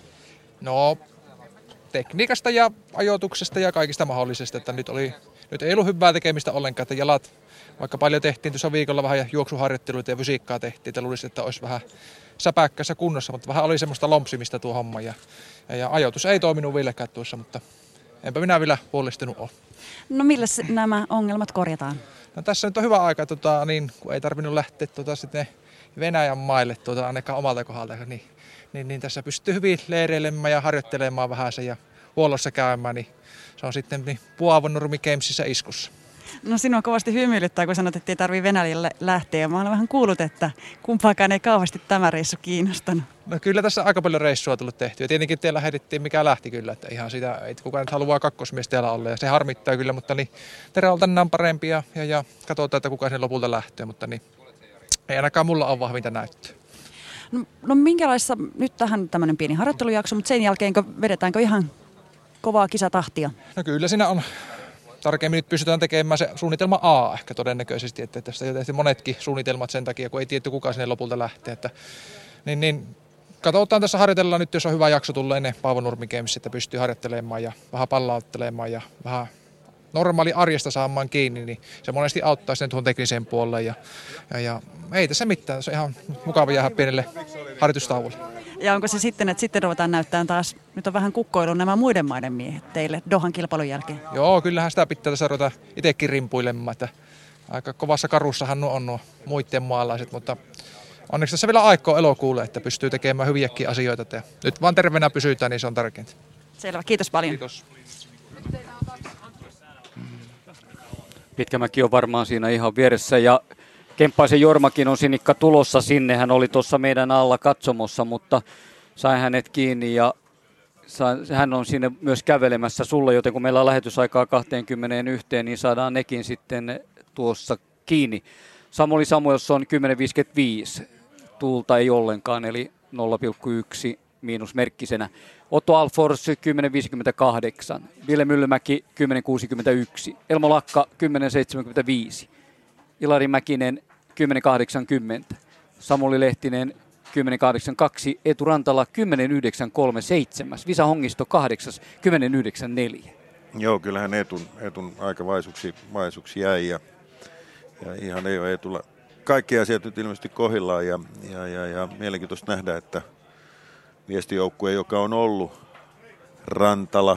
No tekniikasta ja ajoituksesta ja kaikista mahdollisesta, että nyt, oli, nyt ei ollut hyvää tekemistä ollenkaan, että jalat, vaikka paljon tehtiin tuossa viikolla vähän juoksuharjoitteluita ja fysiikkaa tehtiin, että luulisin, että olisi vähän säpäkkässä kunnossa, mutta vähän oli semmoista lompsimista tuo homma ja, ja, ja ajoitus ei toiminut vieläkään tuossa, mutta enpä minä vielä huolestunut ole. No millä nämä ongelmat korjataan? No tässä nyt on hyvä aika, tota, niin, kun ei tarvinnut lähteä tota, sitten Venäjän maille tota, ainakaan omalta kohdalta, niin, niin, niin tässä pystyy hyvin leireilemään ja harjoittelemaan vähän sen ja huollossa käymään, niin se on sitten niin Puavonurmi Gamesissa iskussa. No sinua kovasti hymyilyttää, kun sanot, että ei tarvitse Venäjälle lähteä. Mä olen vähän kuullut, että kumpaakaan ei kauheasti tämä reissu kiinnostanut. No kyllä tässä aika paljon reissua tullut tehtyä. Tietenkin teillä heitettiin mikä lähti kyllä, että ihan sitä ei kukaan nyt haluaa kakkosmies täällä olla ja se harmittaa kyllä, mutta niin Terä on tänään parempi ja, ja, ja katsotaan, että kuka sen lopulta lähtee, mutta niin ei ainakaan mulla ole vahvinta näyttöä. No, no minkälaista, nyt tähän tämmöinen pieni harjoittelujakso, mutta sen jälkeen vedetäänkö ihan kovaa kisatahtia? No kyllä siinä on. Tarkemmin nyt pystytään tekemään se suunnitelma A ehkä todennäköisesti, että tästä jo tehty monetkin suunnitelmat sen takia, kun ei tiedetty kuka sinne lopulta lähtee. Että, niin, niin, katsotaan tässä harjoitellaan nyt, jos on hyvä jakso tulla ennen Paavo-Nurmi Games, että pystyy harjoittelemaan ja vähän pallauttelemaan ja vähän normaali arjesta saamaan kiinni, niin se monesti auttaa sen tuohon tekniseen puolelle. Ja, ja, ja ei tässä mitään, se on ihan mukava jäädä pienelle harjoitustauolle. Ja onko se sitten, että sitten ruvetaan näyttämään taas, nyt on vähän kukkoilun nämä muiden maiden miehet teille Dohan kilpailun jälkeen? Joo, kyllähän sitä pitää tässä ruveta itsekin rimpuilemaan, että aika kovassa karussahan on nuo muiden maalaiset, mutta onneksi tässä vielä aikaa elokuulle, että pystyy tekemään hyviäkin asioita. Ja nyt vaan terveenä pysytään, niin se on tärkeintä. Selvä, kiitos paljon. Kiitos. Pitkämäki on varmaan siinä ihan vieressä ja Kemppaisen Jormakin on Sinikka tulossa sinne. Hän oli tuossa meidän alla katsomossa, mutta sain hänet kiinni ja hän on sinne myös kävelemässä sulle, joten kun meillä on lähetysaikaa kaksikymmentäyksi, niin saadaan nekin sitten tuossa kiinni. Samuli Samuelsson kymmenen viisikymmentäviisi, tuulta ei ollenkaan, eli nolla pilkku yksi miinusmerkkisenä. Otto Alfors kymmenen viisikymmentäkahdeksan, Ville Myllymäki kymmenen kuusikymmentäyksi, Elmo Lakka kymmenen seitsemänkymmentäviisi, Ilari Mäkinen kymmenen kahdeksankymmentä, Samuli Lehtinen kymmenen kahdeksankymmentäkaksi, Eetu Rantala kymmenen yhdeksänsataakolmekymmentäseitsemän, Visa Hongisto kahdeksas kymmenen yhdeksänkymmentäneljä. Joo, kyllähän Eetun, Eetun aika vaisuksi, vaisuksi jäi ja, ja ihan ei ole Eetulla kaikki asiat nyt ilmeisesti kohdillaan ja, ja, ja, ja mielenkiintoista nähdä, että viestijoukkue, joka on ollut Rantala,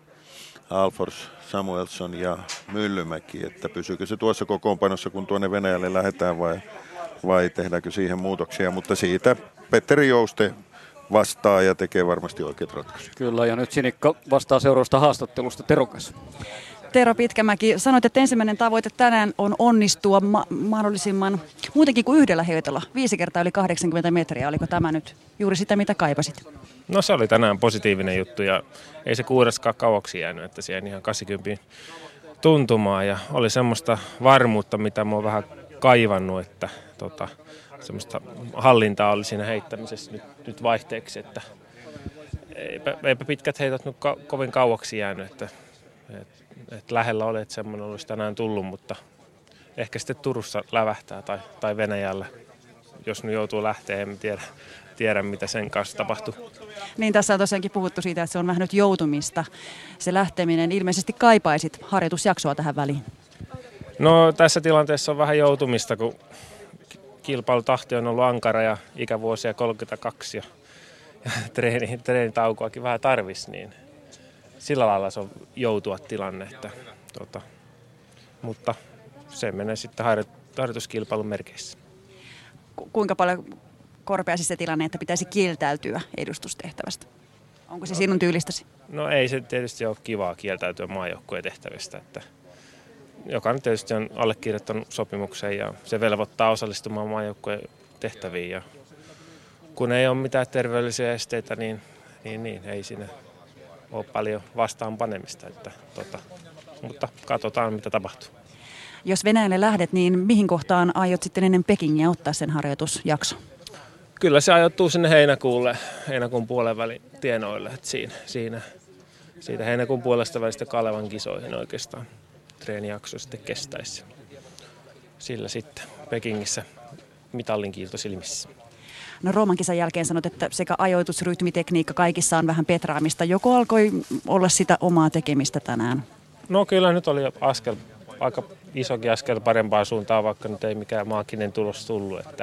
Alfors, Samuelsson ja Myllymäki, että pysyykö se tuossa kokoonpanossa, kun tuonne Venäjälle lähdetään vai, vai tehdäänkö siihen muutoksia, mutta siitä Petteri Jouste vastaa ja tekee varmasti oikeat ratkaisut. Kyllä, ja nyt Sinikka vastaa seuraavasta haastattelusta. Terokas. Tero Pitkämäki, sanoit, että ensimmäinen tavoite tänään on onnistua ma- mahdollisimman muutenkin kuin yhdellä heitolla. Viisi kertaa yli kahdeksankymmentä metriä. Oliko tämä nyt juuri sitä, mitä kaipasit? No se oli tänään positiivinen juttu ja ei se kuudeskaan kauaksi jäänyt, että siihen ihan kahdeksankymmentä tuntumaan ja oli semmoista varmuutta, mitä mä oon vähän kaivannut, että tota, semmoista hallintaa oli siinä heittämisessä nyt, nyt vaihteeksi, että eipä, eipä pitkät heitot nyt ko- kovin kauaksi jäänyt, että et, et lähellä oli, että semmoinen olisi tänään tullut, mutta ehkä sitten Turussa lävähtää tai, tai Venäjällä, jos nyt joutuu lähteä, en tiedä, tiedä mitä sen kanssa tapahtuu. Niin, tässä on tosiaankin puhuttu siitä, että se on vähän nyt joutumista, se lähteminen. Ilmeisesti kaipaisit harjoitusjaksoa tähän väliin. No tässä tilanteessa on vähän joutumista, kun kilpailutahti on ollut ankara ja ikävuosia kolmekymmentäkaksi ja, ja treeni, treenitaukoakin vähän tarvisi, niin sillä lailla se on joutua tilanne. Että, tota, mutta se menee sitten harjoituskilpailun merkeissä. Ku, kuinka paljon korpeasi se tilanne, että pitäisi kieltäytyä edustustehtävästä? Onko se sinun tyylistäsi? No ei se tietysti ole kivaa kieltäytyä maajoukkueen tehtävistä, että jokainen tietysti on allekirjoittanut sopimuksen ja se velvoittaa osallistumaan maajoukkueen tehtäviin. Ja kun ei ole mitään terveellisiä esteitä, niin, niin, niin ei siinä ole paljon vastaan panemista. Että, tota, mutta katsotaan, mitä tapahtuu. Jos Venäjälle lähdet, niin mihin kohtaan aiot sitten ennen Pekingiä ottaa sen harjoitusjakson? Kyllä se ajoittuu sinne heinäkuulle, heinäkuun puolen välin tienoille. Että siinä, siinä, siitä heinäkuun puolesta välistä Kalevan kisoihin oikeastaan treenijakso sitten kestäisi. Sillä sitten Pekingissä mitallin kiilto silmissä. No Rooman kisan jälkeen sanot, että sekä ajoitus, rytmitekniikka, kaikissa on vähän petraamista. Joko alkoi olla sitä omaa tekemistä tänään? No kyllä nyt oli askel, aika isokin askel parempaan suuntaan, vaikka nyt ei mikään maaginen tulos tullut. Että,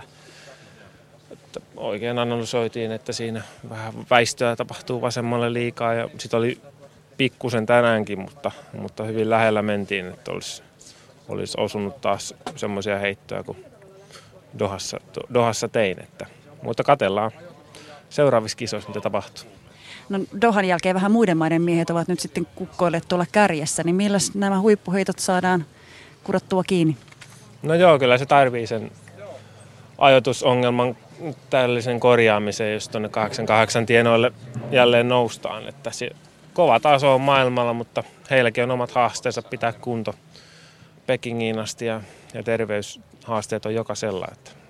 että oikein analysoitiin, että siinä vähän väistöä tapahtuu vasemmalle liikaa ja sitten oli pikkusen tänäänkin, mutta, mutta hyvin lähellä mentiin, että olisi, olisi osunut taas semmoisia heittoja kuin Dohassa, Dohassa tein. Että, mutta katsellaan seuraavissa kisoissa, mitä tapahtuu. No Dohan jälkeen vähän muiden maiden miehet ovat nyt sitten kukkoilleet tuolla kärjessä, niin millä nämä huippuheitot saadaan kurottua kiinni? No joo, kyllä se tarvii sen ajoitusongelman tällaisen korjaamiseen, jos tuonne kahdeksankymmentäkahdeksan tienoille jälleen noustaan. Että se kova taso on maailmalla, mutta heilläkin on omat haasteensa pitää kunto Pekingiin asti ja, ja terveyshaasteet on jokaisella. Että